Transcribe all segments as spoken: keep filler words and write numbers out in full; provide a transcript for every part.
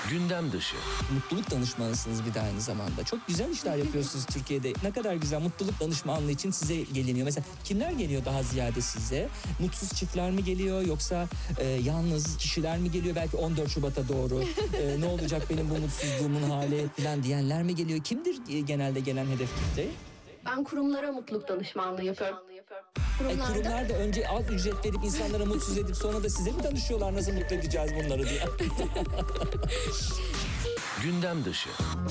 Gündem dışı. Mutluluk danışmanısınız bir de aynı zamanda. Çok güzel işler yapıyorsunuz Türkiye'de. Ne kadar güzel, mutluluk danışmanlığı için size geliniyor. Mesela kimler geliyor daha ziyade size? Mutsuz çiftler mi geliyor yoksa e, yalnız kişiler mi geliyor? Belki on dört Şubat'a doğru e, ne olacak benim bu mutsuzluğumun hali falan diyenler mi geliyor? Kimdir e, genelde gelen hedef kitle? Ben kurumlara mutluluk danışmanlığı yapıyorum. E, kurumlar da önce az ücret verip insanlara mutsuz edip sonra da size mi danışıyorlar nasıl mutlu edeceğiz bunları diye? Gündem dışı.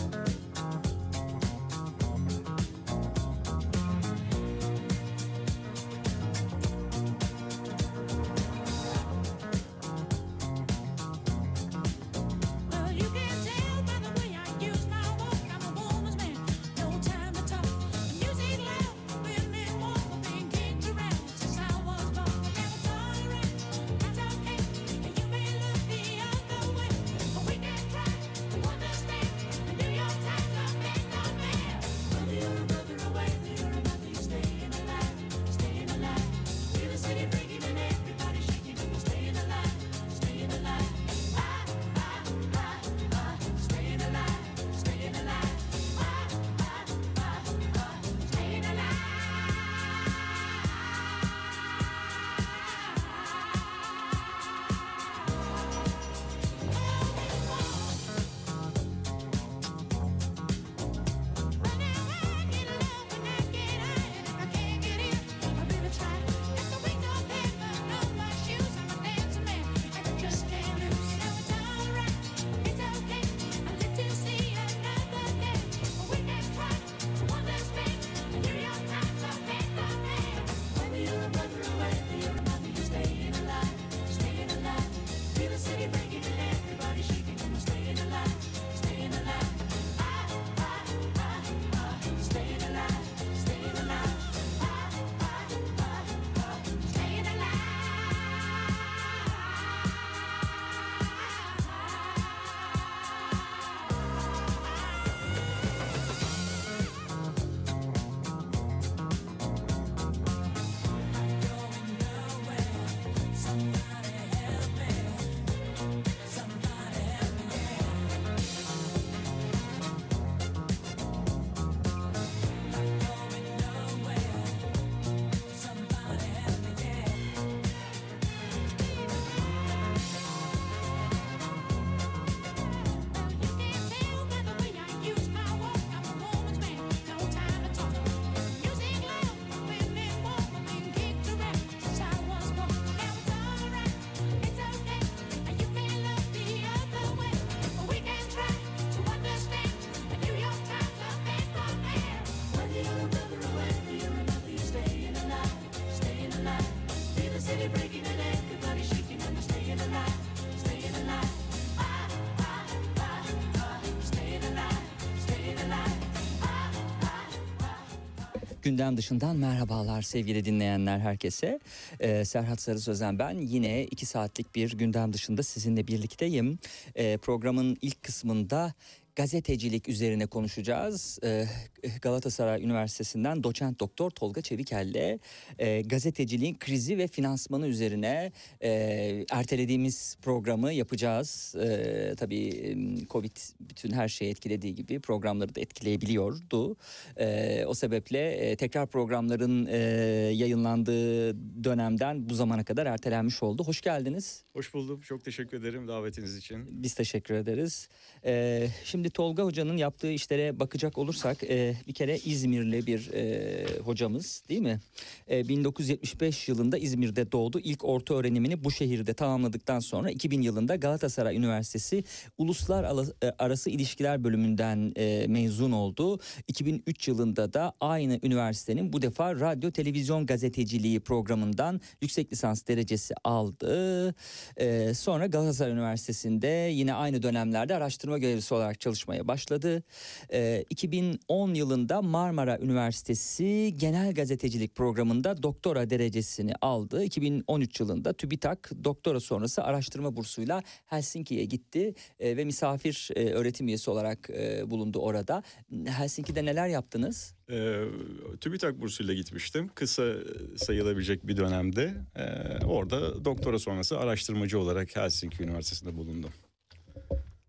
Gündem dışından merhabalar sevgili dinleyenler herkese. Ee, Serhat Sarı Sözen ben. Yine iki saatlik bir gündem dışında sizinle birlikteyim. Ee, programın ilk kısmında gazetecilik üzerine konuşacağız. Ee, Galatasaray Üniversitesi'nden doçent doktor Tolga Çevikel'le e, gazeteciliğin krizi ve finansmanı üzerine e, ertelediğimiz programı yapacağız. E, tabii Covid bütün her şeyi etkilediği gibi programları da etkileyebiliyordu. E, o sebeple e, tekrar programların e, yayınlandığı dönemden bu zamana kadar ertelenmiş oldu. Hoş geldiniz. Hoş buldum. Çok teşekkür ederim davetiniz için. Biz teşekkür ederiz. E, şimdi Tolga Hoca'nın yaptığı işlere bakacak olursak e, bir kere İzmirli bir e, hocamız değil mi? E, bin dokuz yüz yetmiş beş yılında İzmir'de doğdu. İlk orta öğrenimini bu şehirde tamamladıktan sonra iki bin yılında Galatasaray Üniversitesi Uluslararası İlişkiler bölümünden e, mezun oldu. iki bin üç yılında da aynı üniversitenin bu defa radyo televizyon gazeteciliği programından yüksek lisans derecesi aldı. E, sonra Galatasaray Üniversitesi'nde yine aynı dönemlerde araştırma görevlisi olarak çalışmaya başladı. E, iki bin on yılında Marmara Üniversitesi Genel Gazetecilik Programı'nda doktora derecesini aldı. iki bin on üç yılında TÜBİTAK doktora sonrası araştırma bursuyla Helsinki'ye gitti e, ve misafir e, öğretim üyesi olarak e, bulundu orada. Helsinki'de neler yaptınız? Ee, TÜBİTAK bursuyla gitmiştim. Kısa sayılabilecek bir dönemde. Ee, orada doktora sonrası araştırmacı olarak Helsinki Üniversitesi'nde bulundum.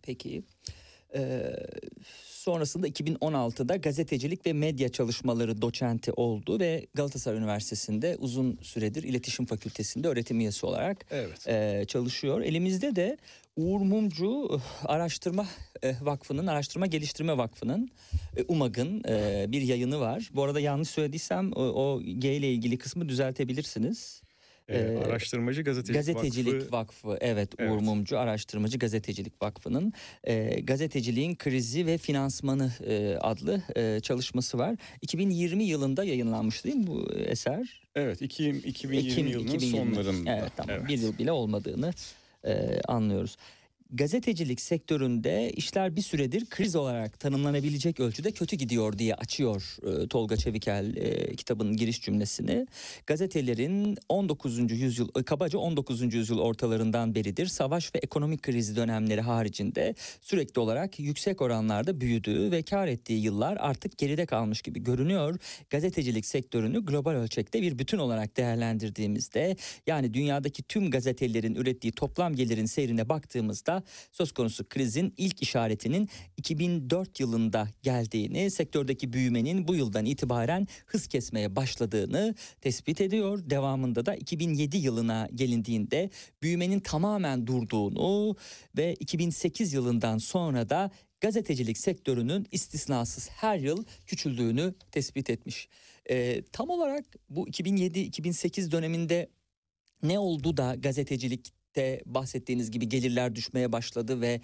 Peki. Ee, sonrasında iki bin on altıda gazetecilik ve medya çalışmaları doçenti oldu ve Galatasaray Üniversitesi'nde uzun süredir İletişim Fakültesi'nde öğretim üyesi olarak Evet. e, çalışıyor. Elimizde de Uğur Mumcu Araştırma e, Vakfı'nın, Araştırma Geliştirme Vakfı'nın, e, UMAG'ın e, bir yayını var. Bu arada yanlış söylediysem o, o G ile ilgili kısmı düzeltebilirsiniz. Ee, Ee, Araştırmacı Gazetecilik, Gazetecilik Vakfı. Vakfı, evet, Evet. Uğur Mumcu Araştırmacı Gazetecilik Vakfı'nın e, gazeteciliğin krizi ve finansmanı e, adlı e, çalışması var. iki bin yirmi yılında yayınlanmış değil mi bu eser? Evet, iki, iki bin yirmi Ekim yılının iki bin yirmi. sonlarında. Evet, tamam. Evet. Bir yıl bile olmadığını e, anlıyoruz. Gazetecilik sektöründe işler bir süredir kriz olarak tanımlanabilecek ölçüde kötü gidiyor diye açıyor e, Tolga Çevikel e, kitabının giriş cümlesini. Gazetelerin on dokuzuncu yüzyıl, e, kabaca on dokuzuncu yüzyıl ortalarından beridir savaş ve ekonomik kriz dönemleri haricinde sürekli olarak yüksek oranlarda büyüdüğü ve kar ettiği yıllar artık geride kalmış gibi görünüyor. Gazetecilik sektörünü global ölçekte bir bütün olarak değerlendirdiğimizde, yani dünyadaki tüm gazetelerin ürettiği toplam gelirin seyrine baktığımızda söz konusu krizin ilk işaretinin iki bin dört yılında geldiğini, sektördeki büyümenin bu yıldan itibaren hız kesmeye başladığını tespit ediyor. Devamında da iki bin yedi yılına gelindiğinde büyümenin tamamen durduğunu ve iki bin sekiz yılından sonra da gazetecilik sektörünün istisnasız her yıl küçüldüğünü tespit etmiş. Ee, tam olarak bu iki bin yedi iki bin sekiz döneminde ne oldu da gazetecilik de bahsettiğiniz gibi gelirler düşmeye başladı ve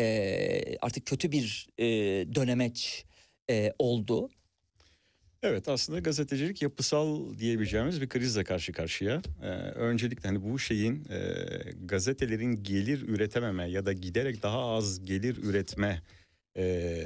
e, artık kötü bir e, dönemeç e, oldu? Evet, aslında gazetecilik yapısal diyebileceğimiz bir krizle karşı karşıya. Ee, öncelikle hani bu şeyin e, gazetelerin gelir üretememe ya da giderek daha az gelir üretme e,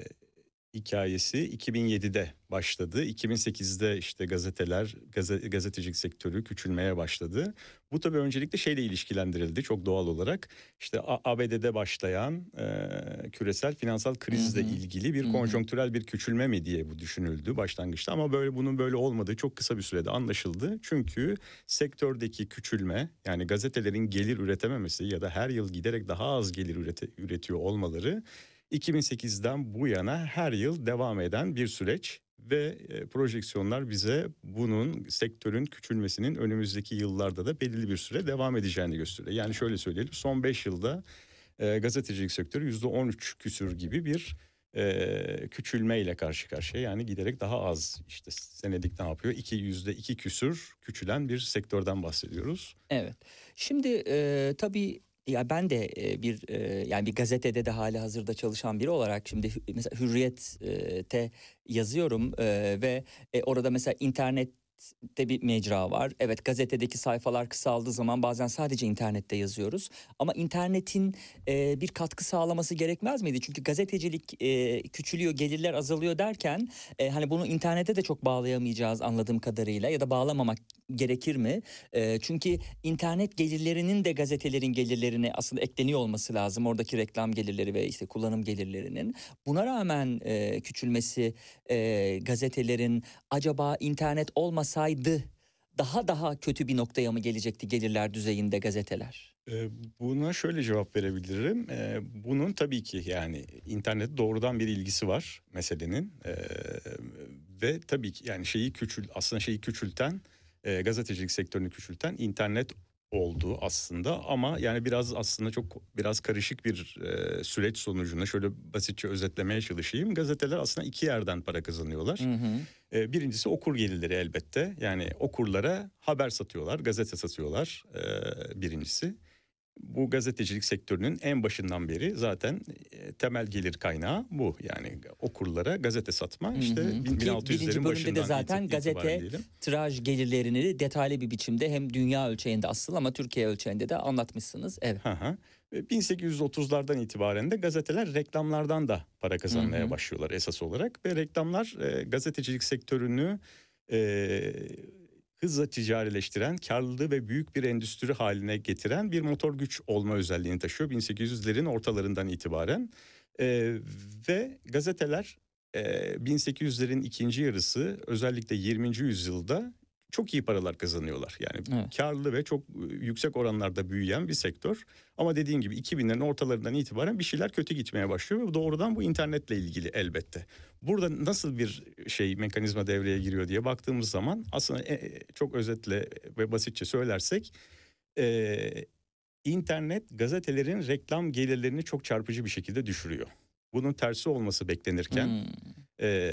hikayesi iki bin yedide başladı. iki bin sekizde işte gazeteler, gazete, gazetecilik sektörü küçülmeye başladı. Bu tabii öncelikle şeyle ilişkilendirildi çok doğal olarak. İşte A B D'de başlayan e, küresel finansal krizle Hı hı. ilgili bir Hı hı. konjonktürel bir küçülme mi diye bu düşünüldü başlangıçta. Ama böyle bunun böyle olmadığı çok kısa bir sürede anlaşıldı. Çünkü sektördeki küçülme, yani gazetelerin gelir üretememesi ya da her yıl giderek daha az gelir ürete, üretiyor olmaları iki bin sekizden bu yana her yıl devam eden bir süreç ve e, projeksiyonlar bize bunun, sektörün küçülmesinin önümüzdeki yıllarda da belirli bir süre devam edeceğini gösteriyor. Yani şöyle söyleyelim, son beş yılda e, gazetecilik sektörü yüzde on üç küsür gibi bir e, küçülmeyle karşı karşıya, yani giderek daha az, işte senelik ne yapıyor? iki yüzde iki küsür küçülen bir sektörden bahsediyoruz. Evet. Şimdi e, tabii ya ben de e, bir e, yani bir gazetede de hali hazırda çalışan biri olarak şimdi hü- mesela Hürriyet'te yazıyorum e, ve e, orada mesela internet de bir mecra var. Evet, gazetedeki sayfalar kısaldığı zaman bazen sadece internette yazıyoruz. Ama internetin e, bir katkı sağlaması gerekmez miydi? Çünkü gazetecilik e, küçülüyor, gelirler azalıyor derken e, hani bunu internete de çok bağlayamayacağız anladığım kadarıyla, ya da bağlamamak gerekir mi? E, çünkü internet gelirlerinin de gazetelerin gelirlerine aslında ekleniyor olması lazım. Oradaki reklam gelirleri ve işte kullanım gelirlerinin. Buna rağmen e, küçülmesi e, gazetelerin, acaba internet olmasaydı daha daha kötü bir noktaya mı gelecekti gelirler düzeyinde gazeteler? Ee, Buna şöyle cevap verebilirim. Ee, Bunun tabii ki yani internet doğrudan bir ilgisi var meselenin. Ee, Ve tabii ki yani şeyi küçül aslında şeyi küçülten, e, gazetecilik sektörünü küçülten internet oldu aslında, ama yani biraz aslında çok biraz karışık bir e, süreç sonucunda şöyle basitçe özetlemeye çalışayım. Gazeteler aslında iki yerden para kazanıyorlar. Hı hı. E, birincisi okur gelirleri elbette. Yani okurlara haber satıyorlar, gazete satıyorlar e, birincisi. Bu gazetecilik sektörünün en başından beri zaten e, temel gelir kaynağı bu. Yani okurlara gazete satma, işte Hı hı. bin- Ki bin altı yüzlerin birinci bölümde de başından zaten iti- gazete itibaren diyelim. tiraj gelirlerini detaylı bir biçimde hem dünya ölçeğinde asıl ama Türkiye ölçeğinde de anlatmışsınız. Evet. Hı hı. Ve bin sekiz yüz otuzlardan itibaren de gazeteler reklamlardan da para kazanmaya Hı hı. başlıyorlar esas olarak. Ve reklamlar e, gazetecilik sektörünü e, hızla ticarileştiren, karlı ve büyük bir endüstri haline getiren bir motor güç olma özelliğini taşıyor bin sekiz yüzlerin ortalarından itibaren. E, Ve gazeteler e, bin sekiz yüzlerin ikinci yarısı, özellikle yirminci yüzyılda çok iyi paralar kazanıyorlar. Yani Evet. karlı ve çok yüksek oranlarda büyüyen bir sektör. Ama dediğim gibi iki binlerin ortalarından itibaren bir şeyler kötü gitmeye başlıyor ve doğrudan bu internetle ilgili elbette. Burada nasıl bir şey mekanizma devreye giriyor diye baktığımız zaman aslında çok özetle ve basitçe söylersek e, internet gazetelerin reklam gelirlerini çok çarpıcı bir şekilde düşürüyor. Bunun tersi olması beklenirken Hmm. e,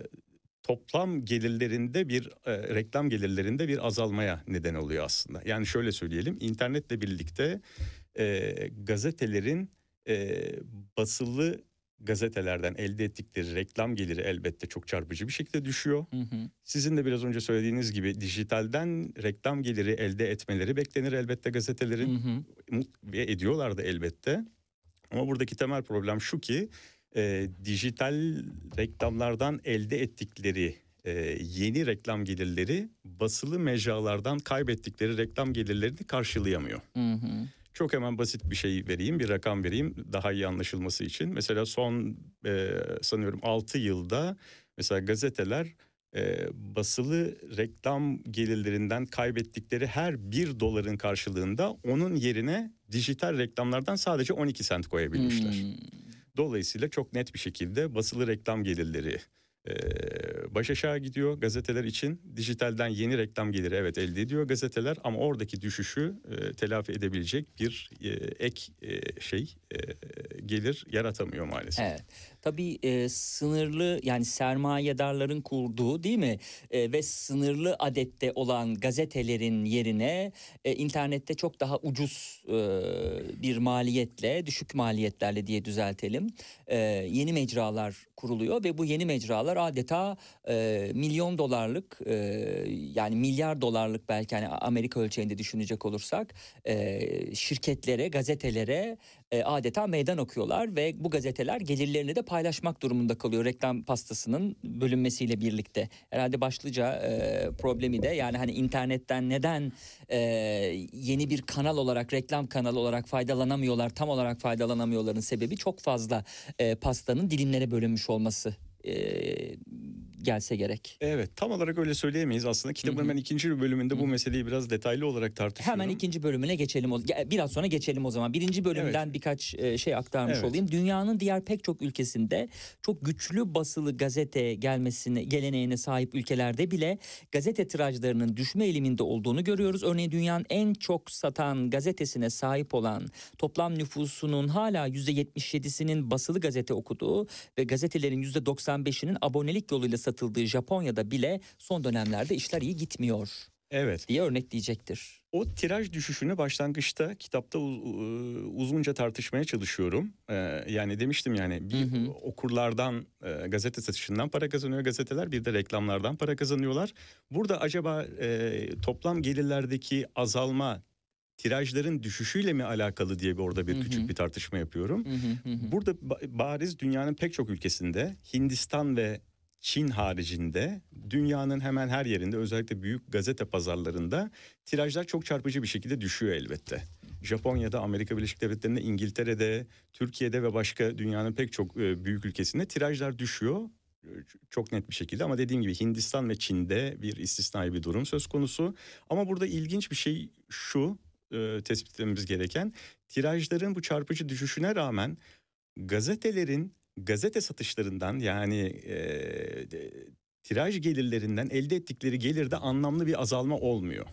toplam gelirlerinde bir e, reklam gelirlerinde bir azalmaya neden oluyor aslında. Yani şöyle söyleyelim, internetle birlikte e, gazetelerin e, basılı gazetelerden elde ettikleri reklam geliri elbette çok çarpıcı bir şekilde düşüyor. Hı hı. Sizin de biraz önce söylediğiniz gibi dijitalden reklam geliri elde etmeleri beklenir elbette gazetelerin. Hı hı. Ve ediyorlar da elbette. Ama buradaki temel problem şu ki e, dijital reklamlardan elde ettikleri e, yeni reklam gelirleri basılı mecralardan kaybettikleri reklam gelirlerini karşılayamıyor. Hı hı. Çok hemen basit bir şey vereyim, bir rakam vereyim daha iyi anlaşılması için. Mesela son e, sanıyorum altı yılda mesela gazeteler e, basılı reklam gelirlerinden kaybettikleri her bir doların karşılığında onun yerine dijital reklamlardan sadece on iki sent koyabilmişler. Hmm. Dolayısıyla çok net bir şekilde basılı reklam gelirleri e, baş aşağı gidiyor gazeteler için. Dijitalden yeni reklam geliri evet elde ediyor gazeteler ama oradaki düşüşü e, telafi edebilecek bir e, ek e, şey e, gelir yaratamıyor maalesef. Evet. Tabii e, sınırlı yani sermayedarların kurduğu değil mi E, ve sınırlı adette olan gazetelerin yerine e, internette çok daha ucuz e, bir maliyetle, düşük maliyetlerle diye düzeltelim e, yeni mecralar kuruluyor ve bu yeni mecralar adeta e, milyon dolarlık e, yani milyar dolarlık belki hani Amerika ölçeğinde düşünecek olursak e, şirketlere, gazetelere e, adeta meydan okuyorlar ve bu gazeteler gelirlerini de paylaşmak durumunda kalıyor reklam pastasının bölünmesiyle birlikte. Herhalde başlıca e, problemi de yani hani internetten neden e, yeni bir kanal olarak reklam kanalı olarak faydalanamıyorlar, tam olarak faydalanamıyorların sebebi çok fazla e, pastanın dilimlere bölünmüş olması e, gelse gerek. Evet, tam olarak öyle söyleyemeyiz aslında. Kitabın Hı hı. ben ikinci bölümünde Hı bu hı. meseleyi biraz detaylı olarak tartışıyorum. Hemen ikinci bölümüne geçelim. O, biraz sonra geçelim o zaman. Birinci bölümden Evet. birkaç e, şey aktarmış Evet. olayım. Dünyanın diğer pek çok ülkesinde çok güçlü basılı gazete gelmesine geleneğine sahip ülkelerde bile gazete tirajlarının düşme eğiliminde olduğunu görüyoruz. Örneğin dünyanın en çok satan gazetesine sahip olan toplam nüfusunun hala yüzde yetmiş yedisinin basılı gazete okuduğu ve gazetelerin yüzde doksan beşinin abonelik yoluyla satıldığı Japonya'da bile son dönemlerde işler iyi gitmiyor Evet. diye örnekleyecektir. O tiraj düşüşünü başlangıçta kitapta uzunca tartışmaya çalışıyorum. Ee, yani demiştim yani bir Hı hı. okurlardan e, gazete satışından para kazanıyor gazeteler, bir de reklamlardan para kazanıyorlar. Burada acaba e, toplam gelirlerdeki azalma tirajların düşüşüyle mi alakalı diye bir orada bir Hı hı. küçük bir tartışma yapıyorum. Hı hı hı hı. Burada ba- bariz dünyanın pek çok ülkesinde, Hindistan ve Çin haricinde dünyanın hemen her yerinde özellikle büyük gazete pazarlarında tirajlar çok çarpıcı bir şekilde düşüyor elbette. Japonya'da, Amerika Birleşik Devletleri'nde, İngiltere'de, Türkiye'de ve başka dünyanın pek çok e, büyük ülkesinde tirajlar düşüyor. E, Çok net bir şekilde ama dediğim gibi Hindistan ve Çin'de bir istisnai bir durum söz konusu. Ama burada ilginç bir şey şu, e, tespit etmemiz gereken, tirajların bu çarpıcı düşüşüne rağmen gazetelerin gazete satışlarından yani e, de, tiraj gelirlerinden elde ettikleri gelirde anlamlı bir azalma olmuyor.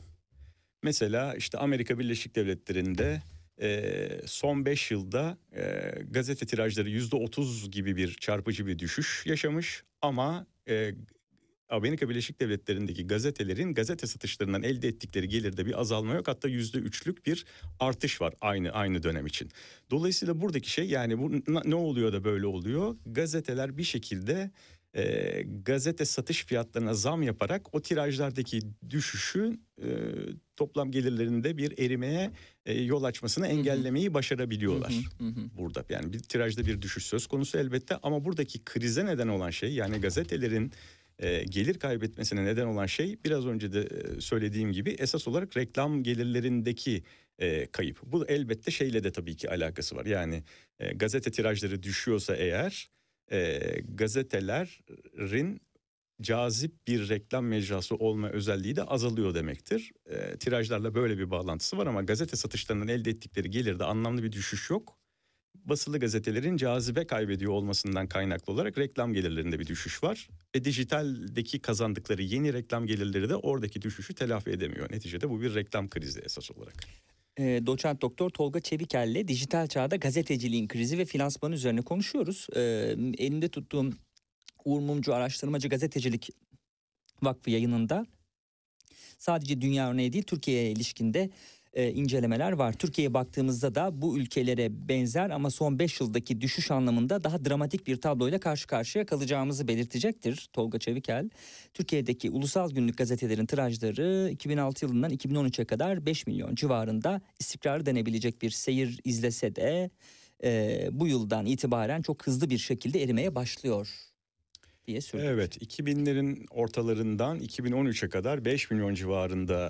Mesela işte Amerika Birleşik Devletleri'nde e, son beş yılda e, gazete tirajları yüzde otuz gibi bir çarpıcı bir düşüş yaşamış ama e, Amerika Birleşik Devletleri'ndeki gazetelerin gazete satışlarından elde ettikleri gelirde bir azalma yok. Hatta yüzde üçlük bir artış var aynı aynı dönem için. Dolayısıyla buradaki şey yani bu ne oluyor da böyle oluyor? Gazeteler bir şekilde e, gazete satış fiyatlarına zam yaparak o tirajlardaki düşüşü e, toplam gelirlerinde bir erimeye e, yol açmasını engellemeyi başarabiliyorlar. Hı hı hı. Burada yani bir tirajda bir düşüş söz konusu elbette ama buradaki krize neden olan şey yani gazetelerin E, gelir kaybetmesine neden olan şey biraz önce de e, söylediğim gibi esas olarak reklam gelirlerindeki e, kayıp. Bu elbette şeyle de tabii ki alakası var. Yani e, gazete tirajları düşüyorsa eğer e, gazetelerin cazip bir reklam mecrası olma özelliği de azalıyor demektir. E, tirajlarla böyle bir bağlantısı var ama gazete satışlarından elde ettikleri gelirde anlamlı bir düşüş yok. Basılı gazetelerin cazibe kaybediyor olmasından kaynaklı olarak reklam gelirlerinde bir düşüş var. Ve dijitaldeki kazandıkları yeni reklam gelirleri de oradaki düşüşü telafi edemiyor. Neticede bu bir reklam krizi esas olarak. E, doçent doktor Tolga Çevikel'le dijital çağda gazeteciliğin krizi ve finansmanı üzerine konuşuyoruz. E, elimde tuttuğum Uğur Mumcu Araştırmacı Gazetecilik Vakfı yayınında sadece dünya örneği değil, Türkiye'ye ilişkinde e, incelemeler var. Türkiye'ye baktığımızda da bu ülkelere benzer ama son beş yıldaki düşüş anlamında daha dramatik bir tabloyla karşı karşıya kalacağımızı belirtecektir Tolga Çevikel. Türkiye'deki ulusal günlük gazetelerin tirajları iki bin altı yılından iki bin on üçe kadar beş milyon civarında istikrarı denebilecek bir seyir izlese de e, bu yıldan itibaren çok hızlı bir şekilde erimeye başlıyor diye sürdük. Evet, iki binlerin ortalarından iki bin on üçe kadar beş milyon civarında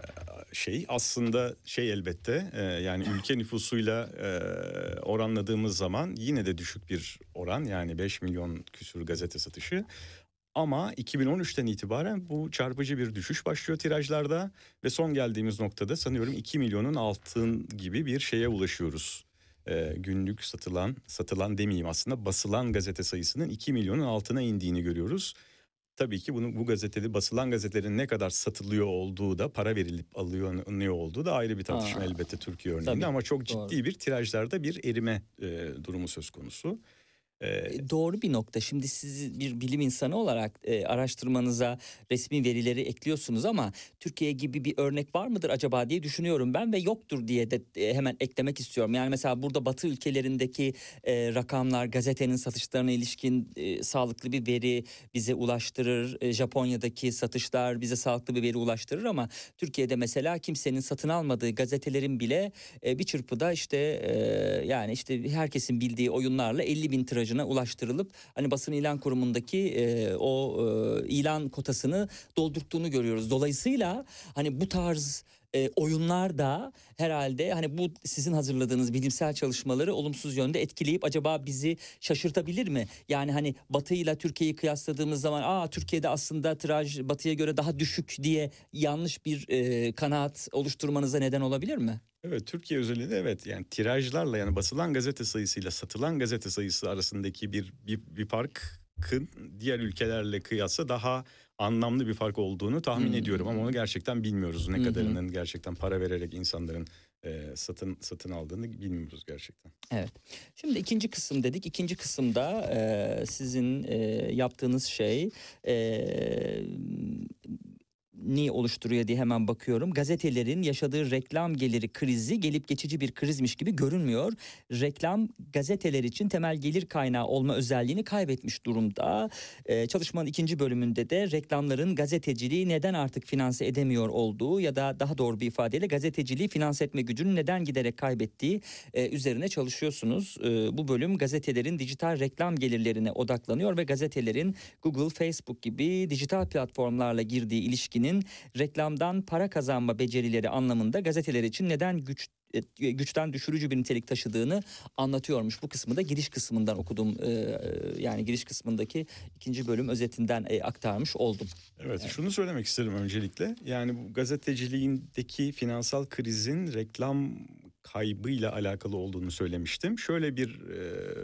şey aslında şey elbette yani ülke nüfusuyla oranladığımız zaman yine de düşük bir oran, yani beş milyon küsur gazete satışı. Ama iki bin on üçten itibaren bu çarpıcı bir düşüş başlıyor tirajlarda ve son geldiğimiz noktada sanıyorum iki milyonun altın gibi bir şeye ulaşıyoruz. Ee, günlük satılan, satılan demeyeyim aslında basılan gazete sayısının iki milyonun altına indiğini görüyoruz. Tabii ki bunu bu gazetede basılan gazetelerin ne kadar satılıyor olduğu da, para verilip alınıyor olduğu da ayrı bir tartışma. Aa, elbette Türkiye örneğinde tabii, ama çok ciddi doğru. Bir tirajlarda bir erime e, durumu söz konusu. Ee, Doğru bir nokta. Şimdi siz bir bilim insanı olarak e, araştırmanıza resmi verileri ekliyorsunuz ama Türkiye gibi bir örnek var mıdır acaba diye düşünüyorum ben ve yoktur diye de e, hemen eklemek istiyorum. Yani mesela burada Batı ülkelerindeki e, rakamlar, gazetenin satışlarına ilişkin e, sağlıklı bir veri bize ulaştırır. E, Japonya'daki satışlar bize sağlıklı bir veri ulaştırır ama Türkiye'de mesela kimsenin satın almadığı gazetelerin bile e, bir çırpıda işte e, yani işte herkesin bildiği oyunlarla elli bin tiraj ulaştırılıp hani basın ilan kurumundaki e, o e, ilan kotasını doldurttuğunu görüyoruz. Dolayısıyla hani bu tarz e, oyunlar da herhalde hani bu sizin hazırladığınız bilimsel çalışmaları olumsuz yönde etkileyip acaba bizi şaşırtabilir mi? Yani hani Batı ile Türkiye'yi kıyasladığımız zaman aa Türkiye'de aslında tiraj Batı'ya göre daha düşük diye yanlış bir e, kanaat oluşturmanıza neden olabilir mi? Evet, Türkiye özelinde evet, yani tirajlarla, yani basılan gazete sayısıyla satılan gazete sayısı arasındaki bir bir, bir farkın diğer ülkelerle kıyasla daha anlamlı bir fark olduğunu tahmin hmm. ediyorum ama onu gerçekten bilmiyoruz. Ne hmm. kadarının gerçekten para vererek insanların e, satın satın aldığını bilmiyoruz gerçekten. Evet. Şimdi ikinci kısım dedik. İkinci kısımda e, sizin e, yaptığınız şey e, ni oluşturuyor diye hemen bakıyorum. Gazetelerin yaşadığı reklam geliri krizi gelip geçici bir krizmiş gibi görünmüyor. Reklam gazeteler için temel gelir kaynağı olma özelliğini kaybetmiş durumda. Ee, çalışmanın ikinci bölümünde de reklamların gazeteciliği neden artık finanse edemiyor olduğu ya da daha doğru bir ifadeyle gazeteciliği finanse etme gücünü neden giderek kaybettiği e, üzerine çalışıyorsunuz. E, bu bölüm gazetelerin dijital reklam gelirlerine odaklanıyor ve gazetelerin Google, Facebook gibi dijital platformlarla girdiği ilişkinin reklamdan para kazanma becerileri anlamında gazeteler için neden güç güçten düşürücü bir nitelik taşıdığını anlatıyormuş. Bu kısmı da giriş kısmından okudum. Ee, yani giriş kısmındaki ikinci bölüm özetinden e, aktarmış oldum. Evet, evet, şunu söylemek isterim öncelikle. Yani bu gazeteciliğindeki finansal krizin reklam kaybıyla alakalı olduğunu söylemiştim. Şöyle bir e,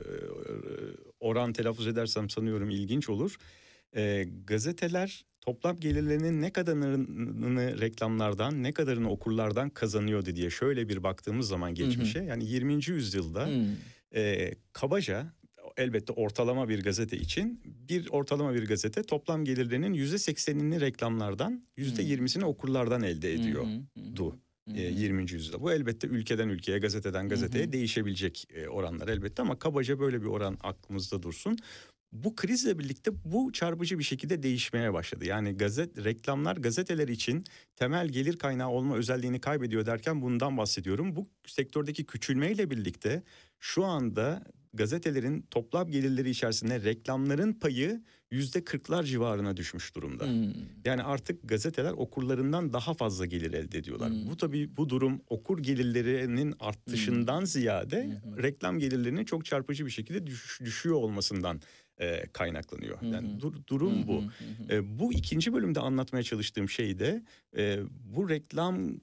oran telaffuz edersem sanıyorum ilginç olur. E, gazeteler toplam gelirlerinin ne kadarını reklamlardan, ne kadarını okurlardan kazanıyordu diye şöyle bir baktığımız zaman geçmişe, hı hı. yani yirminci yüzyılda hı. e, kabaca elbette ortalama bir gazete için bir ortalama bir gazete toplam gelirlerinin yüzde seksenini reklamlardan, yüzde yirmisini okurlardan elde ediyordu. E, yirminci yüzyılda. Bu elbette ülkeden ülkeye, gazeteden gazeteye hı hı. değişebilecek e, oranlar elbette ama kabaca böyle bir oran aklımızda dursun. Bu krizle birlikte bu çarpıcı bir şekilde değişmeye başladı. Yani gazet reklamlar gazeteler için temel gelir kaynağı olma özelliğini kaybediyor derken bundan bahsediyorum. Bu sektördeki küçülmeyle birlikte şu anda gazetelerin toplam gelirleri içerisinde reklamların payı yüzde kırklar civarına düşmüş durumda. Hmm. Yani artık gazeteler okurlarından daha fazla gelir elde ediyorlar. Hmm. Bu tabii bu durum okur gelirlerinin artışından Hmm. ziyade Hmm. reklam gelirlerinin çok çarpıcı bir şekilde düş, düşüyor olmasından e, kaynaklanıyor. Yani Hmm. dur, durum Hmm. bu. Hmm. E, bu ikinci bölümde anlatmaya çalıştığım şey de e, bu reklam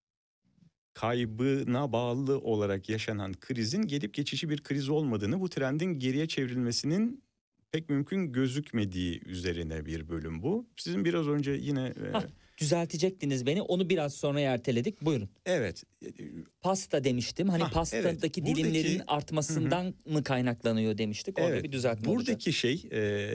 kaybına bağlı olarak yaşanan krizin gelip geçici bir kriz olmadığını, bu trendin geriye çevrilmesinin pek mümkün gözükmediği üzerine bir bölüm bu. Sizin biraz önce yine... e, Hah, düzeltecektiniz beni. Onu biraz sonra erteledik. Buyurun. evet. Pasta demiştim. Hani Hah, pastadaki evet. Buradaki- dilimlerin artmasından mı kaynaklanıyor demiştik. Orada Evet, bir düzeltme olacak. buradaki şey e,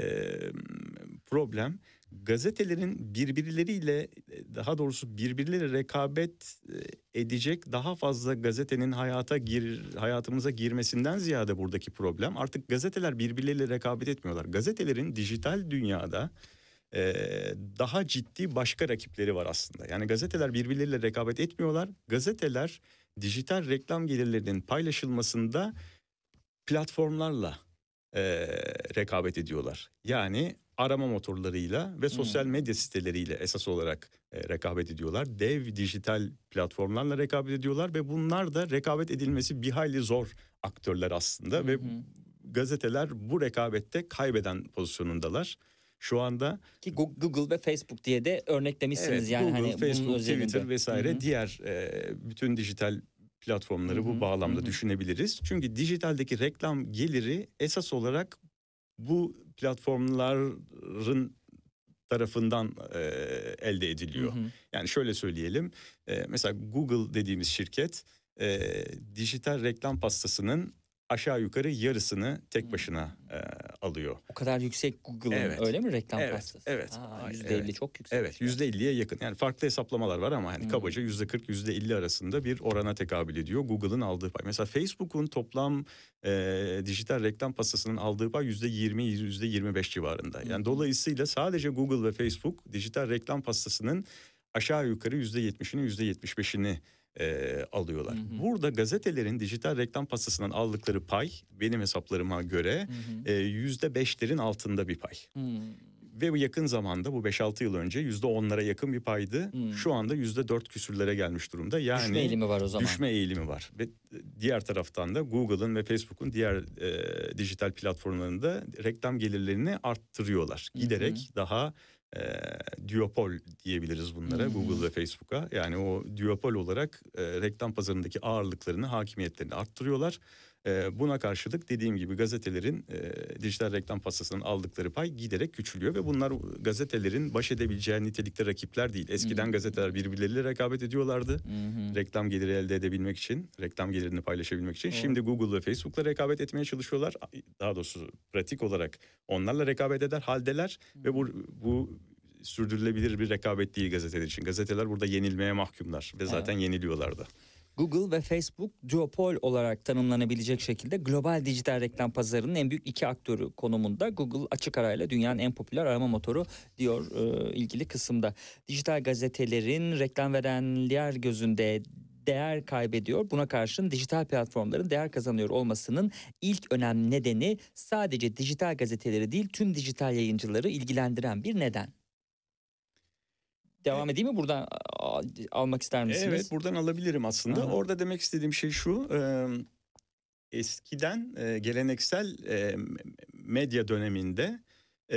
problem, gazetelerin birbirleriyle, daha doğrusu birbirleriyle rekabet e, edecek daha fazla gazetenin hayata gir hayatımıza girmesinden ziyade buradaki problem, artık gazeteler birbirleriyle rekabet etmiyorlar. Gazetelerin dijital dünyada e, daha ciddi başka rakipleri var aslında. Yani gazeteler birbirleriyle rekabet etmiyorlar. Gazeteler dijital reklam gelirlerinin paylaşılmasında platformlarla e, rekabet ediyorlar. Yani arama motorlarıyla ve sosyal medya siteleriyle esas olarak e, rekabet ediyorlar. Dev dijital platformlarla rekabet ediyorlar ve bunlar da rekabet edilmesi bir hayli zor aktörler aslında. Hı Ve hı. gazeteler bu rekabette kaybeden pozisyonundalar. Şu anda Ki Gu- Google ve Facebook diye de örneklemişsiniz. evet, yani Google, hani bunun Facebook, özelinde. Twitter vesaire Hı hı. diğer e, bütün dijital platformları Hı hı, bu bağlamda hı hı. düşünebiliriz. Çünkü dijitaldeki reklam geliri esas olarak bu platformların tarafından e, elde ediliyor. Hı hı. Yani şöyle söyleyelim, e, mesela Google dediğimiz şirket e, dijital reklam pastasının aşağı yukarı yarısını tek başına e, alıyor. O kadar yüksek Google'ın Evet. öyle mi reklam Evet, pastası? evet. Aa, Aynen, yüzde elli evet. çok yüksek. Evet, yüzde elliye yakın. Yani farklı hesaplamalar var ama hani Hmm. kabaca yüzde kırk yüzde elli arasında bir orana tekabül ediyor Google'ın aldığı pay. Mesela Facebook'un toplam e, dijital reklam pastasının aldığı pay yüzde yirmi yüzde yirmi beş civarında. Yani Hmm. dolayısıyla sadece Google ve Facebook dijital reklam pastasının aşağı yukarı yüzde yetmişini yüzde yetmiş beşini e, alıyorlar. Hı hı. Burada gazetelerin dijital reklam pastasından aldıkları pay benim hesaplarıma göre Hı hı. e, yüzde beşlerin altında bir pay. Hmm. Ve bu yakın zamanda, bu beş altı yıl önce yüzde onlara yakın bir paydı. Hmm. Şu anda yüzde dört küsürlere gelmiş durumda. Yani Düşme eğilimi var o zaman. düşme eğilimi var. Ve diğer taraftan da Google'ın ve Facebook'un diğer e, dijital platformlarında reklam gelirlerini arttırıyorlar. Giderek Hı hı. daha e, duopol diyebiliriz bunlara, Hı hı. Google ve Facebook'a. Yani o duopol olarak e, reklam pazarındaki ağırlıklarını, hakimiyetlerini arttırıyorlar. E, buna karşılık dediğim gibi gazetelerin e, dijital reklam pastasının aldıkları pay giderek küçülüyor ve bunlar gazetelerin baş edebileceği nitelikte rakipler değil. Eskiden Hı. gazeteler birbirleriyle rekabet ediyorlardı. Hı hı. Reklam geliri elde edebilmek için, reklam gelirini paylaşabilmek için. Doğru. Şimdi Google ve Facebook'la rekabet etmeye çalışıyorlar. Daha doğrusu pratik olarak onlarla rekabet eder haldeler ve bu bu sürdürülebilir bir rekabet değil gazeteler için. Gazeteler burada yenilmeye mahkumlar ve zaten yeniliyorlar da. Google ve Facebook duopol olarak tanımlanabilecek şekilde global dijital reklam pazarının en büyük iki aktörü konumunda. Google açık arayla dünyanın en popüler arama motoru diyor e, ilgili kısımda. Dijital gazetelerin reklam verenler gözünde değer kaybediyor. Buna karşın dijital platformların değer kazanıyor olmasının ilk önemli nedeni sadece dijital gazeteleri değil tüm dijital yayıncıları ilgilendiren bir neden. Devam edeyim mi buradan a- almak ister misiniz? Evet, buradan alabilirim aslında. Aha. Orada demek istediğim şey şu. E, eskiden e, geleneksel e, medya döneminde e,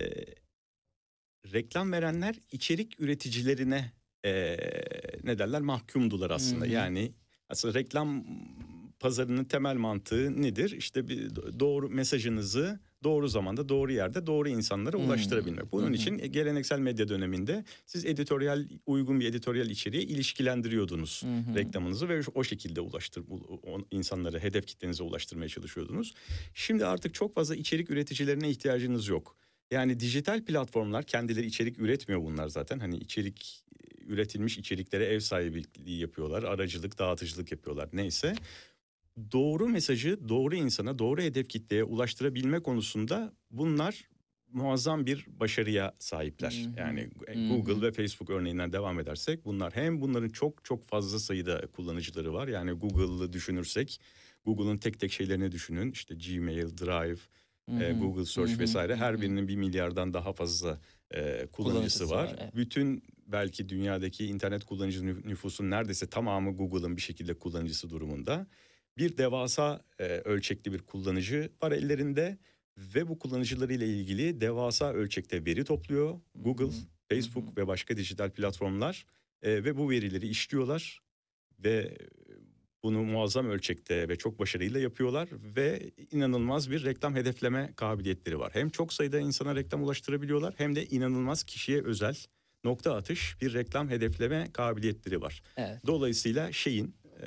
reklam verenler içerik üreticilerine e, ne derler mahkumdular aslında. Hı hı. Yani aslında reklam pazarının temel mantığı nedir? İşte bir doğru mesajınızı doğru zamanda, doğru yerde, doğru insanlara Hmm. ulaştırabilmek. Bunun Hı hı. için geleneksel medya döneminde siz editoryal, uygun bir editoryal içeriğe ilişkilendiriyordunuz Hı hı. reklamınızı ve o şekilde ulaştır o insanları, hedef kitlenize ulaştırmaya çalışıyordunuz. Şimdi artık çok fazla içerik üreticilerine ihtiyacınız yok. Yani dijital platformlar, kendileri içerik üretmiyor bunlar zaten. Hani içerik, üretilmiş içeriklere ev sahipliği yapıyorlar, aracılık, dağıtıcılık yapıyorlar neyse. Doğru mesajı doğru insana, doğru hedef kitleye ulaştırabilme konusunda bunlar muazzam bir başarıya sahipler. Hı hı. Yani Hı Google hı. ve Facebook örneğinden devam edersek bunlar hem bunların çok çok fazla sayıda kullanıcıları var. Yani Google'ı düşünürsek Google'ın tek tek şeylerini düşünün. İşte Gmail, Drive, Hı hı. e, Google Search Hı hı. vesaire, Hı her hı. birinin bir milyardan daha fazla e, kullanıcısı Kullanıcısı var. var, evet. Bütün belki dünyadaki internet kullanıcı nü- nüfusun neredeyse tamamı Google'ın bir şekilde kullanıcısı durumunda. Bir devasa e, ölçekli bir kullanıcı var ellerinde ve bu kullanıcılarıyla ilgili devasa ölçekte veri topluyor Google, Hı hı. Facebook Hı hı. ve başka dijital platformlar. E, ve bu verileri işliyorlar ve bunu muazzam ölçekte ve çok başarıyla yapıyorlar ve inanılmaz bir reklam hedefleme kabiliyetleri var. Hem çok sayıda insana reklam ulaştırabiliyorlar hem de inanılmaz kişiye özel nokta atış bir reklam hedefleme kabiliyetleri var. Evet. Dolayısıyla şeyin e,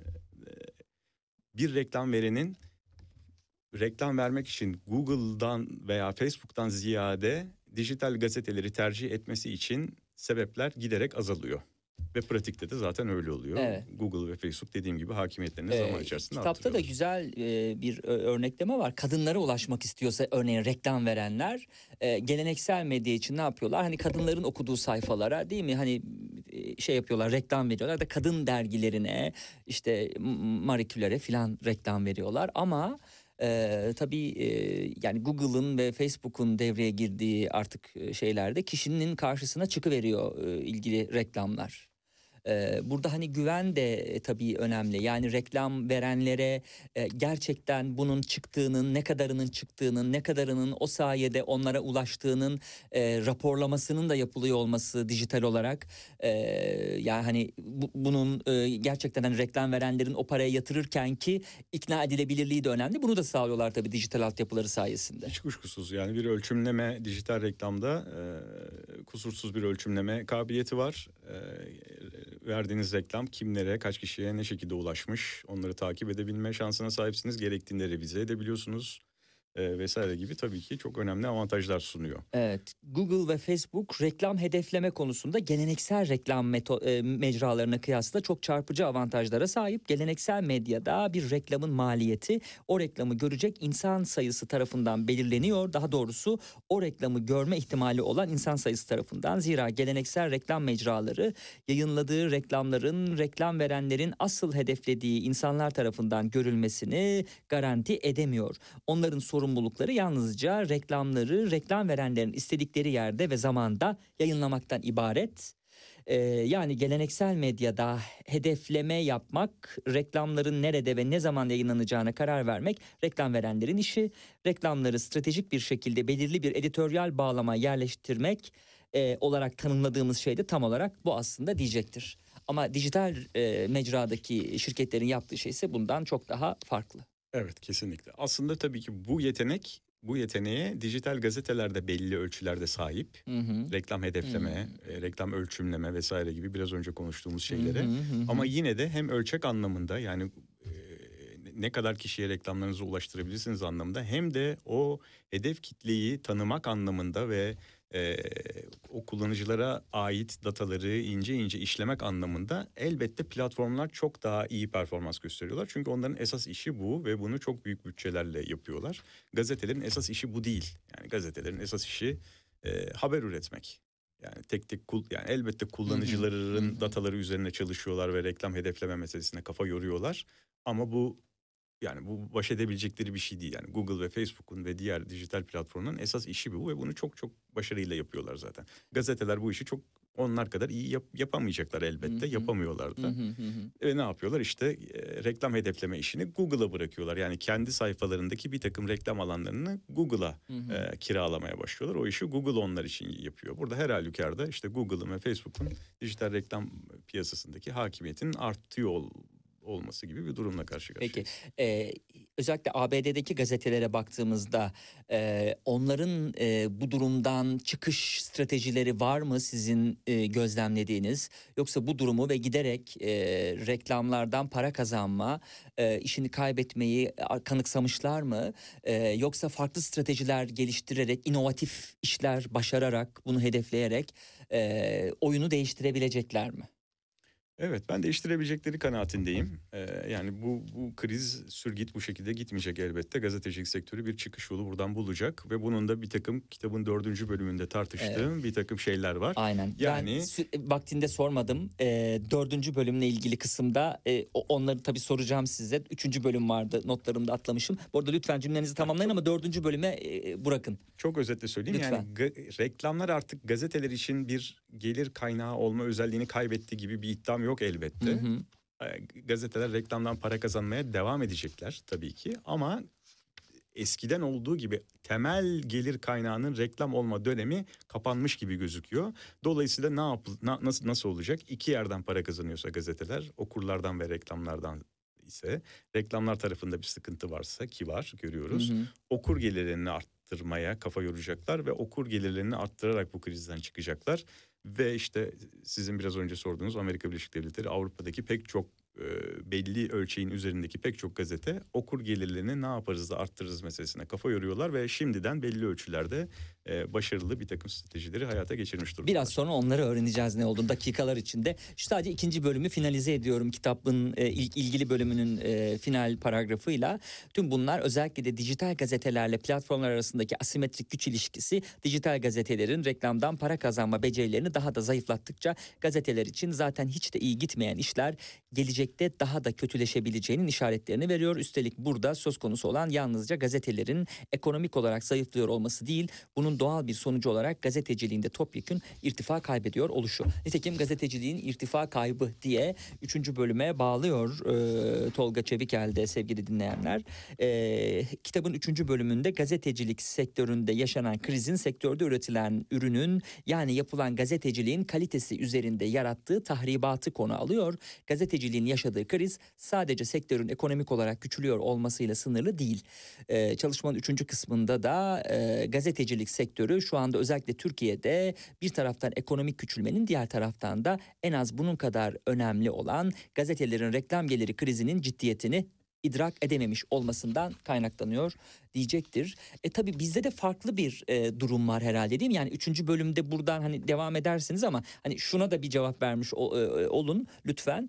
bir reklam verenin reklam vermek için Google'dan veya Facebook'tan ziyade dijital gazeteleri tercih etmesi için sebepler giderek azalıyor. Ve pratikte de zaten öyle oluyor. Evet. Google ve Facebook dediğim gibi hakimiyetlerini Ee, zaman içerisinde kitapta da arttırıyorlar. güzel e, bir ö- örnekleme var. Kadınlara ulaşmak istiyorsa örneğin reklam verenler e, geleneksel medya için ne yapıyorlar? Hani kadınların okuduğu sayfalara, değil mi? Hani e, şey yapıyorlar, reklam veriyorlar da kadın dergilerine, işte M- Marie Claire'e filan reklam veriyorlar. Ama e, tabii e, yani Google'ın ve Facebook'un devreye girdiği artık e, şeylerde kişinin karşısına çıkıveriyor e, ilgili reklamlar. Ee, burada hani güven de e, tabii önemli. Yani reklam verenlere e, gerçekten bunun çıktığının, ne kadarının çıktığının, ne kadarının o sayede onlara ulaştığının e, raporlamasının da yapılıyor olması dijital olarak. E, Yani hani bu- bunun e, gerçekten hani reklam verenlerin o paraya yatırırken ki ikna edilebilirliği de önemli. Bunu da sağlıyorlar tabii dijital altyapıları sayesinde. Hiç kuşkusuz yani bir ölçümleme dijital reklamda e, kusursuz bir ölçümleme kabiliyeti var. E, verdiğiniz reklam kimlere, kaç kişiye, ne şekilde ulaşmış onları takip edebilme şansına sahipsiniz. Gerektiğinde revize edebiliyorsunuz e, vesaire gibi tabii ki çok önemli avantajlar sunuyor. Evet, Google ve Facebook reklam hedefleme konusunda geleneksel reklam meto- e, mecralarına kıyasla çok çarpıcı avantajlara sahip. Geleneksel medyada bir reklamın maliyeti o reklamı görecek insan sayısı tarafından belirleniyor. Daha doğrusu o reklamı görme ihtimali olan insan sayısı tarafından. Zira geleneksel reklam mecraları yayınladığı reklamların reklam verenlerin asıl hedeflediği insanlar tarafından görülmesini garanti edemiyor. Onların sorumlulukları yalnızca reklamları reklam verenlerin istedikleri yerde ve zamanda yayınlamaktan ibaret. Ee, yani geleneksel medyada hedefleme yapmak, reklamların nerede ve ne zaman yayınlanacağına karar vermek reklam verenlerin işi. Reklamları stratejik bir şekilde belirli bir editoryal bağlama yerleştirmek e, olarak tanımladığımız şey de tam olarak bu aslında diyecektir. Ama dijital e, mecradaki şirketlerin yaptığı şey ise bundan çok daha farklı. Evet, kesinlikle. Aslında tabii ki bu yetenek, bu yeteneğe dijital gazetelerde belli ölçülerde sahip. Hı hı. Reklam hedefleme, Hmm. e, reklam ölçümleme vesaire gibi biraz önce konuştuğumuz Hı şeylere. hı hı hı. Ama yine de hem ölçek anlamında yani e, ne kadar kişiye reklamlarınızı ulaştırabilirsiniz anlamında hem de o hedef kitleyi tanımak anlamında ve e, o kullanıcılara ait dataları ince ince işlemek anlamında elbette platformlar çok daha iyi performans gösteriyorlar. Çünkü onların esas işi bu ve bunu çok büyük bütçelerle yapıyorlar. Gazetelerin esas işi bu değil. Yani gazetelerin esas işi e, haber üretmek. Yani tek tek kul yani elbette kullanıcıların Hı hı. dataları üzerine çalışıyorlar ve reklam hedefleme meselesine kafa yoruyorlar. Ama bu yani bu baş edebilecekleri bir şey değil. Yani Google ve Facebook'un ve diğer dijital platformların esas işi bu ve bunu çok çok başarıyla yapıyorlar zaten. Gazeteler bu işi çok onlar kadar iyi yap, yapamayacaklar elbette. Hı hı. Yapamıyorlar Hı da. hı hı hı. Ve ne yapıyorlar? İşte e, reklam hedefleme işini Google'a bırakıyorlar. Yani kendi sayfalarındaki bir takım reklam alanlarını Google'a Hı hı. e, kiralamaya başlıyorlar. O işi Google onlar için yapıyor. Burada her halükarda işte Google'ın ve Facebook'un dijital reklam piyasasındaki hakimiyetinin artıyor ol, olması gibi bir durumla karşı Peki, karşıyayız. e, özellikle A B D'deki gazetelere baktığımızda e, onların e, bu durumdan çıkış stratejileri var mı sizin e, gözlemlediğiniz? Yoksa bu durumu ve giderek e, reklamlardan para kazanma, e, işini kaybetmeyi a- kanıksamışlar mı? E, yoksa farklı stratejiler geliştirerek, inovatif işler başararak, bunu hedefleyerek e, oyunu değiştirebilecekler mi? Evet, ben değiştirebilecekleri kanaatindeyim. Ee, yani bu bu kriz sürgit bu şekilde gitmeyecek elbette. Gazetecilik sektörü bir çıkış yolu buradan bulacak ve bunun da bir takım kitabın dördüncü bölümünde Evet. tartıştığım bir takım şeyler var. Aynen. Ben Yani sü- vaktinde sormadım. Ee, dördüncü bölümle ilgili kısımda e, o- onları tabii soracağım size. Üçüncü bölüm vardı. Notlarımda atlamışım. Bu arada lütfen cümlenizi tamamlayın ama dördüncü bölüme e, bırakın. çok özetle söyleyeyim. Lütfen. Yani ga- reklamlar artık gazeteler için bir gelir kaynağı olma özelliğini kaybetti gibi bir iddiam yok elbette. Hı hı. Ee, Gazeteler reklamdan para kazanmaya devam edecekler tabii ki ama eskiden olduğu gibi temel gelir kaynağının reklam olma dönemi kapanmış gibi gözüküyor. Dolayısıyla ne yap na- nasıl nasıl olacak? İki yerden para kazanıyorsa gazeteler, okurlardan ve reklamlardan ise, reklamlar tarafında bir sıkıntı varsa ki var Hı görüyoruz. hı. Okur gelirlerini arttırmaya kafa yoracaklar ve okur gelirlerini arttırarak bu krizden çıkacaklar. Ve işte sizin biraz önce sorduğunuz Amerika Birleşik Devletleri, Avrupa'daki pek çok e, belli ölçeğin üzerindeki pek çok gazete okur gelirlerini ne yaparız da arttırırız meselesine kafa yoruyorlar ve şimdiden belli ölçülerde e, başarılı bir takım stratejileri hayata geçirmiş durumdalar. Biraz sonra onları öğreneceğiz ne olduğunu dakikalar içinde. Şu sadece ikinci bölümü finalize ediyorum kitabın e, il- ilgili bölümünün e, final paragrafıyla. Tüm bunlar özellikle de dijital gazetelerle platformlar arasındaki asimetrik güç ilişkisi dijital gazetelerin reklamdan para kazanma becerilerini daha da zayıflattıkça gazeteler için zaten hiç de iyi gitmeyen işler gelecekte daha da kötüleşebileceğinin işaretlerini veriyor. Üstelik burada söz konusu olan yalnızca gazetelerin ekonomik olarak zayıflıyor olması değil, bunun doğal bir sonucu olarak gazeteciliğinde topyekün irtifa kaybediyor oluşu. Nitekim gazeteciliğin irtifa kaybı diye üçüncü bölüme bağlıyor e, Tolga Çevikel'de sevgili dinleyenler. E, kitabın üçüncü bölümünde gazetecilik sektöründe yaşanan krizin sektörde üretilen ürünün yani yapılan gazeteciliğin kalitesi üzerinde yarattığı tahribatı konu alıyor. Gazeteciliğin yaşadığı kriz sadece sektörün ekonomik olarak küçülüyor olmasıyla sınırlı değil. E, çalışmanın üçüncü kısmında da e, gazetecilik sektörü şu anda özellikle Türkiye'de bir taraftan ekonomik küçülmenin diğer taraftan da en az bunun kadar önemli olan gazetelerin reklam geliri krizinin ciddiyetini idrak edememiş olmasından kaynaklanıyor diyecektir. E tabii bizde de farklı bir e, durum var herhalde değil mi? Yani üçüncü bölümde buradan hani devam edersiniz ama hani şuna da bir cevap vermiş ol, e, olun lütfen.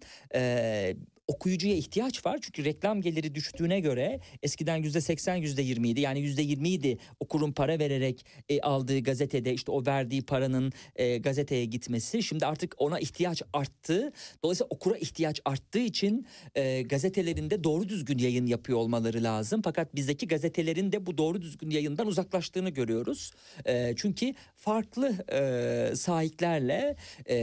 E, okuyucuya ihtiyaç var çünkü reklam geliri düştüğüne göre eskiden yüzde seksen yüzde yirmiydi yani yüzde yirmiydi okurun para vererek e, aldığı gazetede işte o verdiği paranın e, gazeteye gitmesi, şimdi artık ona ihtiyaç arttı. Dolayısıyla okura ihtiyaç arttığı için e, gazetelerinde doğru düzgün yayın yapıyor olmaları lazım. Fakat bizdeki gazetelerin de bu doğru düzgün yayından uzaklaştığını görüyoruz. E, çünkü farklı e, sahiplerle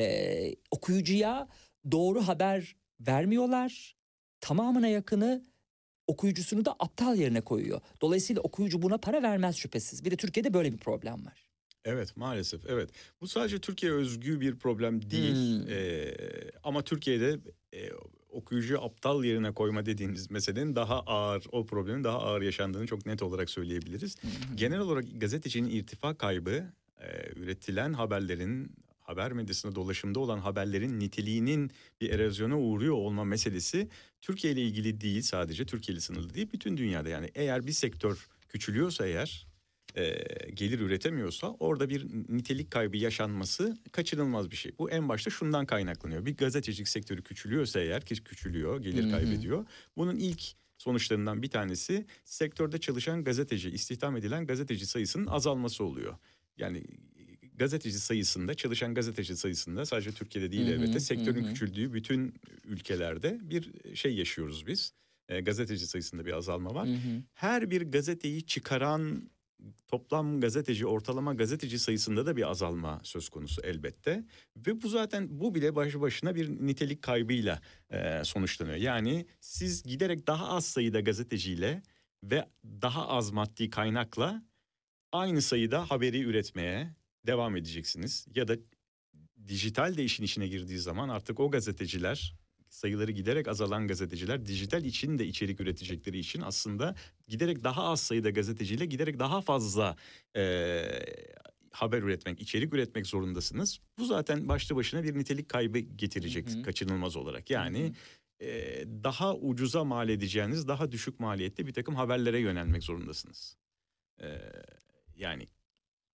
e, okuyucuya doğru haber vermiyorlar. Tamamına yakını okuyucusunu da aptal yerine koyuyor. Dolayısıyla okuyucu buna para vermez şüphesiz. Bir de Türkiye'de böyle bir problem var. Evet, maalesef evet. Bu sadece Türkiye özgü bir problem değil. Hmm. Ee, ama Türkiye'de e, okuyucu aptal yerine koyma dediğimiz meselenin daha ağır, o problemin daha ağır yaşandığını çok net olarak söyleyebiliriz. Genel olarak gazetecinin irtifa kaybı, e, üretilen haberlerin, haber medyasında dolaşımda olan haberlerin niteliğinin bir erozyona uğruyor olma meselesi Türkiye ile ilgili değil, sadece Türkiye ile sınırlı değil, bütün dünyada. Yani eğer bir sektör küçülüyorsa eğer, e, gelir üretemiyorsa orada bir nitelik kaybı yaşanması kaçınılmaz bir şey. Bu en başta şundan kaynaklanıyor. Bir gazetecilik sektörü küçülüyorsa eğer, ki küçülüyor, gelir Hı hı. kaybediyor. Bunun ilk sonuçlarından bir tanesi sektörde çalışan gazeteci, istihdam edilen gazeteci sayısının azalması oluyor. Yani gazeteci sayısında, çalışan gazeteci sayısında, sadece Türkiye'de değil Hı hı, elbette, sektörün hı hı. küçüldüğü bütün ülkelerde bir şey yaşıyoruz biz. E, gazeteci sayısında bir azalma var. Hı hı. Her bir gazeteyi çıkaran toplam gazeteci, ortalama gazeteci sayısında da bir azalma söz konusu elbette. Ve bu zaten, bu bile başlı başına bir nitelik kaybıyla e, sonuçlanıyor. Yani siz giderek daha az sayıda gazeteciyle ve daha az maddi kaynakla aynı sayıda haberi üretmeye devam edeceksiniz. Ya da dijital de işin içine girdiği zaman artık o gazeteciler, sayıları giderek azalan gazeteciler, dijital için de içerik üretecekleri için aslında giderek daha az sayıda gazeteciyle giderek daha fazla e, haber üretmek, içerik üretmek zorundasınız. Bu zaten başlı başına bir nitelik kaybı getirecek, Hı hı. kaçınılmaz olarak. Yani Hı hı. e, daha ucuza mal edeceğiniz, daha düşük maliyette bir takım haberlere yönelmek zorundasınız. E, yani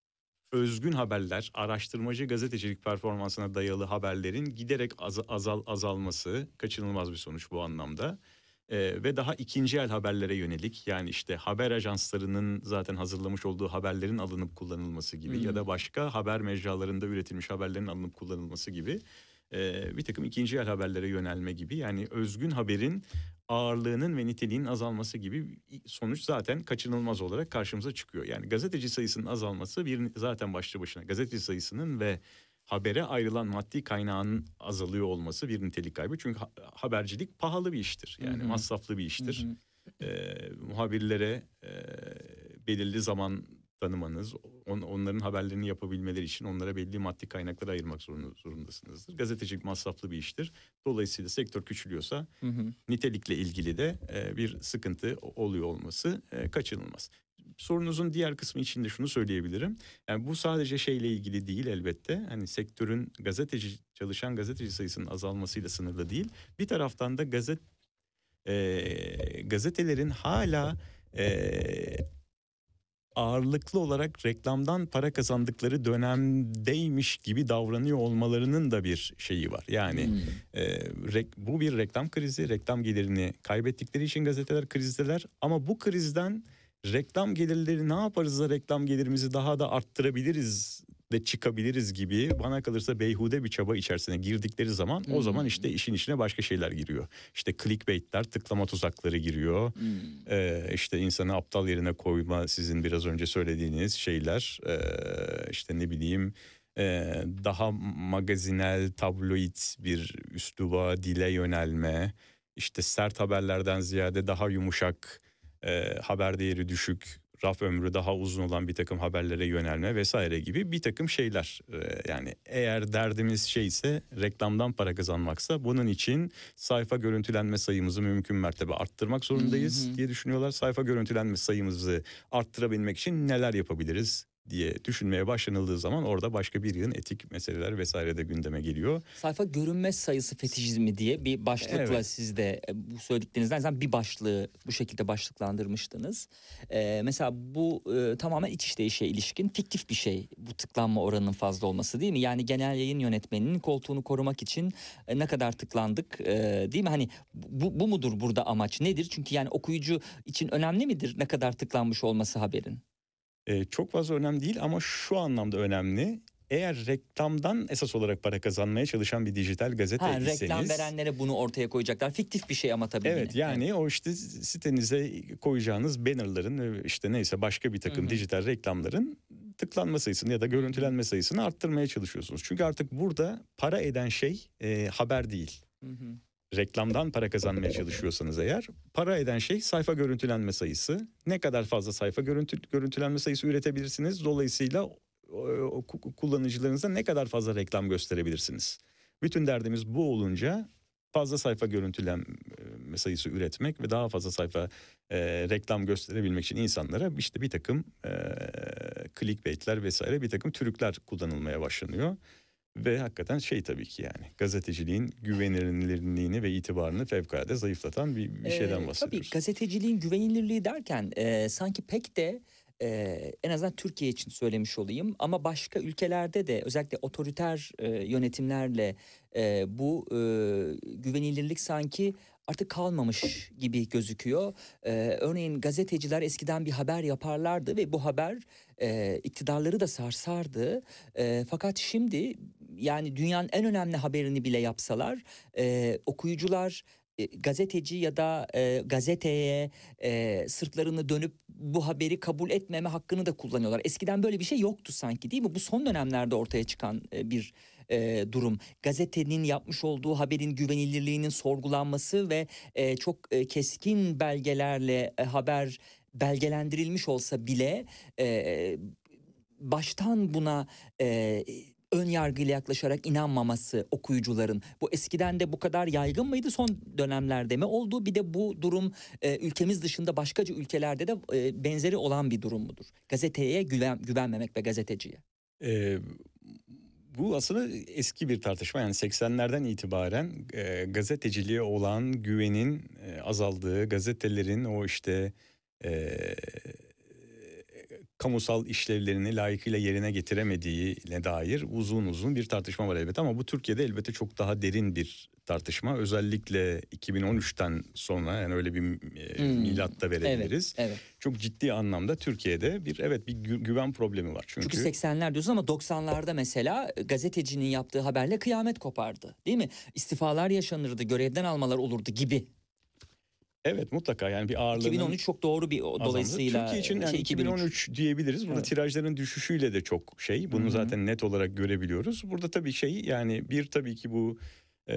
özgün haberler, araştırmacı gazetecilik performansına dayalı haberlerin giderek az, azal azalması kaçınılmaz bir sonuç bu anlamda. Ee, ve daha ikinci el haberlere yönelik, yani işte haber ajanslarının zaten hazırlamış olduğu haberlerin alınıp kullanılması gibi Hmm. ya da başka haber mecralarında üretilmiş haberlerin alınıp kullanılması gibi e, bir takım ikinci el haberlere yönelme gibi, yani özgün haberin ağırlığının ve niteliğinin azalması gibi sonuç zaten kaçınılmaz olarak karşımıza çıkıyor. Yani gazeteci sayısının azalması bir zaten başlı başına, gazeteci sayısının ve habere ayrılan maddi kaynağın azalıyor olması bir nitelik kaybı. Çünkü ha- habercilik pahalı bir iştir. Yani Hı hı. masraflı bir iştir. Hı hı. Ee, muhabirlere e, belirli zaman tanımanız, on, onların haberlerini yapabilmeleri için onlara belli maddi kaynakları ayırmak zorunda, zorundasınızdır. Gazetecilik masraflı bir iştir. Dolayısıyla sektör küçülüyorsa Hı hı. nitelikle ilgili de e, bir sıkıntı oluyor olması e, kaçınılmaz. Sorunuzun diğer kısmı için de şunu söyleyebilirim. Yani bu sadece şeyle ilgili değil elbette. Hani sektörün gazeteci çalışan gazeteci sayısının azalmasıyla sınırlı değil. Bir taraftan da gazet e, gazetelerin hala e, ağırlıklı olarak reklamdan para kazandıkları dönemdeymiş gibi davranıyor olmalarının da bir şeyi var. Yani Hmm. e, rek, bu bir reklam krizi. Reklam gelirini kaybettikleri için gazeteler krizdeler. Ama bu krizden reklam gelirleri, ne yaparız da reklam gelirimizi daha da arttırabiliriz de çıkabiliriz gibi, bana kalırsa beyhude bir çaba içerisine girdikleri zaman Hmm. o zaman işte işin içine başka şeyler giriyor. İşte clickbaitler, tıklama tuzakları giriyor. Hmm. Ee, işte insanı aptal yerine koyma, sizin biraz önce söylediğiniz şeyler, ee, işte ne bileyim ee, daha magazinel, tabloid bir üsluba, dile yönelme, işte sert haberlerden ziyade daha yumuşak, ee, haber değeri düşük, raf ömrü daha uzun olan bir takım haberlere yönelme vesaire gibi bir takım şeyler. Ee, yani eğer derdimiz şeyse, reklamdan para kazanmaksa, bunun için sayfa görüntülenme sayımızı mümkün mertebe arttırmak zorundayız Hı hı. diye düşünüyorlar. Sayfa görüntülenme sayımızı arttırabilmek için neler yapabiliriz diye düşünmeye başlanıldığı zaman orada başka bir yığın etik meseleler vesaire de gündeme geliyor. Sayfa görünme sayısı fetişizmi diye bir başlıkla Evet. siz de e, bu söylediklerinizden zaten bir başlığı bu şekilde başlıklandırmıştınız. Ee, mesela bu e, tamamen iç işleyişe ilişkin fiktif bir şey, bu tıklanma oranının fazla olması, değil mi? Yani genel yayın yönetmeninin koltuğunu korumak için e, ne kadar tıklandık, e, değil mi? Hani bu, bu mudur burada amaç, nedir? Çünkü yani okuyucu için önemli midir ne kadar tıklanmış olması haberin? Ee, çok fazla önemli değil ama şu anlamda önemli. Eğer reklamdan esas olarak para kazanmaya çalışan bir dijital gazete Ha, iseniz... reklam verenlere bunu ortaya koyacaklar. Fiktif bir şey ama tabii Evet, yine. yani o işte sitenize koyacağınız bannerların ve işte neyse başka bir takım Hı hı. dijital reklamların tıklanma sayısını ya da görüntülenme sayısını arttırmaya çalışıyorsunuz. Çünkü artık burada para eden şey e, haber değil. Hı hı. Reklamdan para kazanmaya çalışıyorsanız eğer, para eden şey sayfa görüntülenme sayısı. Ne kadar fazla sayfa görüntü, görüntülenme sayısı üretebilirsiniz. Dolayısıyla o, o, kullanıcılarınıza ne kadar fazla reklam gösterebilirsiniz. Bütün derdimiz bu olunca fazla sayfa görüntülenme sayısı üretmek ve daha fazla sayfa e, reklam gösterebilmek için insanlara işte bir takım e, clickbaitler vesaire, bir takım trükler kullanılmaya başlanıyor. Ve hakikaten şey, tabii ki yani gazeteciliğin güvenilirliğini ve itibarını fevkalade zayıflatan bir, bir şeyden Ee, bahsediyoruz. Tabii gazeteciliğin güvenilirliği derken e, sanki pek de e, en azından Türkiye için söylemiş olayım ama başka ülkelerde de özellikle otoriter e, yönetimlerle e, bu e, güvenilirlik sanki artık kalmamış gibi gözüküyor. E, örneğin gazeteciler eskiden bir haber yaparlardı ve bu haber e, iktidarları da sarsardı. E, fakat şimdi yani dünyanın en önemli haberini bile yapsalar e, okuyucular e, gazeteci ya da e, gazeteye e, sırtlarını dönüp bu haberi kabul etmeme hakkını da kullanıyorlar. Eskiden böyle bir şey yoktu sanki, değil mi? Bu son dönemlerde ortaya çıkan e, bir e, durum. Gazetenin yapmış olduğu haberin güvenilirliğinin sorgulanması ve e, çok e, keskin belgelerle e, haber belgelendirilmiş olsa bile e, baştan buna e, ön yargıyla yaklaşarak inanmaması okuyucuların. Bu eskiden de bu kadar yaygın mıydı, son dönemlerde mi oldu? Bir de bu durum e, ülkemiz dışında başkaca ülkelerde de e, benzeri olan bir durum mudur? Gazeteye güven, güvenmemek ve gazeteciye. Ee, bu aslında eski bir tartışma. Yani seksenlerden itibaren e, gazeteciliğe olan güvenin e, azaldığı, gazetelerin o işte e, kamusal işlevlerini layıkıyla yerine getiremediğine dair uzun uzun bir tartışma var elbette. Ama bu Türkiye'de elbette çok daha derin bir tartışma. Özellikle iki bin on üçten sonra, yani öyle bir e, Hmm. milat da verebiliriz. Evet, evet. Çok ciddi anlamda Türkiye'de bir evet bir gü- güven problemi var. Çünkü, Çünkü seksenler diyorsun ama doksanlarda mesela gazetecinin yaptığı haberle kıyamet kopardı, değil mi? İstifalar yaşanırdı, görevden almalar olurdu gibi. evet mutlaka yani bir ağırlığının iki bin on üç çok doğru bir azaldı. dolayısıyla Türkiye için yani şey, iki bin on üç diyebiliriz. Burada Evet. tirajların düşüşüyle de çok şey. Bunu Hı hı. zaten net olarak görebiliyoruz. Burada tabii şey, yani bir tabii ki bu e,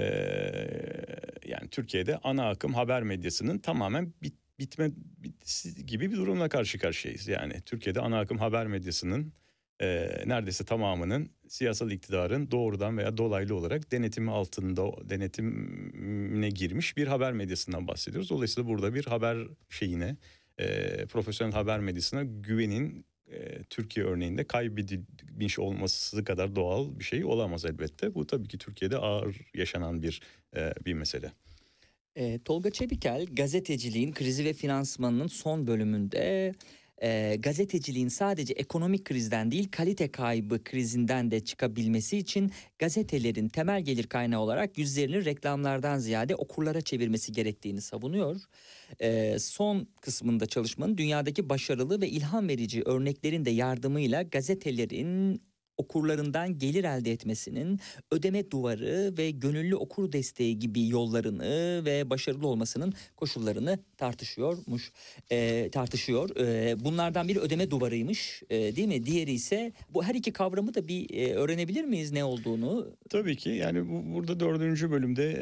yani Türkiye'de ana akım haber medyasının tamamen bit, bitme bitmesi gibi bir durumla karşı karşıyayız. Yani Türkiye'de ana akım haber medyasının e, neredeyse tamamının siyasal iktidarın doğrudan veya dolaylı olarak denetimi altında, denetimine girmiş bir haber medyasından bahsediyoruz. Dolayısıyla burada bir haber şeyine, e, profesyonel haber medyasına güvenin e, Türkiye örneğinde kaybedilmiş olması kadar doğal bir şey olamaz elbette. Bu tabii ki Türkiye'de ağır yaşanan bir e, bir mesele. E, Tolga Çebikel gazeteciliğin krizi ve finansmanının son bölümünde e, gazeteciliğin sadece ekonomik krizden değil kalite kaybı krizinden de çıkabilmesi için gazetelerin temel gelir kaynağı olarak yüzlerini reklamlardan ziyade okurlara çevirmesi gerektiğini savunuyor. E, son kısmında çalışmanın dünyadaki başarılı ve ilham verici örneklerin de yardımıyla gazetelerin okurlarından gelir elde etmesinin ödeme duvarı ve gönüllü okur desteği gibi yollarını ve başarılı olmasının koşullarını tartışıyormuş. E, tartışıyor. E, bunlardan biri ödeme duvarıymış, e, değil mi? Diğeri ise bu, her iki kavramı da bir e, öğrenebilir miyiz ne olduğunu? Tabii ki yani bu, burada dördüncü bölümde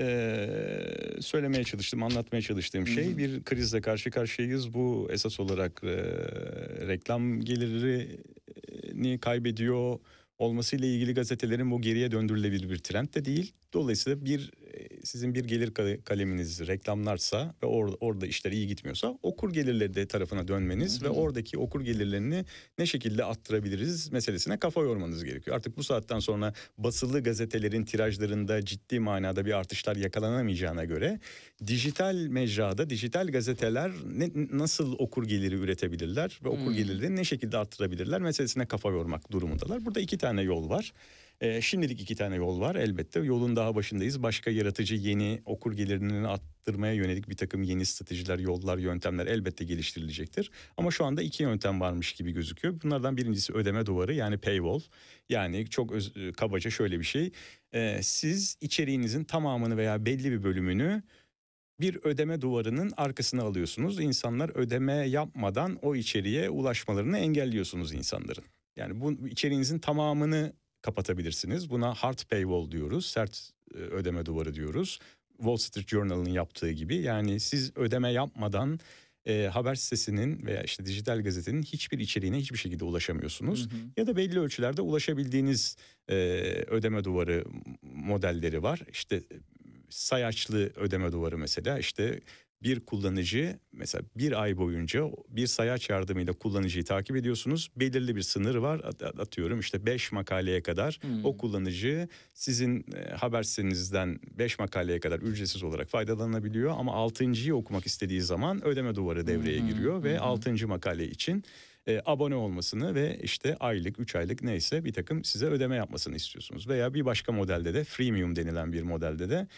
e, söylemeye çalıştığım, anlatmaya çalıştığım şey, Hı hı. bir krizle karşı karşıyayız. Bu esas olarak e, reklam gelirini kaybediyor olmasıyla ilgili gazetelerin bu geriye döndürülebilir bir trend de değil. Dolayısıyla bir sizin bir gelir kaleminiz reklamlarsa ve or, orada işler iyi gitmiyorsa okur gelirleri de tarafına dönmeniz Hı hı. ve oradaki okur gelirlerini ne şekilde arttırabiliriz meselesine kafa yormanız gerekiyor. Artık bu saatten sonra basılı gazetelerin tirajlarında ciddi manada bir artışlar yakalanamayacağına göre dijital mecrada dijital gazeteler ne, nasıl okur geliri üretebilirler ve okur Hmm. gelirlerini ne şekilde arttırabilirler meselesine kafa yormak durumundalar. Burada iki tane yol var. Ee, şimdilik iki tane yol var elbette. Yolun daha başındayız. Başka yaratıcı yeni okur gelirini arttırmaya yönelik bir takım yeni stratejiler, yollar, yöntemler elbette geliştirilecektir. Ama şu anda iki yöntem varmış gibi gözüküyor. Bunlardan birincisi ödeme duvarı, yani paywall. Yani çok öz, kabaca şöyle bir şey. Ee, siz içeriğinizin tamamını veya belli bir bölümünü bir ödeme duvarının arkasına alıyorsunuz. İnsanlar ödeme yapmadan o içeriğe ulaşmalarını engelliyorsunuz insanların. Yani bu içeriğinizin tamamını kapatabilirsiniz. Buna hard paywall diyoruz, sert ödeme duvarı diyoruz. Wall Street Journal'ın yaptığı gibi. Yani siz ödeme yapmadan e, haber sitesinin veya işte dijital gazetenin hiçbir içeriğine hiçbir şekilde ulaşamıyorsunuz. Hı hı. Ya da belli ölçülerde ulaşabildiğiniz e, ödeme duvarı modelleri var. İşte sayaçlı ödeme duvarı mesela, işte bir kullanıcı mesela bir ay boyunca bir sayaç yardımıyla kullanıcıyı takip ediyorsunuz. Belirli bir sınır var, atıyorum işte beş makaleye kadar hmm. o kullanıcı sizin haber sitenizden beş makaleye kadar ücretsiz olarak faydalanabiliyor. Ama altıncıyı okumak istediği zaman ödeme duvarı devreye giriyor hmm. ve altıncı makale için E, abone olmasını ve işte aylık, üç aylık neyse bir takım size ödeme yapmasını istiyorsunuz. Veya bir başka modelde de freemium denilen bir modelde de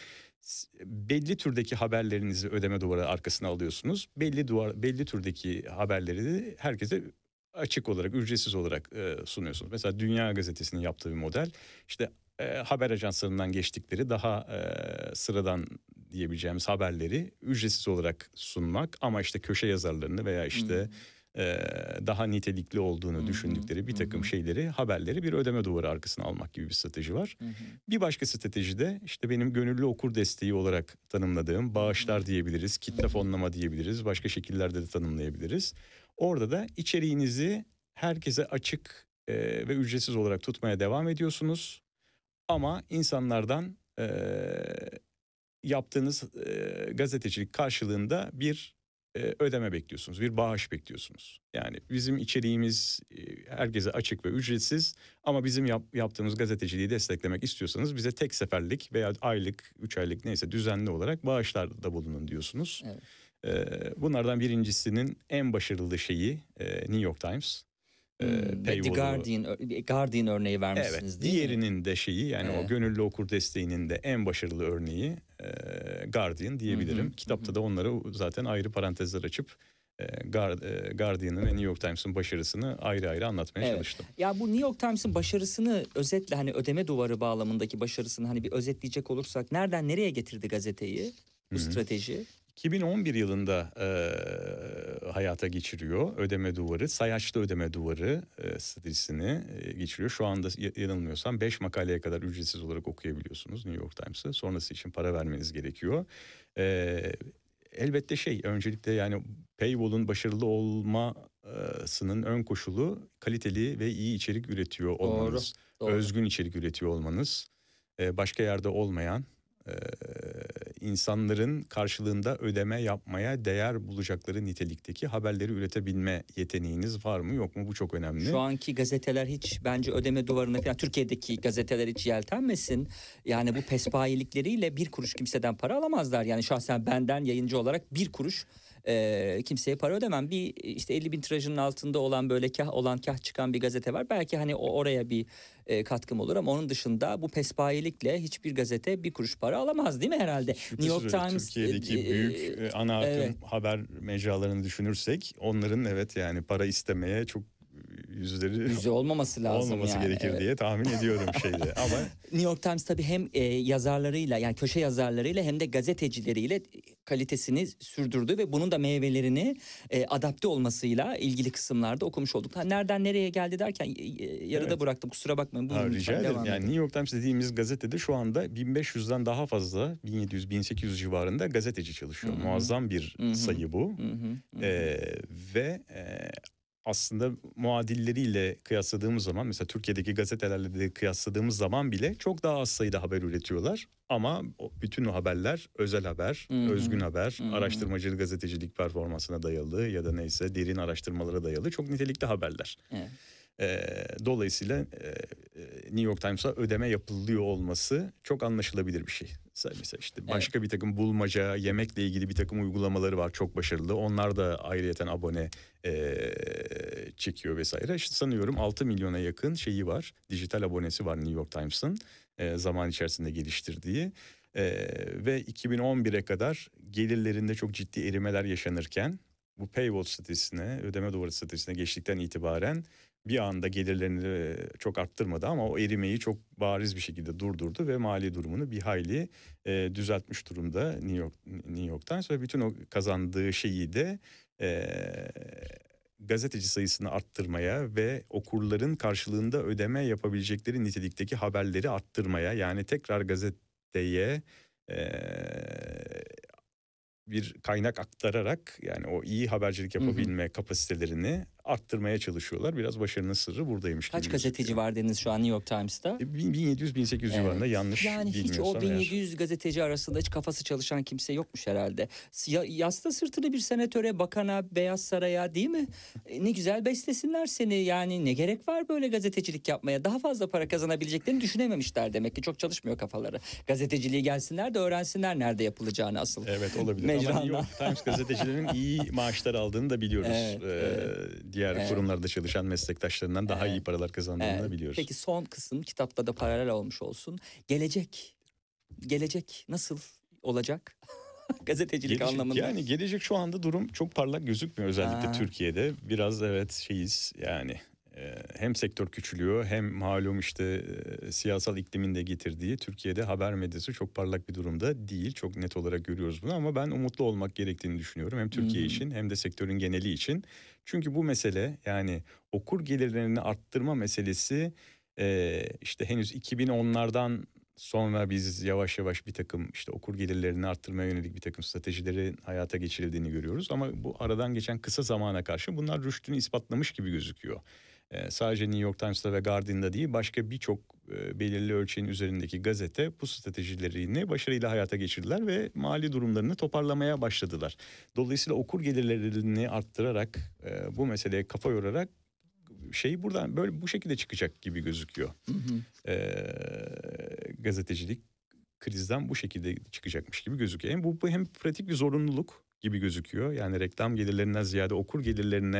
belli türdeki haberlerinizi ödeme duvarı arkasına alıyorsunuz. Belli duvar, belli türdeki haberleri de herkese açık olarak, ücretsiz olarak e, sunuyorsunuz. Mesela Dünya Gazetesi'nin yaptığı bir model, işte e, haber ajanslarından geçtikleri daha e, sıradan diyebileceğimiz haberleri ücretsiz olarak sunmak, ama işte köşe yazarlarını veya işte hmm. daha nitelikli olduğunu hı hı, düşündükleri bir takım hı hı. şeyleri, haberleri bir ödeme duvarı arkasına almak gibi bir strateji var. Hı hı. Bir başka strateji de işte benim gönüllü okur desteği olarak tanımladığım bağışlar hı hı. diyebiliriz, kitle fonlama diyebiliriz, başka şekillerde de tanımlayabiliriz. Orada da içeriğinizi herkese açık e, ve ücretsiz olarak tutmaya devam ediyorsunuz. Ama insanlardan e, yaptığınız e, gazetecilik karşılığında bir ödeme bekliyorsunuz, bir bağış bekliyorsunuz. Yani bizim içeriğimiz herkese açık ve ücretsiz, ama bizim yap, yaptığımız gazeteciliği desteklemek istiyorsanız bize tek seferlik veya aylık, üç aylık neyse düzenli olarak bağışlarda bulunun diyorsunuz. Evet. Bunlardan birincisinin en başarılı şeyi New York Times. e, Hmm, ve The paywall'u. Guardian, Guardian örneği vermişsiniz Evet, değil mi? diğerinin de şeyi yani Evet. o gönüllü okur desteğinin de en başarılı örneği e, Guardian diyebilirim. Hı hı, Kitapta hı. da onları zaten ayrı parantezler açıp e, Guard- e, Guardian'ın ve New York Times'ın başarısını ayrı ayrı anlatmaya Evet. çalıştım. Ya bu New York Times'ın başarısını özetle hani ödeme duvarı bağlamındaki başarısını hani bir özetleyecek olursak nereden nereye getirdi gazeteyi bu Hı hı. strateji? iki bin on bir yılında e, hayata geçiriyor ödeme duvarı, sayaçlı ödeme duvarı e, stratejisini e, geçiriyor. Şu anda y- yanılmıyorsam beş makaleye kadar ücretsiz olarak okuyabiliyorsunuz New York Times'ı. Sonrası için para vermeniz gerekiyor. E, elbette şey öncelikle yani paywall'un başarılı olmasının ön koşulu kaliteli ve iyi içerik üretiyor olmanız. Doğru, doğru. Özgün içerik üretiyor olmanız. E, başka yerde olmayan Ee, insanların karşılığında ödeme yapmaya değer bulacakları nitelikteki haberleri üretebilme yeteneğiniz var mı yok mu, bu çok önemli. Şu anki gazeteler hiç bence ödeme duvarına falan Türkiye'deki gazeteler hiç yeltenmesin. Yani bu pespayilikleriyle bir kuruş kimseden para alamazlar. Yani şahsen benden yayıncı olarak bir kuruş e, kimseye para ödemem. Bir işte elli bin tirajının altında olan böyle kah olan kah çıkan bir gazete var. Belki hani o oraya bir e, katkım olur ama onun dışında bu pespayilikle hiçbir gazete bir kuruş para alamaz değil mi herhalde? New York Şüphesiz öyle. Times Türkiye'deki e, büyük e, e, ana akım evet. haber mecralarını düşünürsek onların evet yani para istemeye çok yüzleri Yüzü olmaması lazım olmaması yani. gerekir Evet. diye tahmin ediyorum şeyde ama New York Times tabii hem e, yazarlarıyla yani köşe yazarlarıyla hem de gazetecileriyle kalitesini sürdürdü ve bunun da meyvelerini e, adapte olmasıyla ilgili kısımlarda okumuş olduk. Ha, nereden nereye geldi derken e, e, yarıda Evet. bıraktım, kusura bakmayın. Ha, Buyurun, rica lütfen ederim. devam Yani edin. New York Times dediğimiz gazetede şu anda bin beş yüzden daha fazla, bin yedi yüz bin sekiz yüz civarında gazeteci çalışıyor. Hı hı. Muazzam bir Hı hı. sayı bu. Hı hı, hı. Ee, ve e, aslında muadilleriyle kıyasladığımız zaman mesela Türkiye'deki gazetelerle de kıyasladığımız zaman bile çok daha az sayıda haber üretiyorlar. Ama o- bütün o haberler özel haber, Hı hı. özgün haber, Hı hı. araştırmacı gazetecilik performansına dayalı ya da neyse derin araştırmalara dayalı çok nitelikli haberler. Evet. Ee, dolayısıyla e, e, New York Times'a ödeme yapılıyor olması çok anlaşılabilir bir şey. Mesela işte başka bir takım bulmaca, yemekle ilgili bir takım uygulamaları var çok başarılı. Onlar da ayrıyeten abone e, çekiyor vesaire. İşte sanıyorum altı milyona yakın şeyi var. Dijital abonesi var New York Times'ın e, zaman içerisinde geliştirdiği. E, ve iki bin on bire kadar gelirlerinde çok ciddi erimeler yaşanırken bu paywall stratejisine, ödeme duvarı stratejisine geçtikten itibaren bir anda gelirlerini çok arttırmadı ama o erimeyi çok bariz bir şekilde durdurdu ve mali durumunu bir hayli e, düzeltmiş durumda New York New York Times ve bütün o kazandığı şeyi de e, gazeteci sayısını arttırmaya ve okurların karşılığında ödeme yapabilecekleri nitelikteki haberleri arttırmaya, yani tekrar gazeteye e, bir kaynak aktararak yani o iyi habercilik yapabilme hı hı. kapasitelerini arttırmaya çalışıyorlar. Biraz başarının sırrı buradaymış Kaç gibi gazeteci gözüküyor. var dediniz şu an New York Times'ta? bin yedi yüz bin sekiz yüz Evet. civarında, yanlış yani hiç bilmiyorsam o bin yedi yüz gazeteci arasında hiç kafası çalışan kimse yokmuş herhalde. Ya, yasta sırtını bir senatöre, bakana, Beyaz Saray'a değil mi? E, ne güzel beslesinler seni, yani ne gerek var böyle gazetecilik yapmaya? Daha fazla para kazanabileceklerini düşünememişler demek ki, çok çalışmıyor kafaları. Gazeteciliği gelsinler de öğrensinler nerede yapılacağını asıl. Evet, olabilir Mecrandan. ama New York Times gazetecilerinin iyi maaşlar aldığını da biliyoruz. Evet, ee, evet. Diğer Evet. kurumlarda çalışan meslektaşlarından daha Evet. iyi paralar kazandığını Evet. da biliyoruz. Peki son kısım kitapta da paralel olmuş olsun. Gelecek. Gelecek nasıl olacak? Gazetecilik Gelecek, anlamında. yani gelecek şu anda durum çok parlak gözükmüyor özellikle Aa. Türkiye'de. Biraz evet şeyiz yani e, hem sektör küçülüyor hem malum işte e, siyasal iklimin de getirdiği Türkiye'de haber medyası çok parlak bir durumda değil. Çok net olarak görüyoruz bunu ama ben umutlu olmak gerektiğini düşünüyorum. Hem Türkiye Hı-hı. için hem de sektörün geneli için. Çünkü bu mesele, yani okur gelirlerini arttırma meselesi e, işte henüz iki bin onlardan sonra biz yavaş yavaş bir takım işte okur gelirlerini arttırmaya yönelik bir takım stratejilerin hayata geçirildiğini görüyoruz. Ama bu aradan geçen kısa zamana karşı bunlar rüştünü ispatlamış gibi gözüküyor. Ee, sadece New York Times'ta ve Guardian'da değil, başka birçok e, belirli ölçeğin üzerindeki gazete bu stratejilerini başarıyla hayata geçirdiler ve mali durumlarını toparlamaya başladılar. Dolayısıyla okur gelirlerini arttırarak e, bu meseleye kafa yorarak şey buradan böyle bu şekilde çıkacak gibi gözüküyor. Hı hı. Ee, gazetecilik krizden bu şekilde çıkacakmış gibi gözüküyor. Hem bu, bu hem pratik bir zorunluluk gibi gözüküyor. Yani reklam gelirlerinden ziyade okur gelirlerine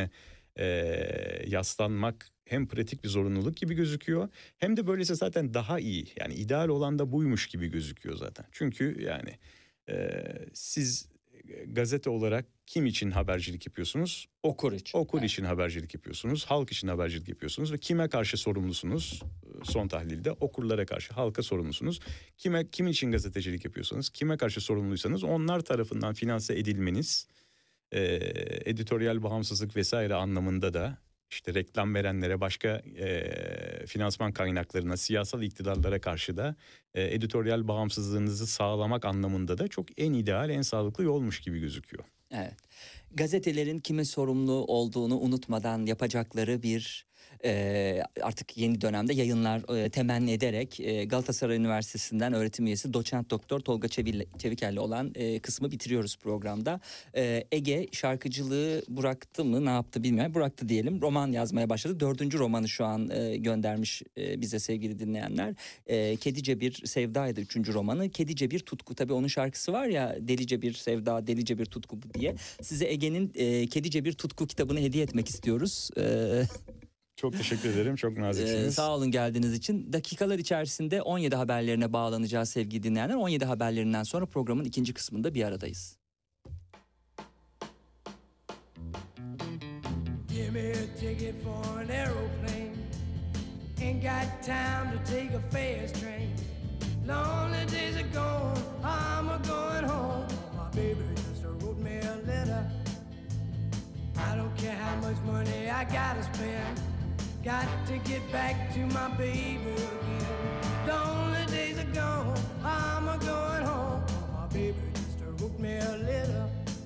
e, yaslanmak hem pratik bir zorunluluk gibi gözüküyor hem de böylesi zaten daha iyi. Yani ideal olan da buymuş gibi gözüküyor zaten. Çünkü yani e, siz gazete olarak kim için habercilik yapıyorsunuz? Okur için. Okur Evet. için habercilik yapıyorsunuz, halk için habercilik yapıyorsunuz ve kime karşı sorumlusunuz? Son tahlilde okurlara karşı, halka sorumlusunuz. Kime, kim için gazetecilik yapıyorsanız, kime karşı sorumluysanız onlar tarafından finanse edilmeniz, e, editoryal bağımsızlık vesaire anlamında da işte reklam verenlere, başka e, finansman kaynaklarına, siyasal iktidarlara karşı da e, editoryal bağımsızlığınızı sağlamak anlamında da çok en ideal, en sağlıklı yolmuş gibi gözüküyor. Evet. Gazetelerin kime sorumlu olduğunu unutmadan yapacakları bir e, artık yeni dönemde yayınlar e, temenni ederek e, Galatasaray Üniversitesi'nden öğretim üyesi doçent doktor Tolga Çevil, Çevikel'le olan e, kısmı bitiriyoruz programda. E, Ege şarkıcılığı bıraktı mı, ne yaptı bilmiyorum. Bıraktı diyelim. Roman yazmaya başladı. Dördüncü romanı şu an e, göndermiş e, bize sevgili dinleyenler. E, Kedice Bir Sevda'ydı üçüncü romanı. Kedice Bir Tutku. Tabii onun şarkısı var ya, Delice Bir Sevda, Delice Bir Tutku diye. Size Ege'nin e, Kedice Bir Tutku kitabını hediye etmek istiyoruz. E, Çok teşekkür ederim. Çok naziksiniz. Ee, sağ olun geldiğiniz için. Dakikalar içerisinde on yedi haberlerine bağlanacağız sevgili dinleyenler. on yedi haberlerinden sonra programın ikinci kısmında bir aradayız. Give me a ticket for an aeroplane. Ain't got time to take a fast train. Lonely days are gone, I'm a going home. My baby just wrote me a letter. I don't care how much money I gotta spend. Got to get back to my baby again. Lonely days are gone, I'm a going home. My baby just wrote me a letter.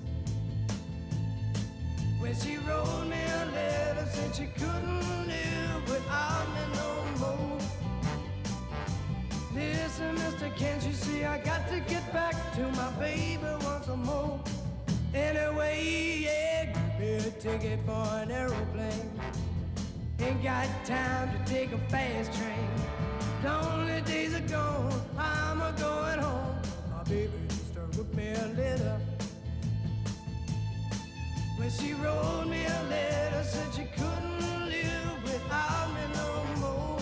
When she wrote me a letter, said she couldn't live without me no more. Listen, mister, can't you see I got to get back to my baby once more. Anyway, yeah, give me a ticket for an aeroplane. Ain't got time to take a fast train. Lonely days are gone, I'm a going home. My baby just wrote me a letter. When she wrote me a letter, said she couldn't live without me no more.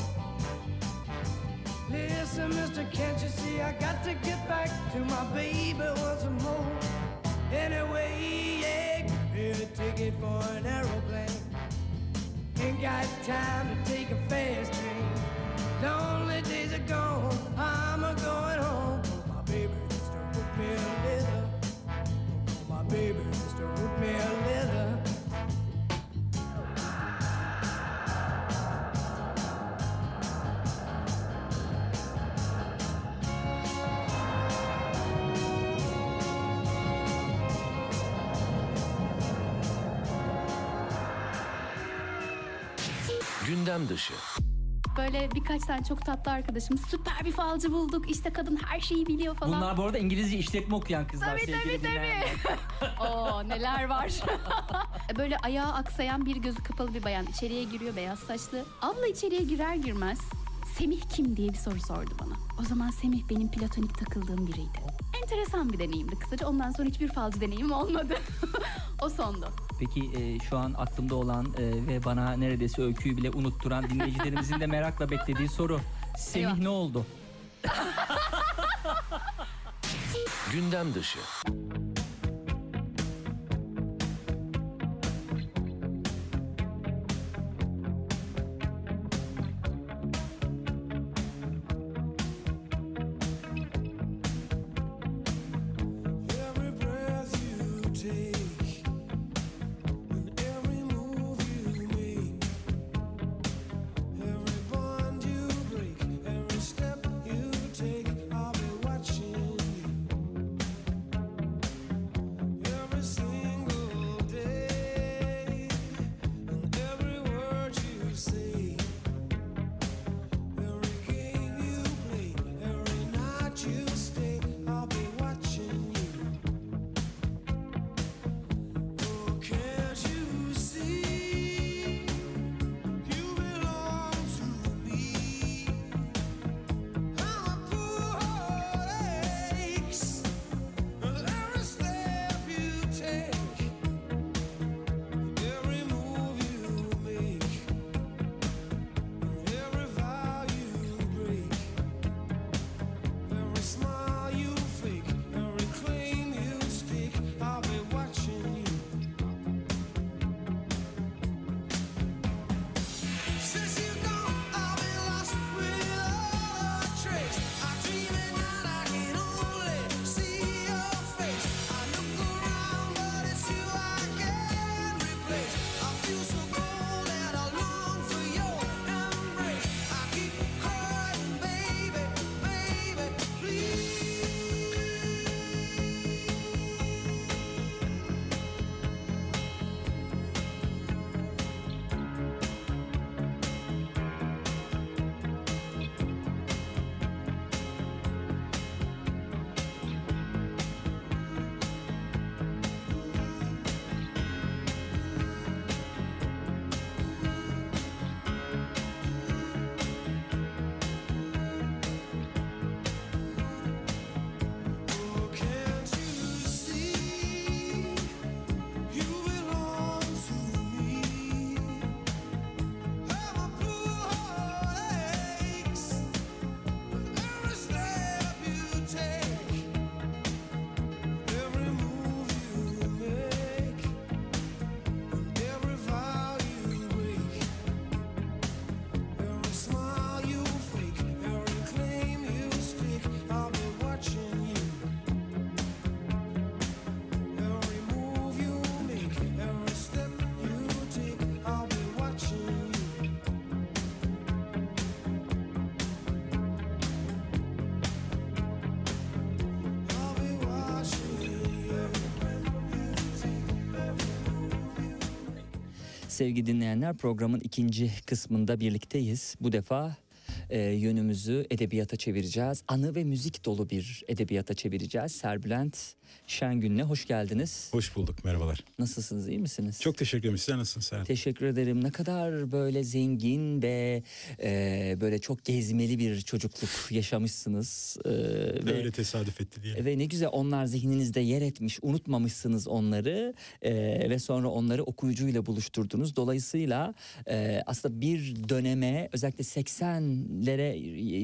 Listen, mister, can't you see I got to get back to my baby once more. Anyway, yeah, give me a ticket for an aeroplane. Ain't got time to take a fast train. Lonely days are gone, I'm a going home. My baby just wrote me a letter. My baby just wrote me a letter. Gündem dışı. Böyle birkaç tane çok tatlı arkadaşım süper bir falcı bulduk. İşte kadın her şeyi biliyor falan. Bunlar bu arada İngilizce işletme okuyan kızlar Tabii, sevgili tabii, dinleyenler. Oo neler var. Böyle ayağı aksayan bir gözü kapalı bir bayan içeriye giriyor, beyaz saçlı. Abla içeriye girer girmez Semih kim diye bir soru sordu bana. O zaman Semih benim platonik takıldığım biriydi. Enteresan bir deneyimdi kısaca. Ondan sonra hiçbir falcı deneyimim olmadı. O sondu. Peki e, şu an aklımda olan e, ve bana neredeyse öyküyü bile unutturan dinleyicilerimizin de merakla beklediği soru. Semih Eyvah. ne oldu? Gündem dışı. Every breath you take and every move you make, every bond you break, every step you take, I'll be watching you. Sevgili dinleyenler, programın ikinci kısmında birlikteyiz. Bu defa e, yönümüzü edebiyata çevireceğiz. Anı ve müzik dolu bir edebiyata çevireceğiz. Serbülent Şengün'le hoş geldiniz. Hoş bulduk, merhabalar. Nasılsınız, iyi misiniz? Çok teşekkür ederim. Sizler nasılsınız Serhat? Teşekkür ederim. Ne kadar böyle zengin ve e, böyle çok gezmeli bir çocukluk yaşamışsınız. E, ve, Öyle tesadüf etti diyelim. ve ne güzel, onlar zihninizde yer etmiş, unutmamışsınız onları e, ve sonra onları okuyucuyla buluşturdunuz. Dolayısıyla e, aslında bir döneme, özellikle seksenlere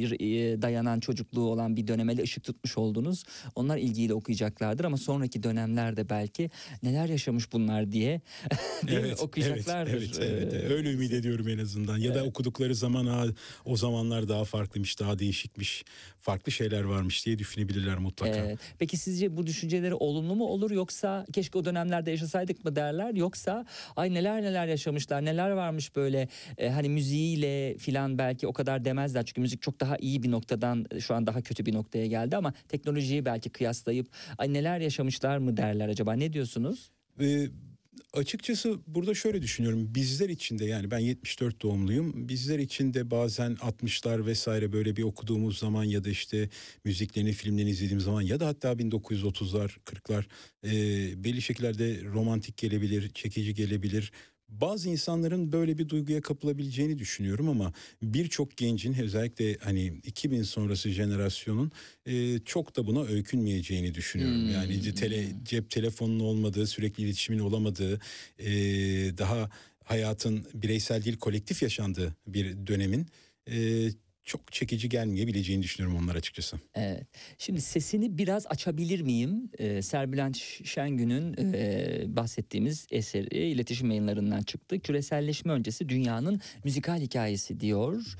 e, dayanan çocukluğu olan bir döneme de ışık tutmuş oldunuz. Onlar ilgiyle okuyacaklardır ama sonraki dönemlerde belki neler yaşamış bunlar diye değil mi? Okuyacaklardır. Evet, evet, evet. Öyle ümit ediyorum en azından. Ya da okudukları zaman ha, o zamanlar daha farklıymış, daha değişikmiş, farklı şeyler varmış diye düşünebilirler mutlaka. Evet. Peki sizce bu düşünceleri olumlu mu olur, yoksa keşke o dönemlerde yaşasaydık mı derler, yoksa ay neler neler yaşamışlar, neler varmış böyle e, hani müziğiyle filan belki o kadar demezler çünkü müzik çok daha iyi bir noktadan şu an daha kötü bir noktaya geldi ama teknolojiyi belki kıyaslayıp ay neler yaşamışlar mı derler acaba, ne diyorsunuz? Ee, açıkçası burada şöyle düşünüyorum. Bizler için de, yani ben yetmiş dört doğumluyum. Bizler için de bazen altmışlar vesaire böyle bir okuduğumuz zaman ya da işte müziklerini, filmlerini izlediğimiz zaman ya da hatta bin dokuz yüz otuzlar, kırklar e, belli şekillerde romantik gelebilir, çekici gelebilir. Bazı insanların böyle bir duyguya kapılabileceğini düşünüyorum ama birçok gencin, özellikle hani iki bin sonrası jenerasyonun e, çok da buna öykünmeyeceğini düşünüyorum. Hmm. Yani tele, cep telefonunun olmadığı, sürekli iletişimin olamadığı, e, daha hayatın bireysel değil kolektif yaşandığı bir dönemin e, çok çekici gelmeyebileceğini düşünüyorum onlar açıkçası. Evet. Şimdi sesini biraz açabilir miyim? Ee, Serbülent Şengün'ün e, bahsettiğimiz eseri iletişim yayınlarından çıktı. Küreselleşme öncesi dünyanın müzikal hikayesi diyor.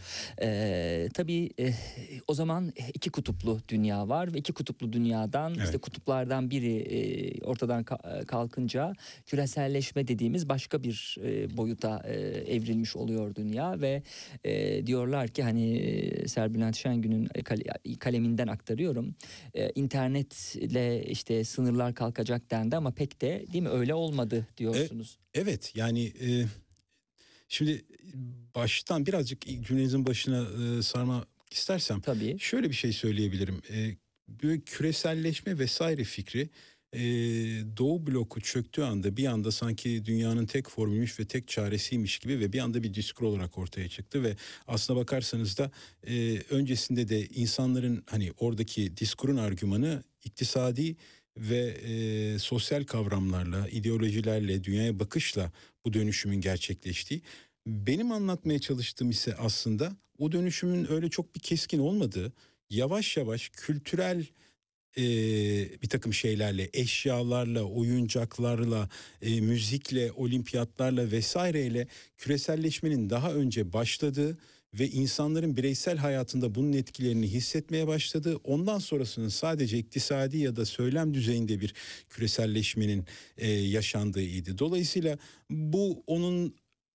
Ee, tabii e, o zaman iki kutuplu dünya var ve iki kutuplu dünyadan evet. işte kutuplardan biri e, ortadan ka- kalkınca küreselleşme dediğimiz başka bir e, boyuta e, evrilmiş oluyor dünya ve e, diyorlar ki hani Serbülent Şengün'ün kaleminden aktarıyorum. Ee, internetle işte sınırlar kalkacak dendi ama pek de değil mi öyle olmadı diyorsunuz. E, evet yani e, şimdi baştan birazcık cümlenizin başına e, sarmak istersem Tabii. Şöyle bir şey söyleyebilirim. E, böyle küreselleşme vesaire fikri Ee, Doğu bloku çöktüğü anda bir anda sanki dünyanın tek formülmüş ve tek çaresiymiş gibi ve bir anda bir diskur olarak ortaya çıktı ve aslına bakarsanız da e, öncesinde de insanların hani oradaki diskurun argümanı iktisadi ve e, sosyal kavramlarla, ideolojilerle, dünyaya bakışla bu dönüşümün gerçekleştiği. Benim anlatmaya çalıştığım ise aslında o dönüşümün öyle çok bir keskin olmadığı, yavaş yavaş kültürel Ee, bir takım şeylerle, eşyalarla, oyuncaklarla, e, müzikle, olimpiyatlarla vesaireyle küreselleşmenin daha önce başladığı ve insanların bireysel hayatında bunun etkilerini hissetmeye başladığı, ondan sonrasının sadece iktisadi ya da söylem düzeyinde bir küreselleşmenin e, yaşandığıydı. Dolayısıyla bu onun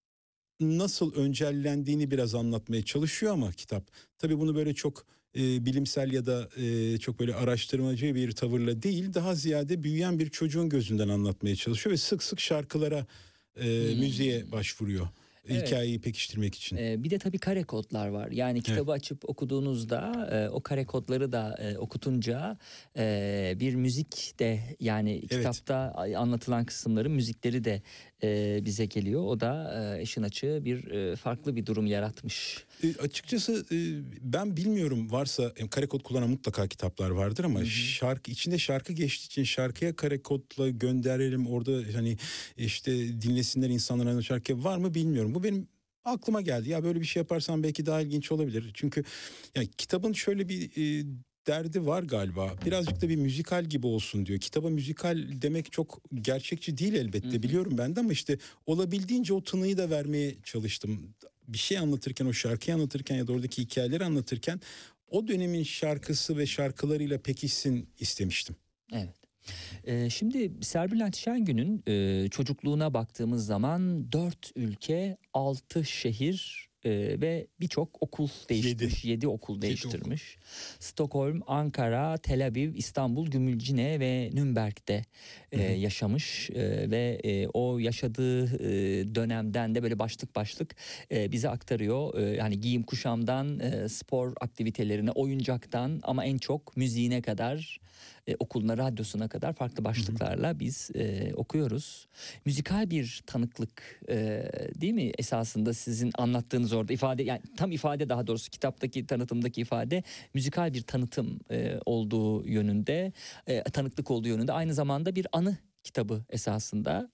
nasıl öncellendiğini biraz anlatmaya çalışıyor ama kitap. Tabii bunu böyle çok e, bilimsel ya da e, çok böyle araştırmacı bir tavırla değil, daha ziyade büyüyen bir çocuğun gözünden anlatmaya çalışıyor ve sık sık şarkılara, e, hmm. müziğe başvuruyor. Evet. Hikayeyi pekiştirmek için. Ee, bir de tabii kare kodlar var. Yani kitabı evet. açıp okuduğunuzda e, o kare kodları da e, okutunca e, bir müzik de yani evet. kitapta anlatılan kısımların müzikleri de e, bize geliyor. O da e, işin açığı bir e, farklı bir durum yaratmış. E, açıkçası e, ben bilmiyorum, varsa e, kare kod kullanan mutlaka kitaplar vardır ama Hı-hı. şarkı içinde şarkı geçtiği için şarkıya kare kodla gönderelim orada hani işte dinlesinler insanlar şarkı var mı bilmiyorum. Bu benim aklıma geldi. Ya böyle bir şey yaparsam belki daha ilginç olabilir. Çünkü yani kitabın şöyle bir e, derdi var galiba. Birazcık da bir müzikal gibi olsun diyor. Kitaba müzikal demek çok gerçekçi değil elbette. Hı-hı. Biliyorum ben de ama işte olabildiğince o tınıyı da vermeye çalıştım. Bir şey anlatırken, o şarkıyı anlatırken ya da oradaki hikayeleri anlatırken o dönemin şarkısı ve şarkılarıyla pekişsin istemiştim. Evet. Ee, şimdi Serbülent Şengün'ün e, çocukluğuna baktığımız zaman dört ülke, altı şehir e, ve birçok okul değiştirmiş. Yedi okul değiştirmiş. Stockholm, Ankara, Tel Aviv, İstanbul, Gümülcine ve Nürnberg'de e, yaşamış e, ve e, o yaşadığı e, dönemden de böyle başlık başlık e, bize aktarıyor. E, yani giyim kuşamdan e, spor aktivitelerine, oyuncaktan ama en çok müziğine kadar, e, okuluna, radyosuna kadar farklı başlıklarla biz e, okuyoruz. Müzikal bir tanıklık e, değil mi esasında sizin anlattığınız orada ifade, yani tam ifade, daha doğrusu kitaptaki, tanıtımdaki ifade müzikal bir tanıtım e, olduğu yönünde, e, tanıklık olduğu yönünde, aynı zamanda bir anı kitabı esasında.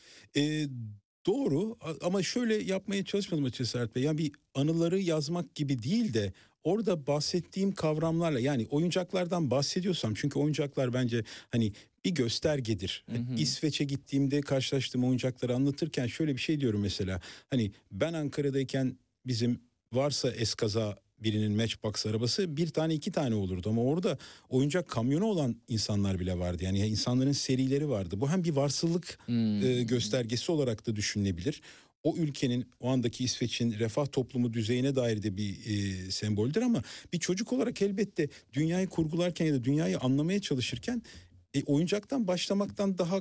E, doğru ama şöyle yapmaya çalışmadım açıkçası Serhat Bey. Yani bir anıları yazmak gibi değil de orada bahsettiğim kavramlarla, yani oyuncaklardan bahsediyorsam, çünkü oyuncaklar bence hani bir göstergedir. Hı hı. İsveç'e gittiğimde karşılaştığım oyuncakları anlatırken şöyle bir şey diyorum mesela. Hani ben Ankara'dayken bizim varsa eskaza birinin Matchbox arabası bir tane iki tane olurdu ama orada oyuncak kamyonu olan insanlar bile vardı. Yani insanların serileri vardı. Bu hem bir varsıllık Hmm. e, göstergesi olarak da düşünülebilir. O ülkenin, o andaki İsveç'in refah toplumu düzeyine dair de bir e, semboldür ama bir çocuk olarak elbette dünyayı kurgularken ya da dünyayı anlamaya çalışırken e, oyuncaktan başlamaktan daha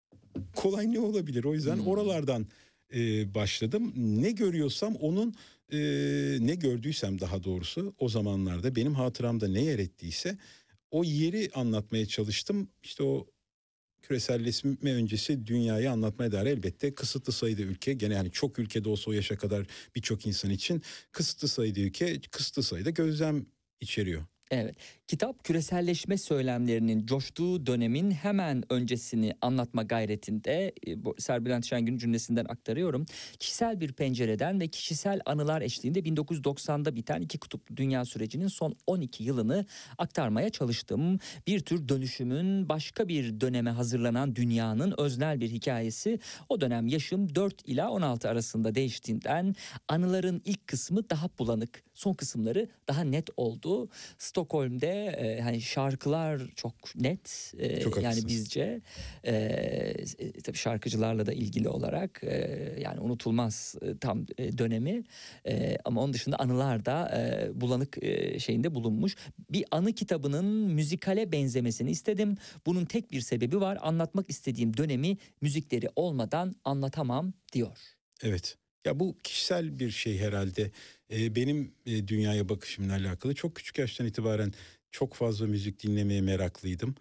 kolay ne olabilir? O yüzden Hmm. oralardan e, başladım. Ne görüyorsam onun e, ne gördüysem daha doğrusu o zamanlarda benim hatıramda ne yer ettiyse o yeri anlatmaya çalıştım. İşte o küreselleşme öncesi dünyayı anlatmaya dair elbette kısıtlı sayıda ülke, gene yani çok ülkede olsa o yaşa kadar birçok insan için kısıtlı sayıda ülke, kısıtlı sayıda gözlem içeriyor. Evet. Kitap küreselleşme söylemlerinin coştuğu dönemin hemen öncesini anlatma gayretinde, e, bu Serbülent Şengün'ün cümlesinden aktarıyorum. Kişisel bir pencereden ve kişisel anılar eşliğinde bin dokuz yüz doksanda biten iki kutuplu dünya sürecinin son on iki yılını aktarmaya çalıştım. Bir tür dönüşümün, başka bir döneme hazırlanan dünyanın öznel bir hikayesi. O dönem yaşım dört ila on altı arasında değiştiğinden anıların ilk kısmı daha bulanık, son kısımları daha net oldu. Stockholm'de e, hani şarkılar çok net, e, Çok yani haklısınız. bizce e, e, tabii şarkıcılarla da ilgili olarak e, yani unutulmaz e, tam e, dönemi, e, ama onun dışında anılar da e, bulanık e, şeyinde bulunmuş. Bir anı kitabının müzikale benzemesini istedim. Bunun tek bir sebebi var: anlatmak istediğim dönemi müzikleri olmadan anlatamam diyor. Evet. Ya bu kişisel bir şey herhalde. Ee, benim e, dünyaya bakışımla alakalı. Çok küçük yaştan itibaren çok fazla müzik dinlemeye meraklıydım.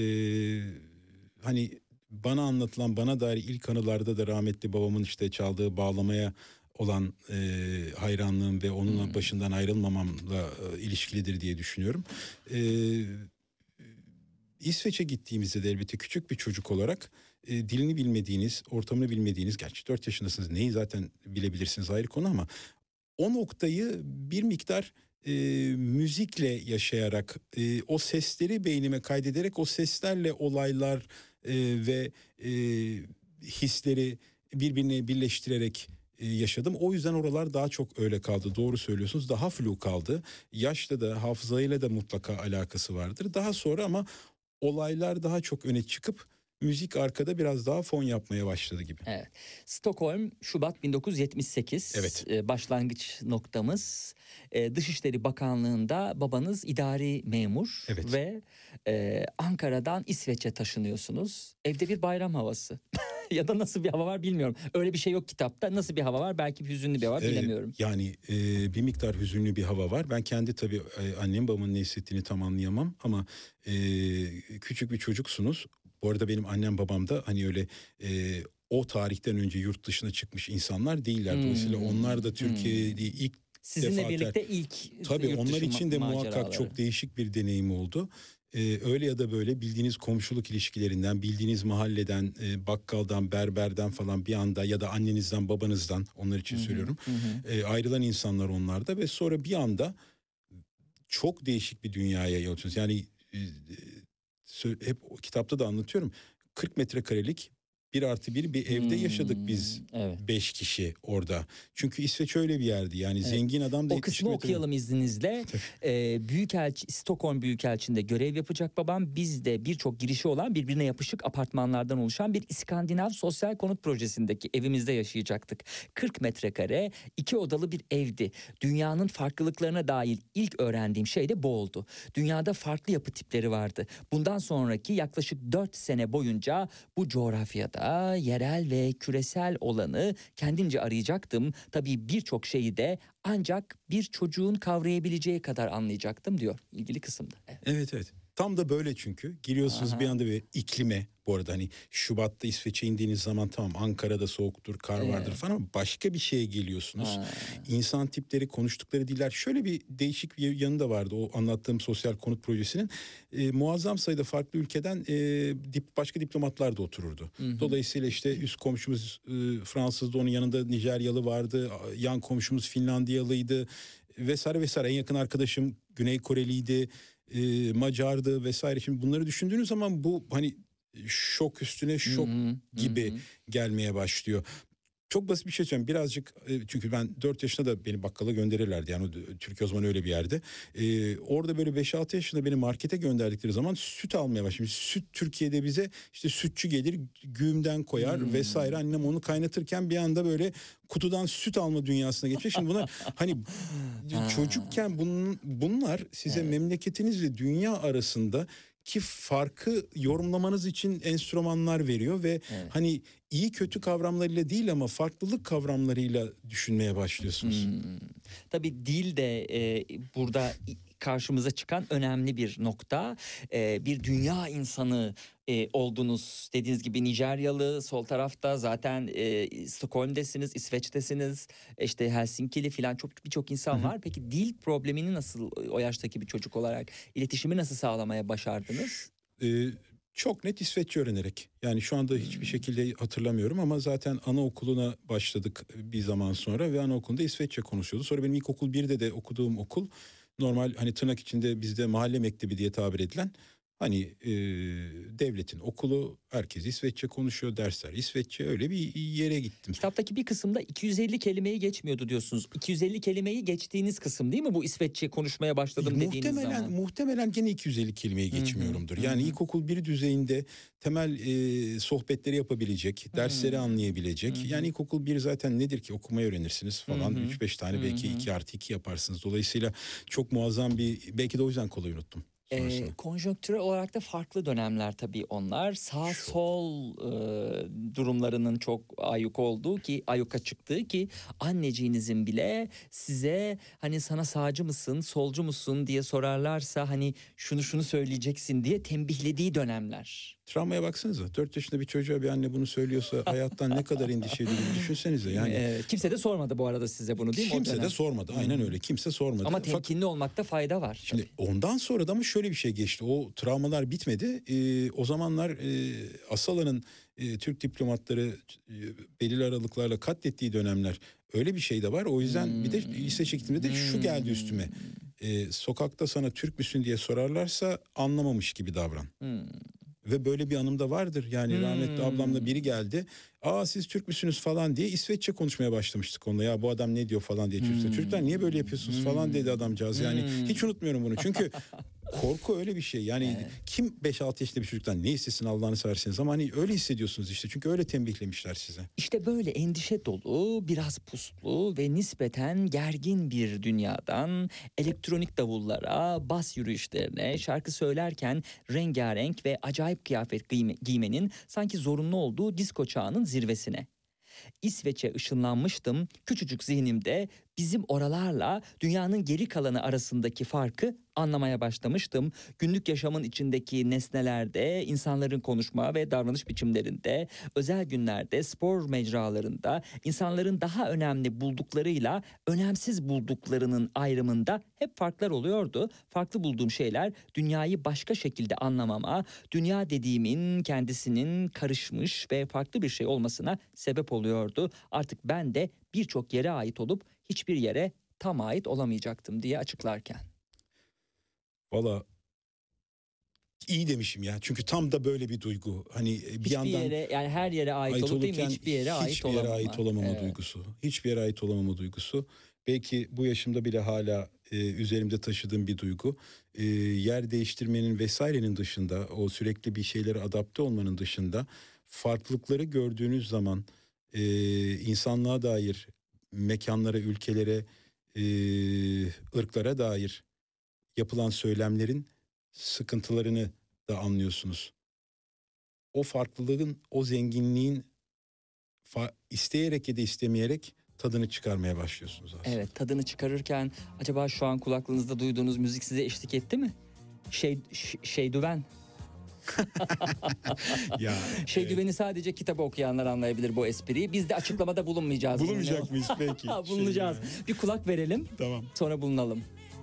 Ee, hani bana anlatılan, bana dair ilk anılarda da rahmetli babamın işte çaldığı bağlamaya olan e, hayranlığım ve onunla Hmm. başından ayrılmamamla e, ilişkilidir diye düşünüyorum. Ee, İsveç'e gittiğimizde de elbette küçük bir çocuk olarak e, dilini bilmediğiniz, ortamını bilmediğiniz, gerçi dört yaşındasınız, neyi zaten bilebilirsiniz ayrı konu ama o noktayı bir miktar e, müzikle yaşayarak, e, o sesleri beynime kaydederek, o seslerle olaylar e, ve e, hisleri birbirine birleştirerek e, yaşadım. O yüzden oralar daha çok öyle kaldı. Doğru söylüyorsunuz. Daha flu kaldı. Yaşla da, hafızayla da mutlaka alakası vardır. Daha sonra ama olaylar daha çok öne çıkıp müzik arkada biraz daha fon yapmaya başladı gibi. Evet. Stockholm, Şubat bin dokuz yüz yetmiş sekiz. Evet. Ee, başlangıç noktamız. Ee, Dışişleri Bakanlığı'nda babanız idari memur. Evet. Ve e, Ankara'dan İsveç'e taşınıyorsunuz. Evde bir bayram havası. Ya da nasıl bir hava var bilmiyorum. Öyle bir şey yok kitapta. Nasıl bir hava var? Belki bir hüzünlü bir hava, Ee, bilemiyorum. Yani e, bir miktar hüzünlü bir hava var. Ben kendi tabii e, annem babamın ne hissettiğini tam anlayamam ama e, küçük bir çocuksunuz. Bu arada benim annem babam da hani öyle e, o tarihten önce yurt dışına çıkmış insanlar değiller. Hmm. Dolayısıyla onlar da Türkiye'yi ilk Sizinle defa ter- birlikte ilk Tabii yurt onlar dışı için de ma- muhakkak maceraları. çok değişik bir deneyim oldu. Ee, öyle ya da böyle bildiğiniz komşuluk ilişkilerinden, bildiğiniz mahalleden, e, bakkaldan, berberden falan bir anda ya da annenizden, babanızdan, onlar için Hı hı, söylüyorum, hı hı. e, ayrılan insanlar onlarda ve sonra bir anda çok değişik bir dünyaya yolculuyorsunuz. Yani e, sö- hep o kitapta da anlatıyorum. kırk metrekarelik bir artı bir bir evde Hmm, yaşadık biz evet. beş kişi orada. Çünkü İsveç öyle bir yerdi yani Evet. zengin adam da O yetmiş kısmı metre- okuyalım izninizle. Ee, Büyükelçi, Stockholm Büyükelçiliğinde görev yapacak babam. Bizde birçok girişi olan birbirine yapışık apartmanlardan oluşan bir İskandinav sosyal konut projesindeki evimizde yaşayacaktık. kırk metrekare iki odalı bir evdi. Dünyanın farklılıklarına dair ilk öğrendiğim şey de bu oldu. Dünyada farklı yapı tipleri vardı. Bundan sonraki yaklaşık dört sene boyunca bu coğrafyada yerel ve küresel olanı kendimce arayacaktım. Tabii birçok şeyi de ancak bir çocuğun kavrayabileceği kadar anlayacaktım diyor ilgili kısımda. Evet. Evet evet. Tam da böyle çünkü. Giriyorsunuz Aha. bir anda ve iklime, bu arada hani Şubat'ta İsveç'e indiğiniz zaman tamam Ankara'da soğuktur, kar Evet. vardır falan ama başka bir şeye geliyorsunuz. Ha. İnsan tipleri, konuştukları diller, şöyle bir değişik bir yanı da vardı o anlattığım sosyal konut projesinin. E, muazzam sayıda farklı ülkeden e, dip, başka diplomatlar da otururdu. Hı hı. Dolayısıyla işte üst komşumuz e, Fransız'da, onun yanında Nijeryalı vardı, yan komşumuz Finlandiyalıydı vesaire vesaire. En yakın arkadaşım Güney Koreliydi, e, Macardı vesaire. Şimdi bunları düşündüğünüz zaman bu hani şok üstüne şok Hı hı, gibi hı hı. gelmeye başlıyor. Çok basit bir şey söyleyeyim. Birazcık e, çünkü ben dört yaşında da beni bakkala gönderirlerdi. Yani o, Türkiye o zaman öyle bir yerde. E, orada böyle beş altı yaşında beni markete gönderdikleri zaman süt almaya başladım. Süt Türkiye'de bize işte sütçü gelir güğümden koyar Hmm. vesaire. Annem onu kaynatırken bir anda böyle kutudan süt alma dünyasına geçmiş. Şimdi bunlar hani çocukken bunun, bunlar size Evet. memleketinizle dünya arasında ki farkı yorumlamanız için enstrümanlar veriyor ve Evet. hani iyi kötü kavramlarıyla değil ama farklılık kavramlarıyla düşünmeye başlıyorsunuz. Hmm. Tabii dil de e, burada karşımıza çıkan önemli bir nokta. E, bir dünya insanı e, oldunuz. Dediğiniz gibi Nijeryalı, sol tarafta zaten e, Stockholm'desiniz, İsveç'tesiniz, işte Helsinkili falan çok birçok insan Hı hı. var. Peki dil problemini nasıl o yaştaki bir çocuk olarak iletişimi nasıl sağlamaya başardınız? Ee, çok net İsveççe öğrenerek. Yani şu anda hiçbir şekilde hatırlamıyorum ama zaten anaokuluna başladık bir zaman sonra ve anaokulunda İsveççe konuşuyordu. Sonra benim ilkokul birde de okuduğum okul normal hani tırnak içinde bizde mahalle mektebi diye tabir edilen hani e, devletin okulu, herkes İsveççe konuşuyor, dersler İsveççe, öyle bir yere gittim. Kitaptaki bir kısımda iki yüz elli kelimeyi geçmiyordu diyorsunuz. iki yüz elli kelimeyi geçtiğiniz kısım değil mi bu İsveççe konuşmaya başladım dediğiniz Muhtemelen zaman? muhtemelen gene iki yüz elli kelimeyi Hı hı, geçmiyorumdur. hı Yani hı. ilkokul bir düzeyinde temel e, sohbetleri yapabilecek, dersleri Hı. anlayabilecek. Hı hı. Yani ilkokul bir zaten nedir ki, okumayı öğrenirsiniz falan. Hı hı. üç beş tane Hı belki hı. iki artı iki yaparsınız. Dolayısıyla çok muazzam bir, belki de o yüzden kolay unuttum. Ee, sonrasında. konjonktürel olarak da farklı dönemler tabii onlar. Sağ Çok. sol e, durumlarının çok ayyuka olduğu ki ayyuka çıktığı ki anneciğinizin bile size hani sana sağcı mısın solcu musun diye sorarlarsa hani şunu şunu söyleyeceksin diye tembihlediği dönemler. Travmaya baksanıza. dört yaşında bir çocuğa bir anne bunu söylüyorsa hayattan ne kadar endişe ediyor düşünsenize. Yani Evet, kimse de sormadı bu arada size bunu değil mi? o kimse dönem? de sormadı. Aynen öyle. Kimse sormadı. Ama Fakat- temkinli olmakta fayda var. Şimdi tabii. ondan sonra da ama şöyle bir şey geçti. O travmalar bitmedi. Ee, o zamanlar e, Asala'nın e, Türk diplomatları e, belirli aralıklarla katlettiği dönemler, öyle bir şey de var. O yüzden bir de İsveç'e gittiğimde de şu geldi üstüme. Ee, sokakta sana Türk müsün diye sorarlarsa anlamamış gibi davran. Hmm. Ve böyle bir anım da vardır. Yani Hmm. rahmetli ablamla biri geldi. Aa siz Türk müsünüz falan diye İsveççe konuşmaya başlamıştık onunla. Ya bu adam ne diyor falan diye. Hmm. Çocuklar niye böyle yapıyorsunuz falan dedi adamcağız. Yani Hmm. hiç unutmuyorum bunu. Çünkü korku öyle bir şey. Yani Evet. kim beş altı yaşında bir çocuktan ne istesin Allah'ını seversiniz, ama hani öyle hissediyorsunuz işte. Çünkü öyle tembihlemişler size. İşte böyle endişe dolu, biraz puslu ve nispeten gergin bir dünyadan elektronik davullara, bas yürüyüşlerine, şarkı söylerken rengarenk ve acayip kıyafet giyme- giymenin sanki zorunlu olduğu disko çağının zirvesine. İsveç'e ışınlanmıştım. Küçücük zihnimde bizim oralarla dünyanın geri kalanı arasındaki farkı anlamaya başlamıştım. Günlük yaşamın içindeki nesnelerde, insanların konuşma ve davranış biçimlerinde, özel günlerde, spor mecralarında, insanların daha önemli bulduklarıyla önemsiz bulduklarının ayrımında hep farklar oluyordu. Farklı bulduğum şeyler dünyayı başka şekilde anlamama, dünya dediğimin kendisinin karışmış ve farklı bir şey olmasına sebep oluyordu. Artık ben de birçok yere ait olup hiçbir yere tam ait olamayacaktım diye açıklarken. Valla İyi demişim ya. Çünkü tam da böyle bir duygu. Hani bir Hiçbir yandan yere, yani her yere ait, ait olup değil mi? olurken Hiçbir yere ait hiçbir yere olamama. ait olamama Evet. duygusu. Hiçbir yere ait olamama duygusu. Belki bu yaşımda bile hala e, üzerimde taşıdığım bir duygu. E, yer değiştirmenin vesairenin dışında, o sürekli bir şeylere adapte olmanın dışında farklılıkları gördüğünüz zaman e, insanlığa dair, mekanlara, ülkelere, e, ırklara dair yapılan söylemlerin sıkıntılarını da anlıyorsunuz. O farklılığın, o zenginliğin fa- isteyerek ya da istemeyerek tadını çıkarmaya başlıyorsunuz aslında. Evet, tadını çıkarırken acaba şu an kulaklığınızda duyduğunuz müzik size eşlik etti mi? Şey ş- şey düven. Ya, Şey evet. düveni sadece kitabı okuyanlar anlayabilir bu espriyi. Biz de açıklamada bulunmayacağız. Bulunmayacak mıyız peki? Ha, bulunacağız. Şey, Bir kulak verelim. tamam. Sonra bulunalım.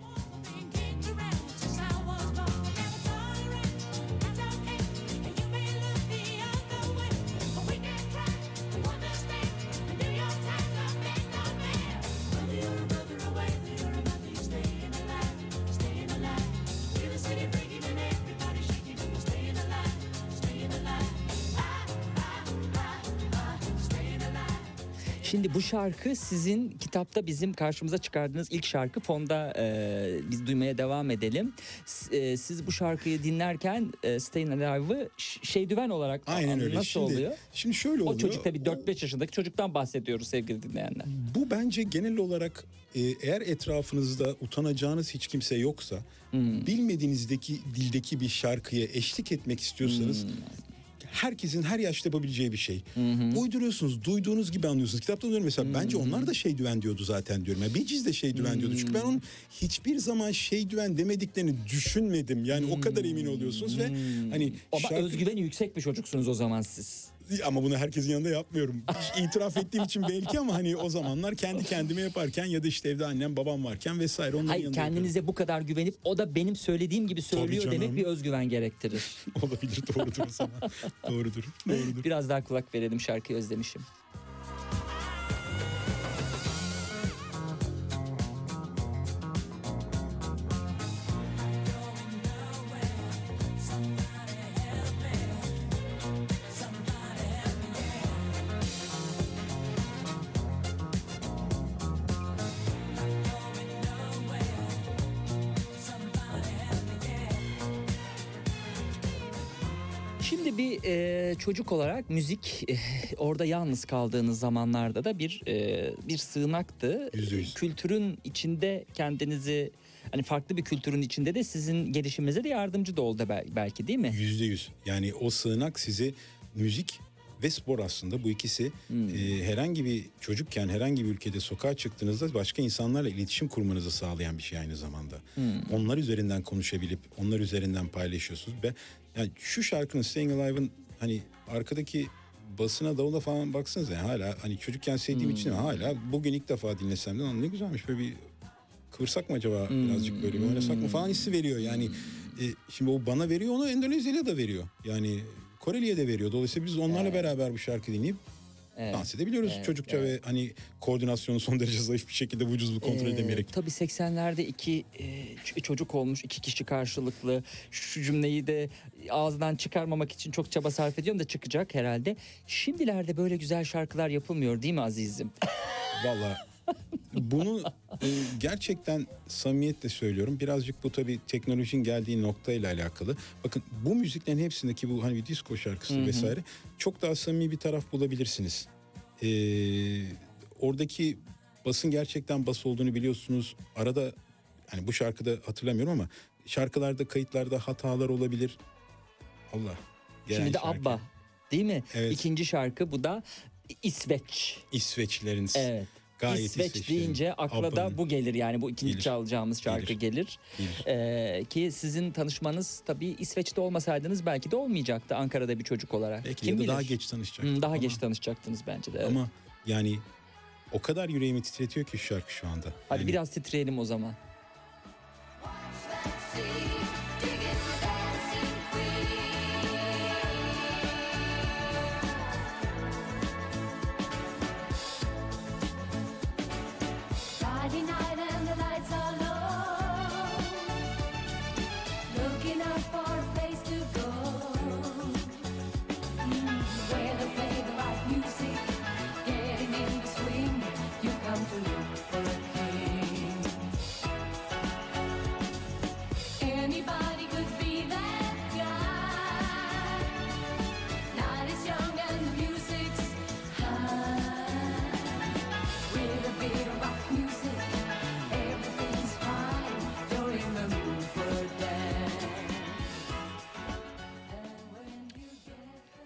Şimdi bu şarkı sizin kitapta bizim karşımıza çıkardığınız ilk şarkı. Fonda e, biz duymaya devam edelim. S- e, siz bu şarkıyı dinlerken e, Stayin' Alive'ı ş- şey düven olarak Aynen öyle. nasıl Şimdi, oluyor? Şimdi şöyle oluyor. O çocuk tabii O- dört beş yaşındaki çocuktan bahsediyoruz sevgili dinleyenler. Bu bence genel olarak e, eğer etrafınızda utanacağınız hiç kimse yoksa, Hmm. bilmediğinizdeki dildeki bir şarkıya eşlik etmek istiyorsanız Hmm. herkesin her yaşta yapabileceği bir şey. Hı hı. Uyduruyorsunuz, duyduğunuz gibi anlıyorsunuz. Kitapta diyorum mesela, Hmm. bence onlar da şey düven diyordu zaten diyorum. Yani Biciz de şey düven diyordu. Çünkü ben onun hiçbir zaman şey düven demediklerini düşünmedim. Yani o kadar emin oluyorsunuz ve hani Hmm. Ama şarkı- özgüveni yüksek bir çocuksunuz o zaman siz. Ama bunu herkesin yanında yapmıyorum. İtiraf ettiğim için belki, ama hani o zamanlar kendi kendime yaparken ya da işte evde annem babam varken vesaire onların Hayır, yanında yapıyorum. kendinize bu kadar güvenip o da benim söylediğim gibi söylüyor canım. demek bir özgüven gerektirir. Olabilir, doğrudur o zaman. Doğrudur, doğrudur. Biraz daha kulak verelim, şarkıyı özlemişim. Şimdi bir e, çocuk olarak müzik e, orada yalnız kaldığınız zamanlarda da bir e, bir sığınaktı. Yüzde yüz. Kültürün içinde kendinizi, hani farklı bir kültürün içinde de sizin gelişiminize de yardımcı da oldu bel- belki, değil mi? Yüzde yüz. Yani o sığınak sizi, müzik ve spor aslında bu ikisi Hmm. e, herhangi bir çocukken herhangi bir ülkede sokağa çıktığınızda başka insanlarla iletişim kurmanızı sağlayan bir şey aynı zamanda. Hmm. Onlar üzerinden konuşabilip onlar üzerinden paylaşıyorsunuz. Ve yani şu şarkının, Staying Alive'ın hani arkadaki basına, davula falan baksanıza, yani hala hani çocukken sevdiğim için Hmm. hala bugün ilk defa dinlesem de "Lan ne güzelmiş, böyle bir kıvırsak mı acaba, Hmm. birazcık böyle bir oynasak mı" falan hissi veriyor. Yani e, şimdi o bana veriyor, onu Endonezyalı'ya da veriyor. Yani Koreli'ye de veriyor. Dolayısıyla biz onlarla Evet. beraber bu şarkı dinleyip Evet. dans edebiliyoruz Evet, çocukça evet. ve hani koordinasyonu son derece zayıf bir şekilde vücudunu kontrol Ee, edemeyerek. Tabii seksenlerde iki e, ç- çocuk olmuş, iki kişi karşılıklı. Şu cümleyi de ağızdan çıkarmamak için çok çaba sarf ediyorum da çıkacak herhalde. Şimdilerde böyle güzel şarkılar yapılmıyor değil mi azizim? Vallahi bunu e, gerçekten samimiyetle söylüyorum. Birazcık bu tabii teknolojinin geldiği noktayla alakalı. Bakın bu müziklerin hepsindeki bu hani bir disco şarkısı Hı hı. vesaire çok daha samimi bir taraf bulabilirsiniz. Ee, oradaki basın gerçekten bas olduğunu biliyorsunuz. Arada hani bu şarkıda hatırlamıyorum ama şarkılarda, kayıtlarda hatalar olabilir. Allah. gelen Şimdi de şarkı. ABBA değil mi? Evet. İkinci şarkı bu da İsveç. İsveçlilerin Evet. gayet İsveç İsveçlilerin, deyince akla da ABBA'nın bu gelir, yani bu ikinci Gelir. çalacağımız şarkı Gelir. gelir. gelir. Ee, ki sizin tanışmanız tabii İsveç'te olmasaydınız belki de olmayacaktı Ankara'da bir çocuk olarak. Belki Kim ya da bilir? daha geç tanışacak. Hmm, daha Ama- geç tanışacaktınız bence de. evet. Ama yani o kadar yüreğimi titretiyor ki şu şarkı şu anda. Hadi Yani biraz titreyelim o zaman. Friday night and the lights are low. Looking out for a place to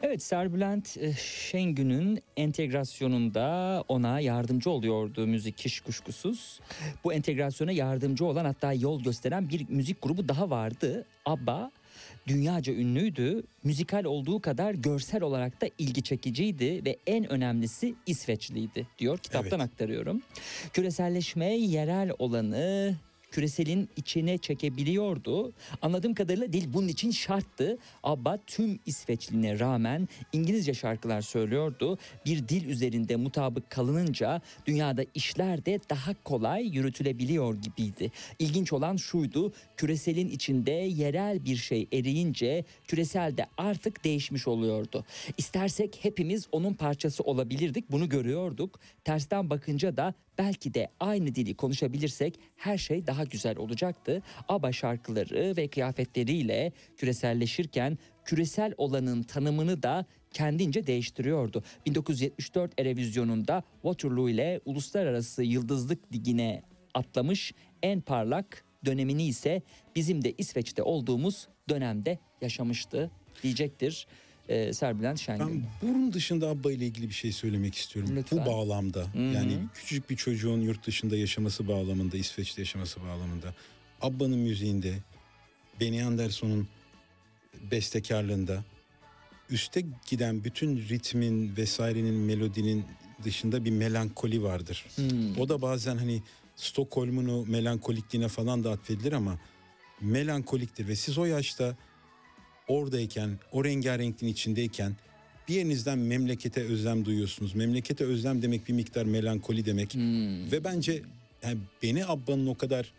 Evet, Serbülent e, Şengün'ün entegrasyonunda ona yardımcı oluyordu müzik hiç kuşkusuz. Bu entegrasyona yardımcı olan, hatta yol gösteren bir müzik grubu daha vardı. ABBA dünyaca ünlüydü. Müzikal olduğu kadar görsel olarak da ilgi çekiciydi ve en önemlisi İsveçliydi diyor. Kitaptan Evet. aktarıyorum. Küreselleşme yerel olanı küreselin içine çekebiliyordu. Anladığım kadarıyla dil bunun için şarttı. ABBA tüm İsveçliliğine rağmen İngilizce şarkılar söylüyordu. Bir dil üzerinde mutabık kalınınca dünyada işler de daha kolay yürütülebiliyor gibiydi. İlginç olan şuydu: küreselin içinde yerel bir şey eriyince küresel de artık değişmiş oluyordu. İstersek hepimiz onun parçası olabilirdik, bunu görüyorduk. Tersten bakınca da belki de aynı dili konuşabilirsek her şey daha güzel olacaktı. ABBA şarkıları ve kıyafetleriyle küreselleşirken küresel olanın tanımını da kendince değiştiriyordu. bin dokuz yüz yetmiş dört Eurovision'unda Waterloo ile Uluslararası Yıldızlık Ligi'ne atlamış, en parlak dönemini ise bizim de İsveç'te olduğumuz dönemde yaşamıştı diyecektir e, Serbülent Şengün. Ben bunun dışında ABBA ile ilgili bir şey söylemek istiyorum. Lütfen. Bu bağlamda, Hı-hı. yani küçücük bir çocuğun yurt dışında yaşaması bağlamında, İsveç'te yaşaması bağlamında, ABBA'nın müziğinde, Benny Andersson'un bestekarlığında üste giden bütün ritmin vesairenin, melodinin dışında bir melankoli vardır. Hmm. O da bazen hani Stockholm'un o melankolikliğine falan da atfedilir ama melankoliktir ve siz o yaşta oradayken, o rengarenkliğin içindeyken bir yerinizden memlekete özlem duyuyorsunuz. Memlekete özlem demek bir miktar melankoli demek. Hmm. Ve bence yani beni ABBA'nın o kadar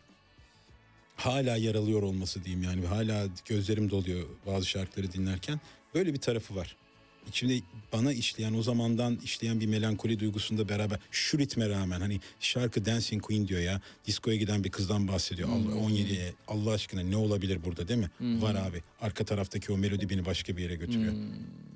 hala yaralıyor olması diyeyim, yani hala gözlerim doluyor bazı şarkıları dinlerken, böyle bir tarafı var. İçimde bana işleyen, o zamandan işleyen bir melankoli duygusunda beraber, şu ritme rağmen, hani şarkı Dancing Queen diyor ya, diskoya giden bir kızdan bahsediyor. Hmm. Allah, on yediye Allah aşkına ne olabilir burada, değil mi? Hmm. Var abi. Arka taraftaki o melodi beni başka bir yere götürüyor. Hmm.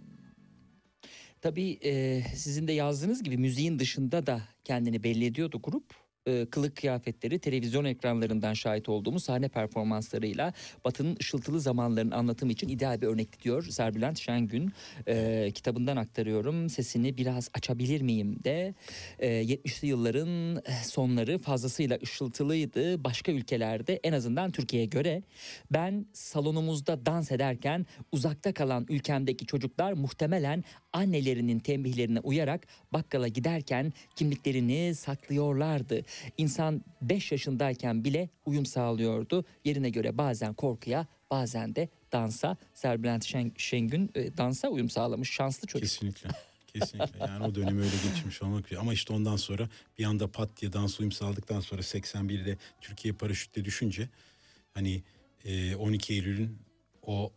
Tabii e, sizin de yazdığınız gibi müziğin dışında da kendini belli ediyordu grup. E, kılık kıyafetleri, televizyon ekranlarından şahit olduğumuz sahne performanslarıyla Batı'nın ışıltılı zamanlarının anlatımı için ideal bir örnek diyor Serbülent Şengün. E, kitabından aktarıyorum. Sesini biraz açabilir miyim de e, yetmişli yılların sonları fazlasıyla ışıltılıydı. Başka ülkelerde, en azından Türkiye'ye göre. Ben salonumuzda dans ederken uzakta kalan ülkemdeki çocuklar muhtemelen annelerinin tembihlerine uyarak bakkala giderken kimliklerini saklıyorlardı. İnsan beş yaşındayken bile uyum sağlıyordu. Yerine göre bazen korkuya, bazen de dansa. Serbülent Şen- Şengün e, dansa uyum sağlamış şanslı çocuk. Kesinlikle. Kesinlikle. Yani o dönemi öyle geçmiş olmak. Ama işte ondan sonra bir anda pat diye dans uyum sağladıktan sonra seksen birde Türkiye paraşütle düşünce, hani e, on iki Eylül'ün o,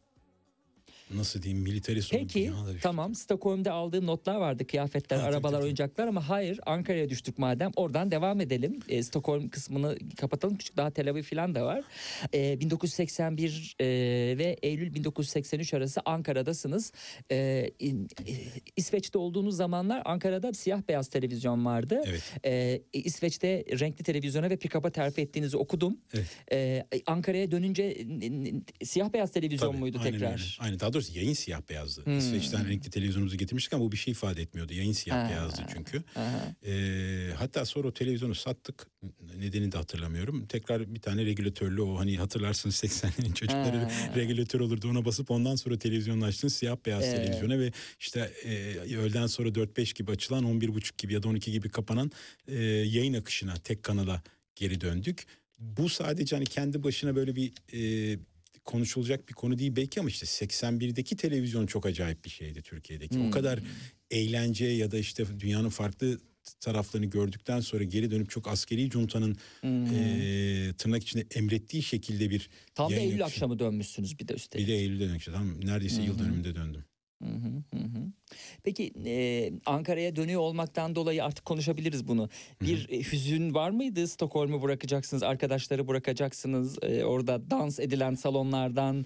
nasıl diyeyim, militeri sonu. Peki tamam, Stockholm'da aldığım notlar vardı, kıyafetler, Ha, tabii, arabalar, tabii. oyuncaklar, ama hayır, Ankara'ya düştük madem, oradan devam edelim. E, Stockholm kısmını kapatalım, küçük daha Tel Aviv falan da var. E, bin dokuz yüz seksen bir e, ve Eylül bin dokuz yüz seksen üç arası Ankara'dasınız. E, in- e, İsveç'te olduğunuz zamanlar Ankara'da siyah beyaz televizyon vardı. Evet. E, İsveç'te renkli televizyona ve pick-up'a terfi ettiğinizi okudum. Evet. E, Ankara'ya dönünce n- n- siyah beyaz televizyon Tabii, muydu aynen tekrar? öyle. Aynen, daha doğrusu yayın siyah beyazdı. Hmm. İsveç'ten renkli televizyonumuzu getirmiştik ama bu bir şey ifade etmiyordu. Yayın siyah Ha. beyazdı çünkü. Aha. Ee, hatta sonra o televizyonu sattık. Nedenini de hatırlamıyorum. Tekrar bir tane regülatörlü, o hani hatırlarsınız seksenlerin çocukları Ha. regülatör olurdu. Ona basıp ondan sonra televizyonu açtın, siyah beyaz Evet. televizyona ve işte e, öğleden sonra dört beş gibi açılan, on bir buçuk gibi ya da on iki gibi kapanan e, yayın akışına, tek kanala geri döndük. Bu sadece hani kendi başına böyle bir e, konuşulacak bir konu değil belki, ama işte seksen birdeki televizyon çok acayip bir şeydi Türkiye'deki. Hmm. O kadar eğlence ya da işte dünyanın farklı taraflarını gördükten sonra geri dönüp çok askeri cuntanın Hmm. e, tırnak içinde emrettiği şekilde bir Tam da yayın Eylül akışı. akşamı dönmüşsünüz bir de üstelik. Bir de Eylül'de dönmüştü. Tam neredeyse yıl dönümünde döndüm. Hı hı, hı hı. Peki e, Ankara'ya dönüyor olmaktan dolayı artık konuşabiliriz bunu. Bir e, hüzün var mıydı? Stockholm'u bırakacaksınız, arkadaşları bırakacaksınız. E, orada dans edilen salonlardan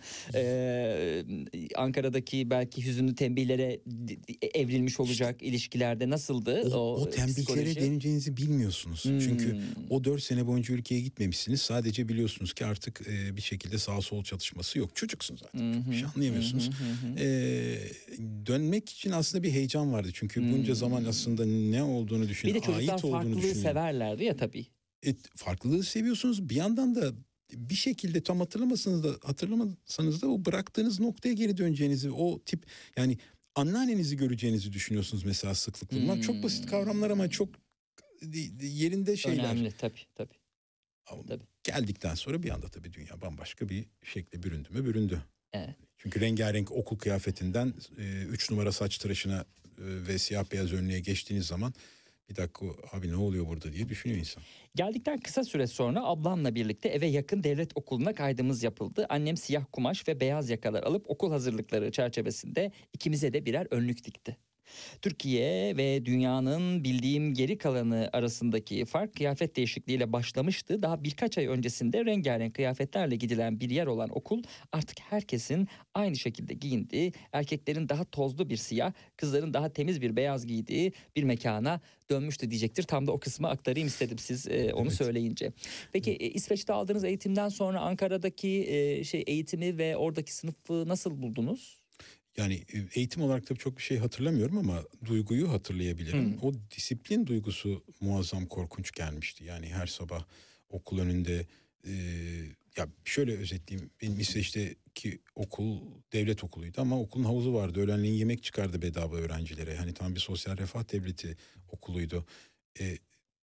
e, Ankara'daki belki hüzünlü tembihlere d- d- evrilmiş olacak ilişkilerde nasıldı? O, o o tembihlere psikoloji? deneyeceğinizi bilmiyorsunuz. Hmm. Çünkü o dört sene boyunca ülkeye gitmemişsiniz. Sadece biliyorsunuz ki artık e, bir şekilde sağ sol çatışması yok. Çocuksun zaten. Hı hı, Bir şey anlayamıyorsunuz. hı hı, hı hı. E, dönmek için aslında bir heyecan vardı. Çünkü bunca zaman aslında ne olduğunu Bir düşünün, de çocuklar ait olduğunu farklılığı düşünün. severlerdi ya tabii. E, farklılığı seviyorsunuz. Bir yandan da bir şekilde tam hatırlamasanız da hatırlamasanız da o bıraktığınız noktaya geri döneceğinizi, o tip yani anneannenizi göreceğinizi düşünüyorsunuz mesela sıklıkla. Bunlar Hmm. çok basit kavramlar ama çok yerinde şeyler. Önemli tabii tabii. Ama tabii. geldikten sonra bir anda tabii dünya bambaşka bir şekle büründü mü büründü. Evet. Çünkü rengarenk okul kıyafetinden e, üç numara saç tıraşına e, ve siyah beyaz önlüğe geçtiğiniz zaman bir dakika abi ne oluyor burada diye düşünüyor insan. Geldikten kısa süre sonra ablamla birlikte eve yakın devlet okuluna kaydımız yapıldı. Annem siyah kumaş ve beyaz yakalar alıp okul hazırlıkları çerçevesinde ikimize de birer önlük dikti. Türkiye ve dünyanın bildiğim geri kalanı arasındaki fark kıyafet değişikliğiyle başlamıştı. Daha birkaç ay öncesinde rengarenk kıyafetlerle gidilen bir yer olan okul artık herkesin aynı şekilde giyindiği, erkeklerin daha tozlu bir siyah, kızların daha temiz bir beyaz giydiği bir mekana dönmüştü diyecektir. Tam da o kısmı aktarayım istedim siz e, onu Evet. söyleyince. Peki e, İsveç'te aldığınız eğitimden sonra Ankara'daki e, şey eğitimi ve oradaki sınıfı nasıl buldunuz? Yani e, eğitim olarak tabii çok bir şey hatırlamıyorum ama duyguyu hatırlayabilirim. Hmm. O disiplin duygusu muazzam korkunç gelmişti. Yani her sabah okul önünde e, ya şöyle özetleyeyim. Benim İsveç'teki okul devlet okuluydu ama okulun havuzu vardı. Öğlenleyin yemek çıkardı bedava öğrencilere. Hani tam bir sosyal refah devleti okuluydu. E,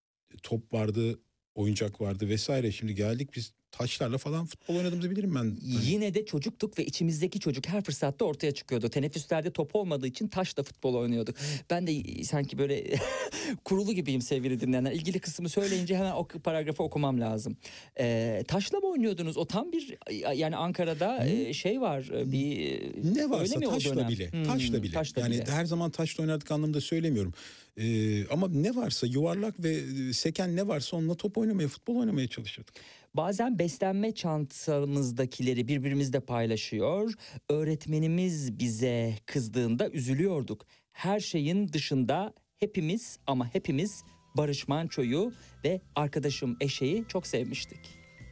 top vardı, oyuncak vardı vesaire. Şimdi geldik biz taşlarla falan futbol oynadığımızı bilirim ben. Yine de çocuktuk ve içimizdeki çocuk her fırsatta ortaya çıkıyordu. Teneffüslerde top olmadığı için taşla futbol oynuyorduk. Ben de sanki böyle kurulu gibiyim sevgili dinleyenler. İlgili kısmı söyleyince hemen o paragrafı okumam lazım. Ee, taşla mı oynuyordunuz? O tam bir yani Ankara'da e, şey var bir Ne varsa öyle mi o taşla dönem? bile, Hmm, taşla bile. taşla yani bile. her zaman taşla oynardık anlamında söylemiyorum. Ee, ama ne varsa yuvarlak ve e, seken ne varsa onunla top oynamaya, futbol oynamaya çalışırdık. Bazen beslenme çantamızdakileri birbirimizle paylaşıyor. Öğretmenimiz bize kızdığında üzülüyorduk. Her şeyin dışında hepimiz ama hepimiz Barış Manço'yu ve arkadaşım Eşe'yi çok sevmiştik.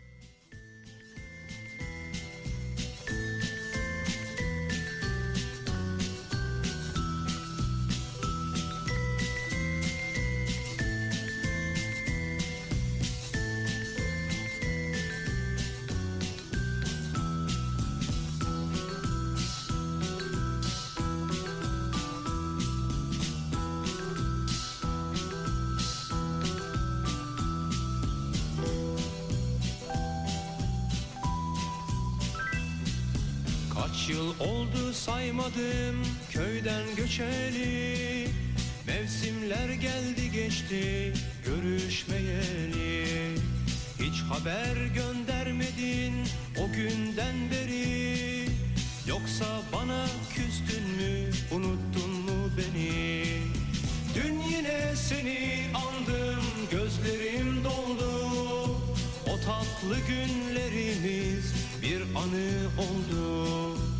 Kaç yıl oldu saymadım köyden göçeli, mevsimler geldi geçti görüşmeyeli. Hiç haber göndermedin o günden beri, yoksa bana küstün mü unuttun mu beni? Dün yine seni andım gözlerim doldu, o tatlı günlerimiz bir anı oldu.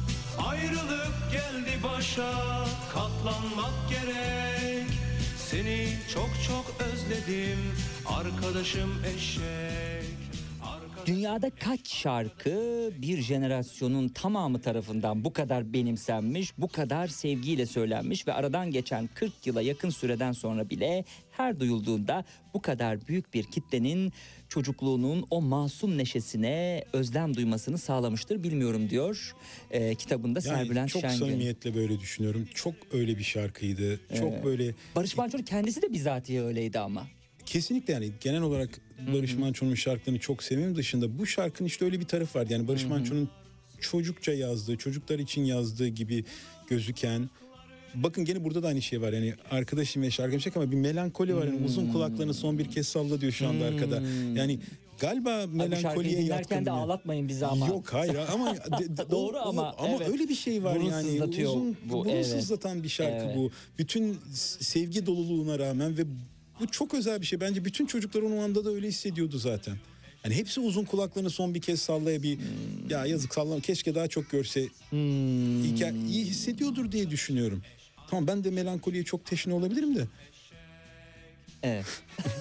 Ayrılık geldi başa, katlanmak gerek. Seni çok çok özledim arkadaşım Eşek. Arkadaşım... Dünyada kaç şarkı bir jenerasyonun tamamı tarafından bu kadar benimsenmiş, bu kadar sevgiyle söylenmiş ve aradan geçen kırk yıla yakın süreden sonra bile her duyulduğunda bu kadar büyük bir kitlenin çocukluğunun o masum neşesine özlem duymasını sağlamıştır bilmiyorum diyor e, kitabında Yani Serbülent çok Şengün. samimiyetle böyle düşünüyorum. Çok öyle bir şarkıydı. Çok Evet. böyle Barış Manço kendisi de bizatihi öyleydi ama. kesinlikle yani genel olarak Barış Manço'nun şarkılarını çok seviyorum dışında bu şarkının işte öyle bir tarafı vardı. Yani Barış Manço'nun çocukça yazdığı, çocuklar için yazdığı gibi gözüken. Bakın gene burada da aynı şey var. Yani arkadaşım ve şarkım çek ama bir melankoli var. Yani uzun kulaklarını son bir kez salla diyor şu anda arkada. Yani galiba Ay, bu şarkıyı melankoliye dinlerken yatkın. de yani. ağlatmayın bizi ama. Yok hayır ama de- de- Doğru o- ama, o- ama evet. öyle bir şey var Burun yani sızlatıyor uzun bu, burun evet. sızlatan bir şarkı Evet. bu. Bütün s- sevgi doluluğuna rağmen ve bu çok özel bir şey. Bence bütün çocuklar o anda da öyle hissediyordu zaten. Yani hepsi uzun kulaklarını son bir kez sallaya bir Hmm. ya yazık sallama keşke daha çok görse iyi, iyi hissediyordur diye düşünüyorum. Tamam ben de melankoliye çok teşne olabilirim de. Evet.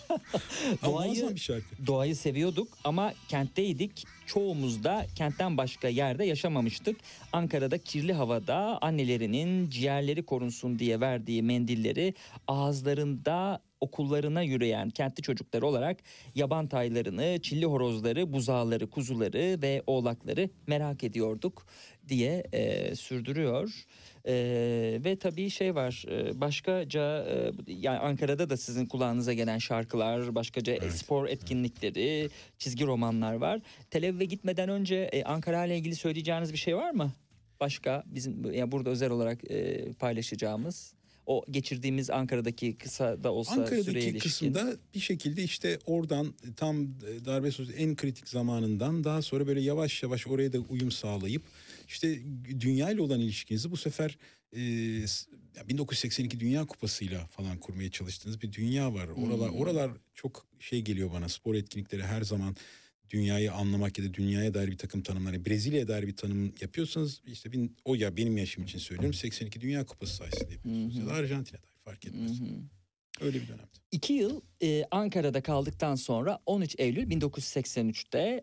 Doğayı, Muazzam bir şarkı. doğayı seviyorduk ama kentteydik. Çoğumuz da kentten başka yerde yaşamamıştık. Ankara'da kirli havada annelerinin ciğerleri korunsun diye verdiği mendilleri ağızlarında okullarına yürüyen kentli çocuklar olarak yaban taylarını, çilli horozları, buzağları, kuzuları ve oğlakları merak ediyorduk diye e, sürdürüyor. E, ve tabii şey var, e, başkaca e, yani Ankara'da da sizin kulağınıza gelen şarkılar, başkaca Evet, spor etkinlikleri, çizgi romanlar var. Tel Aviv'e gitmeden önce e, Ankara ile ilgili söyleyeceğiniz bir şey var mı? Başka bizim yani burada özel olarak e, paylaşacağımız, o geçirdiğimiz Ankara'daki kısa da olsa süreye Ankara'daki ilişkin. kısımda bir şekilde işte oradan tam darbe sonrası en kritik zamanından daha sonra böyle yavaş yavaş oraya da uyum sağlayıp işte dünya ile olan ilişkinizi bu sefer e, bin dokuz yüz seksen iki Dünya Kupası'yla falan kurmaya çalıştığınız bir dünya var. Oralar Hmm. oralar çok şey geliyor bana, spor etkinlikleri her zaman dünyayı anlamak ya da dünyaya dair bir takım tanımlar. Yani Brezilya'ya dair bir tanım yapıyorsanız işte bin, o ya benim yaşım için söylüyorum seksen iki Dünya Kupası sayesinde yapıyorsunuz. Hı hı. Ya da Arjantin'e dair fark etmez. Hı hı. Öyle bir dönemde. İki yıl e, Ankara'da kaldıktan sonra on üç Eylül bin dokuz yüz seksen üçte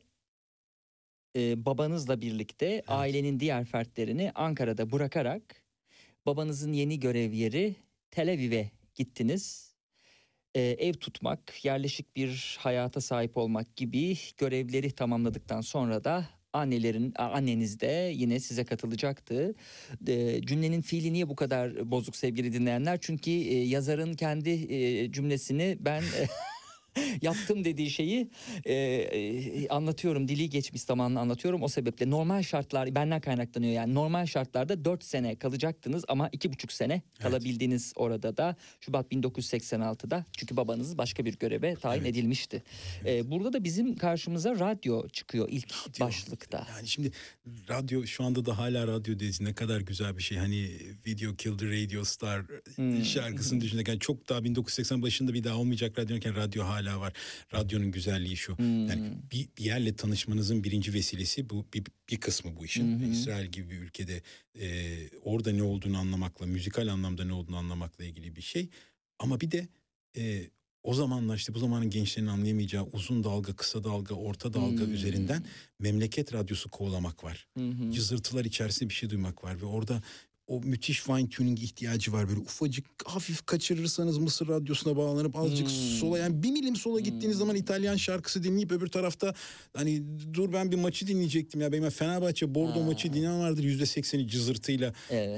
e, babanızla birlikte ailenin diğer fertlerini Ankara'da bırakarak babanızın yeni görev yeri Tel Aviv'e gittiniz. E, ev tutmak, yerleşik bir hayata sahip olmak gibi görevleri tamamladıktan sonra da annelerin anneniz de yine size katılacaktı. E, cümlenin fiili niye bu kadar bozuk sevgili dinleyenler? Çünkü e, yazarın kendi e, cümlesini ben e, yaptım dediği şeyi e, e, anlatıyorum. Dili geçmiş zamanla anlatıyorum. O sebeple normal şartlar benden kaynaklanıyor. Yani normal şartlarda dört sene kalacaktınız ama iki buçuk sene kalabildiniz orada da. Şubat bin dokuz yüz seksen altıda. Çünkü babanız başka bir göreve tayin Evet. edilmişti. E, burada da bizim karşımıza radyo çıkıyor ilk Radyo. başlıkta. Yani şimdi radyo şu anda da hala radyo dediğiniz ne kadar güzel bir şey. Hani Video Killed the Radio Star Hmm. şarkısını düşünürken çok daha bin dokuz yüz seksen başında bir daha olmayacak radyonken radyo hala var. Radyonun güzelliği şu. Hmm. Yani bir, bir yerle tanışmanızın birinci vesilesi bu bir, bir kısmı bu işin. Hı hı. İsrail gibi bir ülkede e, orada ne olduğunu anlamakla, müzikal anlamda ne olduğunu anlamakla ilgili bir şey. Ama bir de e, o zamanlar işte bu zamanın gençlerinin anlayamayacağı uzun dalga, kısa dalga, orta dalga Hmm. üzerinden memleket radyosu kovalamak var. Hı hı. Cızırtılar içerisinde bir şey duymak var ve orada o müthiş fine tuning ihtiyacı var. Böyle ufacık hafif kaçırırsanız Mısır radyosuna bağlanıp azıcık Hmm. sola, yani bir milim sola gittiğiniz zaman İtalyan şarkısı dinleyip öbür tarafta hani dur ben bir maçı dinleyecektim ya benim Fenerbahçe Bordo Ha. maçı dinleyen vardır yüzde sekseni cızırtıyla. Evet.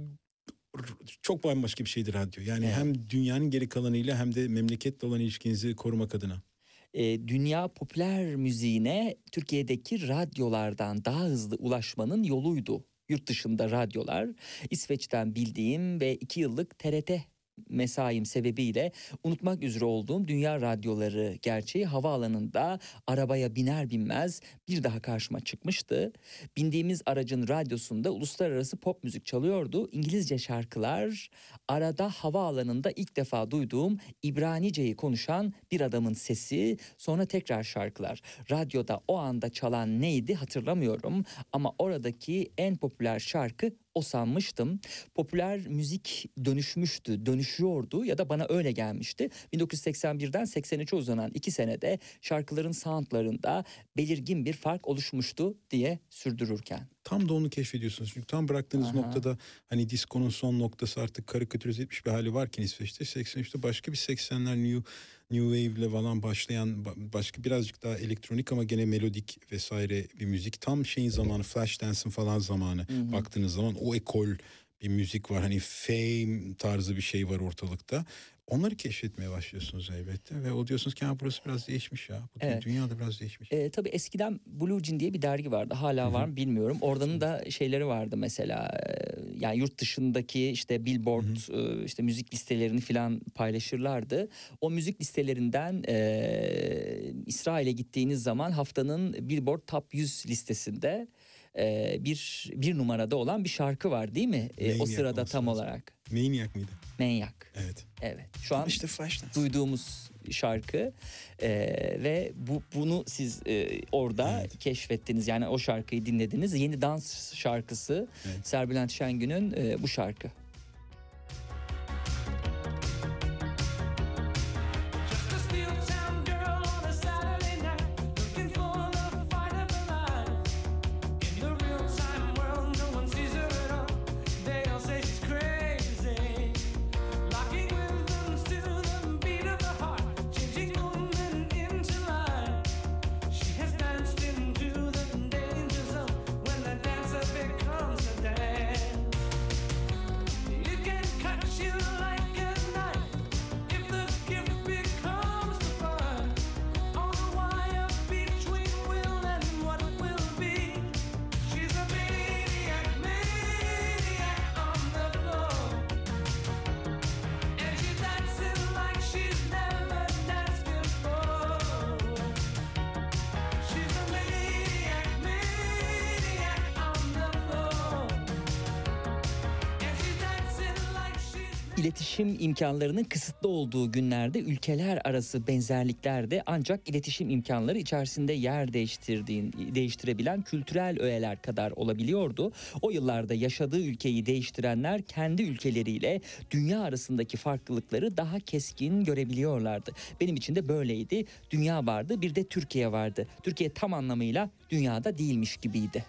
Çok bambaşka bir şeydir radyo. Yani Evet. hem dünyanın geri kalanıyla hem de memleketle olan ilişkinizi korumak adına. E, dünya popüler müziğine Türkiye'deki radyolardan daha hızlı ulaşmanın yoluydu. Yurt dışında radyolar, İsveç'ten bildiğim ve iki yıllık T R T mesaim sebebiyle unutmak üzere olduğum dünya radyoları gerçeği havaalanında arabaya biner binmez bir daha karşıma çıkmıştı. Bindiğimiz aracın radyosunda uluslararası pop müzik çalıyordu. İngilizce şarkılar, arada havaalanında ilk defa duyduğum İbranice'yi konuşan bir adamın sesi, sonra tekrar şarkılar. Radyoda o anda çalan neydi hatırlamıyorum ama oradaki en popüler şarkı o sanmıştım. Popüler müzik dönüşmüştü, dönüşüyordu ya da bana öyle gelmişti. bin dokuz yüz seksen birden seksen üçe uzanan iki senede şarkıların soundlarında belirgin bir fark oluşmuştu diye sürdürürken. Tam da onu keşfediyorsunuz. Çünkü tam bıraktığınız Aha. noktada hani diskonun son noktası artık karikatürize etmiş bir hali varken İsveç'te seksen üçte başka bir seksenler New New Wave ile falan başlayan ba- başka birazcık daha elektronik ama gene melodik vesaire bir müzik. Tam şeyin zamanı, Flashdance falan zamanı. hı. Baktığınız zaman o ekol bir müzik var. Hani Fame tarzı bir şey var ortalıkta. Onları keşfetmeye başlıyorsunuz elbette ve o diyorsunuz ki ha burası biraz değişmiş ya. Bu Evet. dünya da biraz değişmiş. E, tabii eskiden Blue Jean diye bir dergi vardı. Hala var mı bilmiyorum. Oradanın da şeyleri vardı mesela. e, Yani yurt dışındaki işte Billboard e, işte müzik listelerini falan paylaşırlardı. O müzik listelerinden e, İsrail'e gittiğiniz zaman haftanın Billboard Top yüz listesinde e, bir bir numarada olan bir şarkı var değil mi? E, o Maniac sırada olması tam lazım. olarak. Maniac mıydı? Maniac. Evet. Evet. Şu an İşte Flashdance. duyduğumuz şarkı e, ve bu bunu siz e, orada Evet. keşfettiniz. Yani o şarkıyı dinlediniz. Yeni dans şarkısı Evet. Serbülent Şengün'ün e, bu şarkı. Just a steel iletişim imkanlarının kısıtlı olduğu günlerde ülkeler arası benzerliklerde ancak iletişim imkanları içerisinde yer değiştirdiğin, değiştirebilen kültürel öğeler kadar olabiliyordu. O yıllarda yaşadığı ülkeyi değiştirenler kendi ülkeleriyle dünya arasındaki farklılıkları daha keskin görebiliyorlardı. Benim için de böyleydi. Dünya vardı, bir de Türkiye vardı. Türkiye tam anlamıyla dünyada değilmiş gibiydi.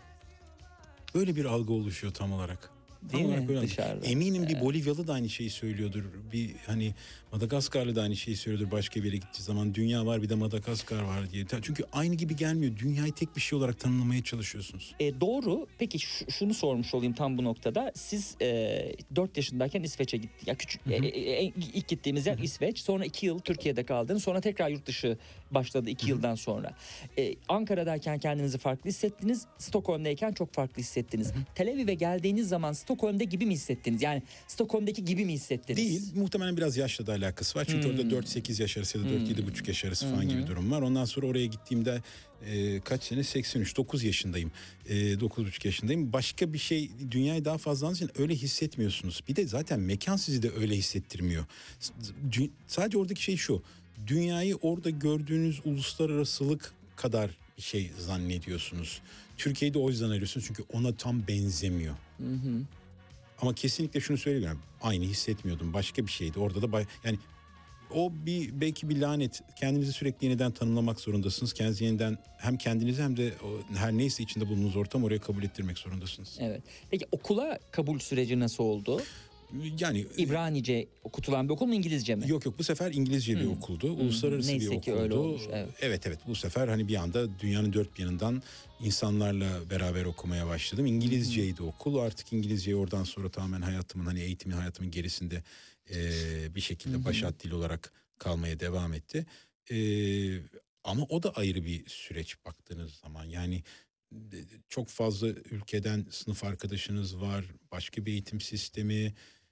Böyle bir algı oluşuyor tam olarak. Tam Değil olarak mi? böyle algı. Dışarıda. Eminim bir Bolivyalı da aynı şeyi söylüyordur. Bir hani Madagaskarlı da aynı şeyi söylüyordur başka bir yere gittiği zaman. Dünya var bir de Madagaskar var diye. Çünkü aynı gibi gelmiyor. Dünyayı tek bir şey olarak tanımlamaya çalışıyorsunuz. E, doğru. Peki ş- şunu sormuş olayım tam bu noktada. Siz e, dört yaşındayken İsveç'e gittiniz. Ya küçük e, e, ilk gittiğimiz yer İsveç. Sonra iki yıl Türkiye'de kaldınız. Sonra tekrar yurt dışı başladı iki yıldan sonra. E, Ankara'dayken kendinizi farklı hissettiniz. Stockholm'dayken çok farklı hissettiniz. Tel Aviv'e geldiğiniz zaman Stockholm'da gibi mi hissettiniz? Yani Stockholm'daki gibi mi hissettiniz? Değil. Muhtemelen biraz yaşla da alakası var. Çünkü Hmm. orada dört sekiz yaş arası ya da dört yedi buçuk yaş arası falan gibi durum var. Ondan sonra oraya gittiğimde e, kaç sene? seksen üç dokuz yaşındayım. E, dokuz buçuk yaşındayım. Başka bir şey, dünyayı daha fazla anladığınız için öyle hissetmiyorsunuz. Bir de zaten mekan sizi de öyle hissettirmiyor. Dü- sadece oradaki şey şu. Dünyayı orada gördüğünüz uluslararasılık kadar bir şey zannediyorsunuz. Türkiye'yi de o yüzden arıyorsunuz çünkü ona tam benzemiyor. Hı hı. Ama kesinlikle şunu söyleyeyim. Aynı hissetmiyordum. Başka bir şeydi. Orada da bay- yani o bir belki bir lanet. Kendinizi sürekli yeniden tanımlamak zorundasınız. Kendinizi yeniden hem kendinizi hem de o, her neyse içinde bulunduğunuz ortam oraya kabul ettirmek zorundasınız. Evet. Peki okula kabul süreci nasıl oldu? Yani İbranice okutulan bir okul mu, İngilizce mi? Yok yok, bu sefer İngilizce bir Hmm. okuldu. Hmm. Uluslararası Neyse bir ki okuldu. öyle olmuş, evet. evet evet bu sefer hani bir anda dünyanın dört bir yanından insanlarla beraber okumaya başladım. İngilizceydi okul. Artık İngilizceyi oradan sonra tamamen hayatımın hani eğitimin hayatımın gerisinde e, bir şekilde başat dil olarak kalmaya devam etti. E, ama o da ayrı bir süreç baktığınız zaman. Yani e, çok fazla ülkeden sınıf arkadaşınız var. Başka bir eğitim sistemi.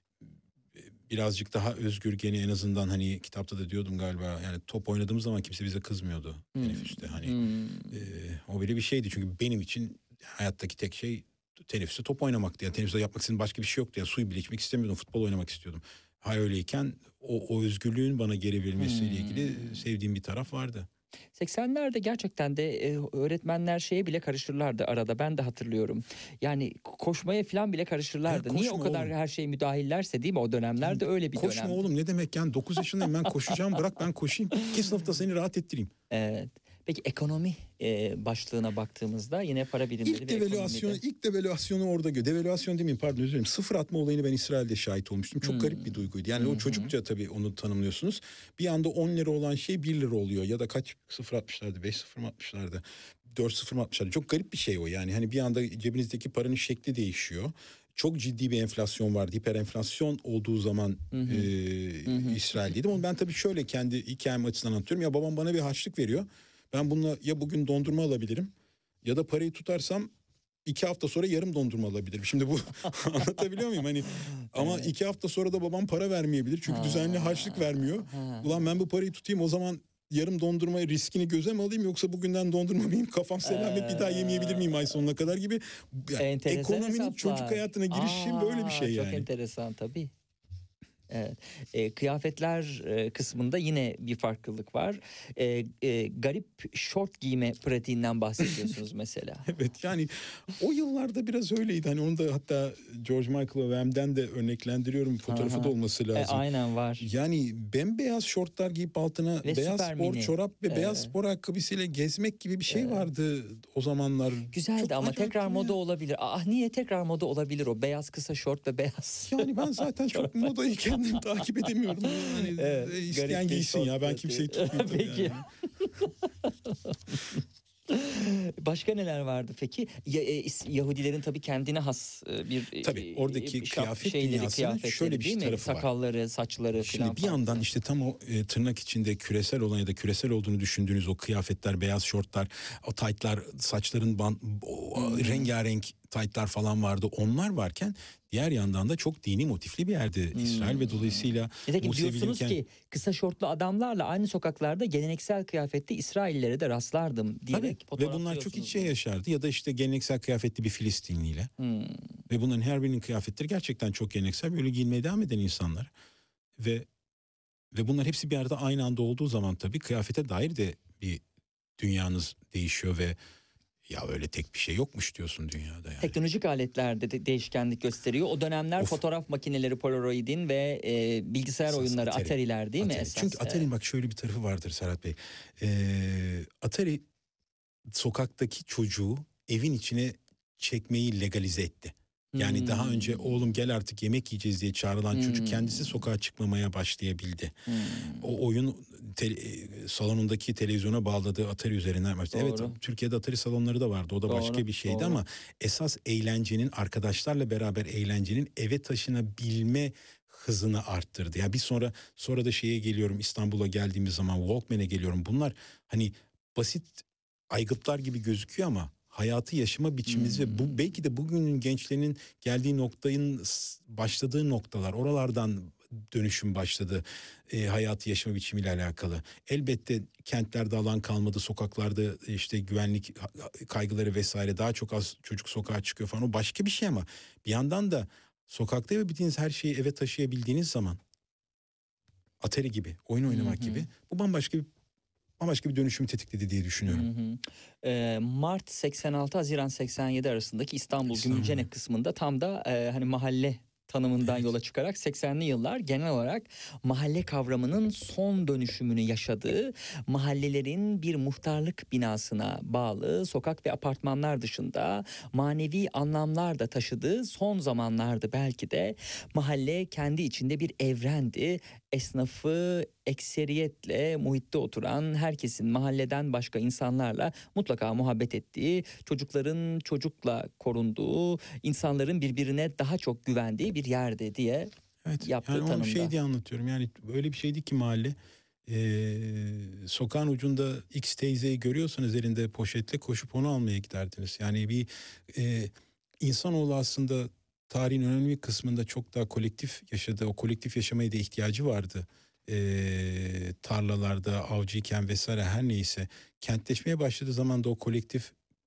Birazcık daha özgür gene, en azından hani kitapta da diyordum galiba, yani top oynadığımız zaman kimse bize kızmıyordu Hmm. teneffüste hani Hmm. e, o böyle bir şeydi çünkü benim için hayattaki tek şey teneffüste top oynamaktı. Yani teneffüste yapmak istediğim başka bir şey yoktu. Yani suyu bile içmek istemiyordum, futbol oynamak istiyordum. Hay öyleyken o, o özgürlüğün bana geri verilmesiyle Hmm. ilgili sevdiğim bir taraf vardı. seksenlerde gerçekten de e, öğretmenler şeye bile karışırlardı arada, ben de hatırlıyorum. Yani koşmaya falan bile karışırlardı. Ya Niye koşma o kadar oğlum. her şey müdahillerse, değil mi? O dönemlerde öyle bir Koşma dönem. oğlum ne demek, yani dokuz yaşındayım ben, koşacağım, bırak ben koşayım. İki sınıfta seni rahat ettireyim. Evet. Peki ekonomi e, başlığına baktığımızda yine para birimleri İlk ve devalüasyonu, ekonomide. ilk devalüasyonu orada gö. Devalüasyon demeyeyim, pardon özür dilerim. Sıfır atma olayını ben İsrail'de şahit olmuştum. Çok Hmm. garip bir duyguydu. Yani Hı o hı. çocukça tabii onu tanımlıyorsunuz. Bir anda on lira olan şey bir lira oluyor. Ya da kaç sıfır atmışlardı? beş sıfır mı atmışlardı? dört sıfır mı atmışlardı? Çok garip bir şey o yani. Hani bir anda cebinizdeki paranın şekli değişiyor. Çok ciddi bir enflasyon vardı. Hiperenflasyon olduğu zaman Hı hı. e, Hı hı. İsrail'deydim. Ama ben tabii şöyle kendi hikayem açısından anlatıyorum. Ya babam bana bir harçlık veriyor. Ben bununla ya bugün dondurma alabilirim ya da parayı tutarsam iki hafta sonra yarım dondurma alabilirim. Şimdi bu anlatabiliyor muyum? Hani ama Evet. iki hafta sonra da babam para vermeyebilir. Çünkü Ha. düzenli harçlık vermiyor. Ha. Ulan ben bu parayı tutayım, o zaman yarım dondurmayı riskini göze mi alayım, yoksa bugünden dondurma mıyım, kafam selamet, bir daha yemeyebilir miyim ay sonuna kadar gibi. Yani Enteresan ekonominin hesaplar. çocuk hayatına girişi Aa, böyle bir şey çok yani. enteresan tabii. Evet. E, kıyafetler e, kısmında yine bir farklılık var. E, e, garip şort giyme pratiğinden bahsediyorsunuz mesela. Evet yani o yıllarda biraz öyleydi. Hani onu da hatta George Michael ve Wham'den de örneklendiriyorum. Fotoğrafı Aha. da olması E, lazım. aynen var. Yani bembeyaz şortlar giyip altına Ve beyaz süper spor mini. çorap ve Evet. beyaz spor ayakkabısıyla gezmek gibi bir şey Evet. vardı o zamanlar. Güzeldi Çok ama acayip tekrar değil mi moda ya? olabilir. Ah, niye tekrar moda olabilir o beyaz kısa şort ve beyaz. Yani ben zaten çok modayı kendim takip edemiyorum. Yani Evet, e, garip isteyen bir giysin şort ya, ben pratiği. kimseyi tutmuyorum. Peki. Yani. Başka neler vardı peki? Ya, e, is- Yahudilerin tabii kendine has e, bir e, Tabii, oradaki e, şap- kıyafet şeyleri, dünyasının kıyafetleri şöyle bir değil mi? tarafı var. Sakalları, saçları Şimdi falan bir farklı. yandan işte tam o e, tırnak içinde küresel olan ya da küresel olduğunu düşündüğünüz o kıyafetler, beyaz şortlar, o taytlar, saçların ban, o, Hmm. rengarenk taytlar falan vardı. Onlar varken diğer yandan da çok dini motifli bir yerdi Hmm. İsrail ve dolayısıyla Nitekim bu diyorsunuz sevilirken- ki kısa şortlu adamlarla aynı sokaklarda geleneksel kıyafetli İsraillilere de rastlardım Tabii. diyerek Ve bunlar çok iç içe yaşardı. Ya da işte geleneksel kıyafetli bir Filistinliyle. Hmm. Ve bunların her birinin kıyafetleri gerçekten çok geleneksel. Böyle giyinmeye devam eden insanlar. ve ve bunlar hepsi bir arada aynı anda olduğu zaman tabii kıyafete dair de bir dünyanız değişiyor ve ya öyle tek bir şey yokmuş diyorsun dünyada yani. Teknolojik aletlerde de değişkenlik gösteriyor. O dönemler Of. fotoğraf makineleri Polaroid'in ve e, bilgisayar Esas oyunları Atari. Atari'ler değil mi Atari. esas? Çünkü Atari'nin Evet. bak şöyle bir tarafı vardır Serhat Bey. Ee, Atari sokaktaki çocuğu evin içine çekmeyi legalize etti. Yani Hmm. daha önce oğlum gel artık yemek yiyeceğiz diye çağrılan Hmm. çocuk kendisi sokağa çıkmamaya başlayabildi. Hmm. O oyun te- e, salonundaki televizyona bağladığı Atari üzerinden. Evet, Doğru. Türkiye'de Atari salonları da vardı. O da Doğru, başka bir şeydi doğru. ama esas eğlencenin, arkadaşlarla beraber eğlencenin eve taşınabilme hızını arttırdı. Ya bir sonra sonra da şeye geliyorum, İstanbul'a geldiğimiz zaman Walkman'e geliyorum. Bunlar hani basit aygıtlar gibi gözüküyor ama hayatı yaşama biçimimiz Hmm. ve bu belki de bugünün gençlerinin geldiği noktayın s- başladığı noktalar, oralardan dönüşüm başladı e, hayatı yaşama biçimiyle alakalı. Elbette kentlerde alan kalmadı, sokaklarda işte güvenlik ha- kaygıları vesaire, daha çok az çocuk sokağa çıkıyor falan, o başka bir şey ama bir yandan da sokakta yapabildiğiniz her şeyi eve taşıyabildiğiniz zaman Atari gibi, oyun oynamak Hı hı. gibi, bu bambaşka bir bambaşka bir dönüşümü tetikledi diye düşünüyorum. Hı hı. Ee, Mart seksen altı Haziran seksen yedi arasındaki İstanbul, İstanbul. Gümülcene kısmında tam da e, hani mahalle tanımından Evet. yola çıkarak seksenli yıllar genel olarak mahalle kavramının son dönüşümünü yaşadığı, mahallelerin bir muhtarlık binasına bağlı sokak ve apartmanlar dışında manevi anlamlar da taşıdığı son zamanlardı belki de. Mahalle kendi içinde bir evrendi. Esnafı ekseriyetle muhitte oturan, herkesin mahalleden başka insanlarla mutlaka muhabbet ettiği, çocukların çocukla korunduğu, insanların birbirine daha çok güvendiği bir yerde diye Evet, yaptığı yani onu tanımda. şey diye anlatıyorum. Yani öyle bir şeydi ki mahalle. Ee, sokağın ucunda X teyzeyi görüyorsanız elinde poşetle koşup onu almaya giderdiniz. Yani bir e, insanoğlu aslında tarihin önemli bir kısmında çok daha kolektif yaşadı. O kolektif yaşamaya da ihtiyacı vardı. Ee, tarlalarda avcıyken vesaire her neyse. Kentleşmeye başladığı zaman da o kolektif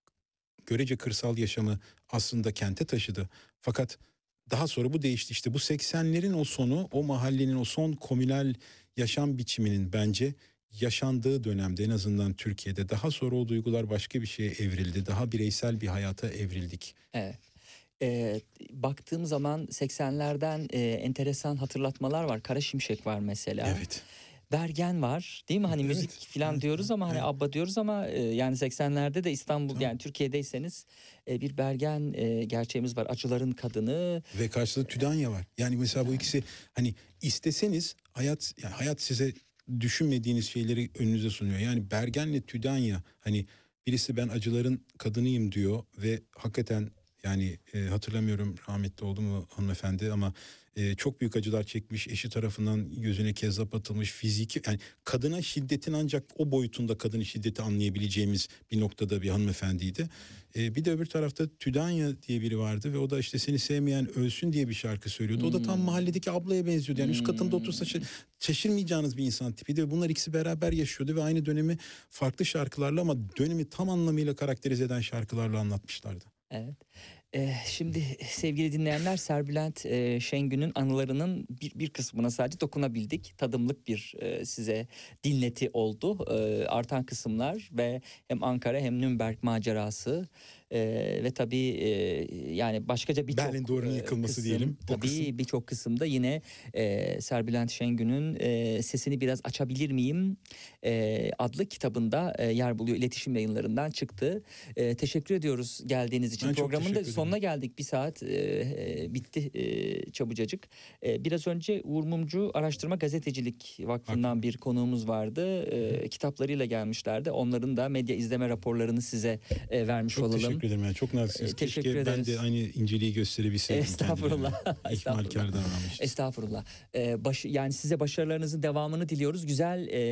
görece kırsal yaşamı aslında kente taşıdı. Fakat daha sonra bu değişti. İşte bu seksenlerin o sonu, o mahallenin o son komünal yaşam biçiminin bence yaşandığı dönemde, en azından Türkiye'de, daha sonra o duygular başka bir şeye evrildi. Daha bireysel bir hayata evrildik. Evet. Ee, baktığım zaman seksenlerden e, enteresan hatırlatmalar var. Kara Şimşek var mesela. Evet. Bergen var değil mi? Hani Evet, müzik falan evet, diyoruz ama hani evet. ABBA diyoruz ama e, yani seksenlerde de İstanbul, Tamam. yani Türkiye'deyseniz e, bir Bergen e, gerçeğimiz var. Acıların Kadını. Ve karşısında Tüdanya var. Yani mesela bu ikisi, hani isteseniz hayat, yani hayat size düşünmediğiniz şeyleri önünüze sunuyor. Yani Bergen'le Tüdanya, hani birisi ben acıların kadınıyım diyor ve hakikaten yani e, hatırlamıyorum rahmetli oldu mu hanımefendi ama e, çok büyük acılar çekmiş, eşi tarafından gözüne kezzap atılmış, fiziki, yani kadına şiddetin ancak o boyutunda kadın şiddeti anlayabileceğimiz bir noktada bir hanımefendiydi. E, bir de öbür tarafta Tüdanya diye biri vardı ve o da işte seni sevmeyen ölsün diye bir şarkı söylüyordu. O da tam mahalledeki ablaya benziyordu. Yani üst katında otursa şa- şaşırmayacağınız bir insan tipiydi ve bunlar ikisi beraber yaşıyordu ve aynı dönemi farklı şarkılarla ama dönemi tam anlamıyla karakterize eden şarkılarla anlatmışlardı. Evet. Ee, şimdi sevgili dinleyenler, Serbülent e, Şengün'ün anılarının bir, bir kısmına sadece dokunabildik. Tadımlık bir e, size dinleti oldu. E, artan kısımlar ve hem Ankara hem Nürnberg macerası e, ve tabii e, yani başkaca birçok Berlin Duvarı'nın e, yıkılması kısım, diyelim, o tabii kısım. birçok kısımda yine e, Serbülent Şengün'ün e, Sesini Biraz Açabilir Miyim e, adlı kitabında e, yer buluyor. İletişim Yayınlarından çıktı. E, teşekkür ediyoruz geldiğiniz için. Ben çok Programın da teşekkür ederim. sonuna geldik. Bir saat e, e, bitti e, çabucacık. E, biraz önce Uğur Mumcu Araştırma Gazetecilik Vakfı'ndan bir konuğumuz vardı. E, kitaplarıyla gelmişlerdi. Onların da medya izleme raporlarını size e, vermiş Çok olalım. teşekkür ederim. Yani çok naziksiniz. E, teşekkür Keşke ben ederiz. de aynı inceliği gösterebilseydim. Estağfurullah. kendilerine. Estağfurullah. İhmalkar davranmışız. Estağfurullah. Ee, baş, yani size başarılarınızın devamını diliyoruz. Güzel e,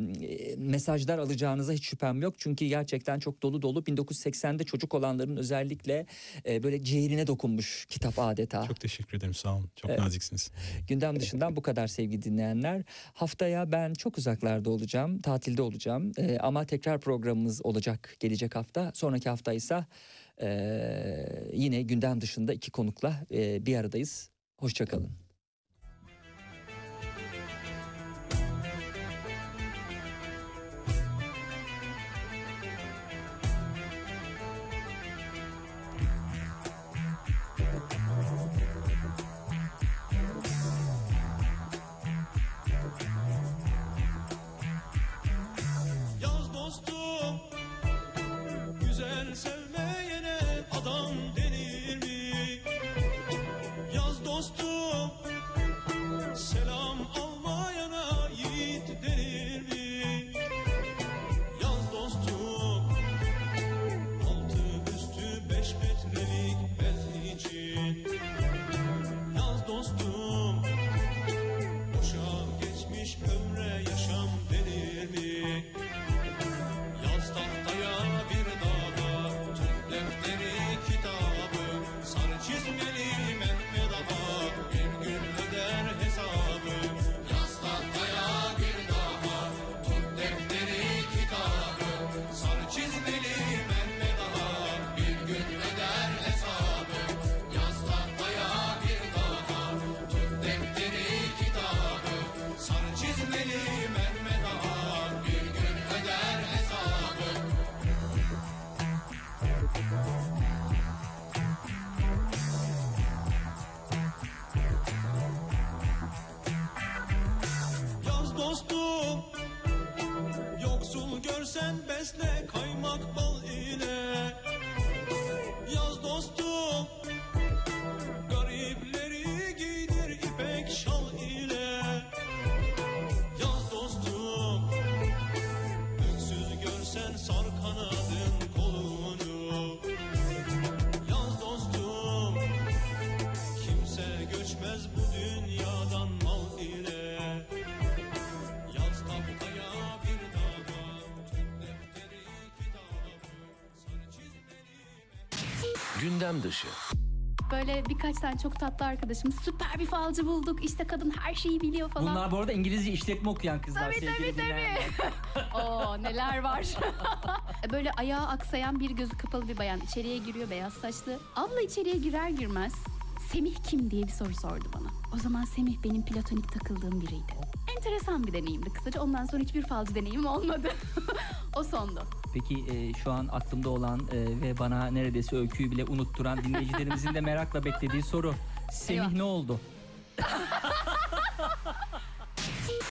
e, mesajlar alacağınıza hiç şüphem yok. Çünkü gerçekten çok dolu dolu. bin dokuz yüz seksende çocuk olanların özellikle e, böyle ciğerine dokunmuş kitap adeta. Çok teşekkür ederim. Sağ olun. Çok Evet. naziksiniz. Gündem dışından bu kadar sevgili dinleyenler. Haftaya ben çok uzaklarda olacağım. Tatilde olacağım. Ee, ama tekrar programımız olacak gelecek hafta. Sonraki hafta ise e, yine gündem dışında iki konukla e, bir aradayız. Hoşça kalın. ile kaymak bal ile. Yaz dostum, garipleri giydir ipek şal ile. Yaz dostum, öksüz görsen sar kanadın kolunu. Yaz dostum, kimse göçmez bu dünyadan mal ile. Yaz tahtaya bir dağa, tüm defteri kitabı, sarı çizmeli. Gündem dışı. Böyle birkaç tane çok tatlı arkadaşımız süper bir falcı bulduk. İşte kadın her şeyi biliyor falan. Bunlar bu arada İngilizce işletme okuyan kızlar. Tabii sevgili tabii dinleyenler. tabii. Oo neler var. Böyle ayağı aksayan bir gözü kapalı bir bayan içeriye giriyor, beyaz saçlı. Abla içeriye girer girmez Semih kim diye bir soru sordu bana. O zaman Semih benim platonik takıldığım biriydi. Enteresan bir deneyimdi kısaca. Ondan sonra hiçbir falcı deneyimim olmadı. O sondu. Peki e, şu an aklımda olan e, ve bana neredeyse öyküyü bile unutturan dinleyicilerimizin de merakla beklediği soru. Semih Eyvah. ne oldu?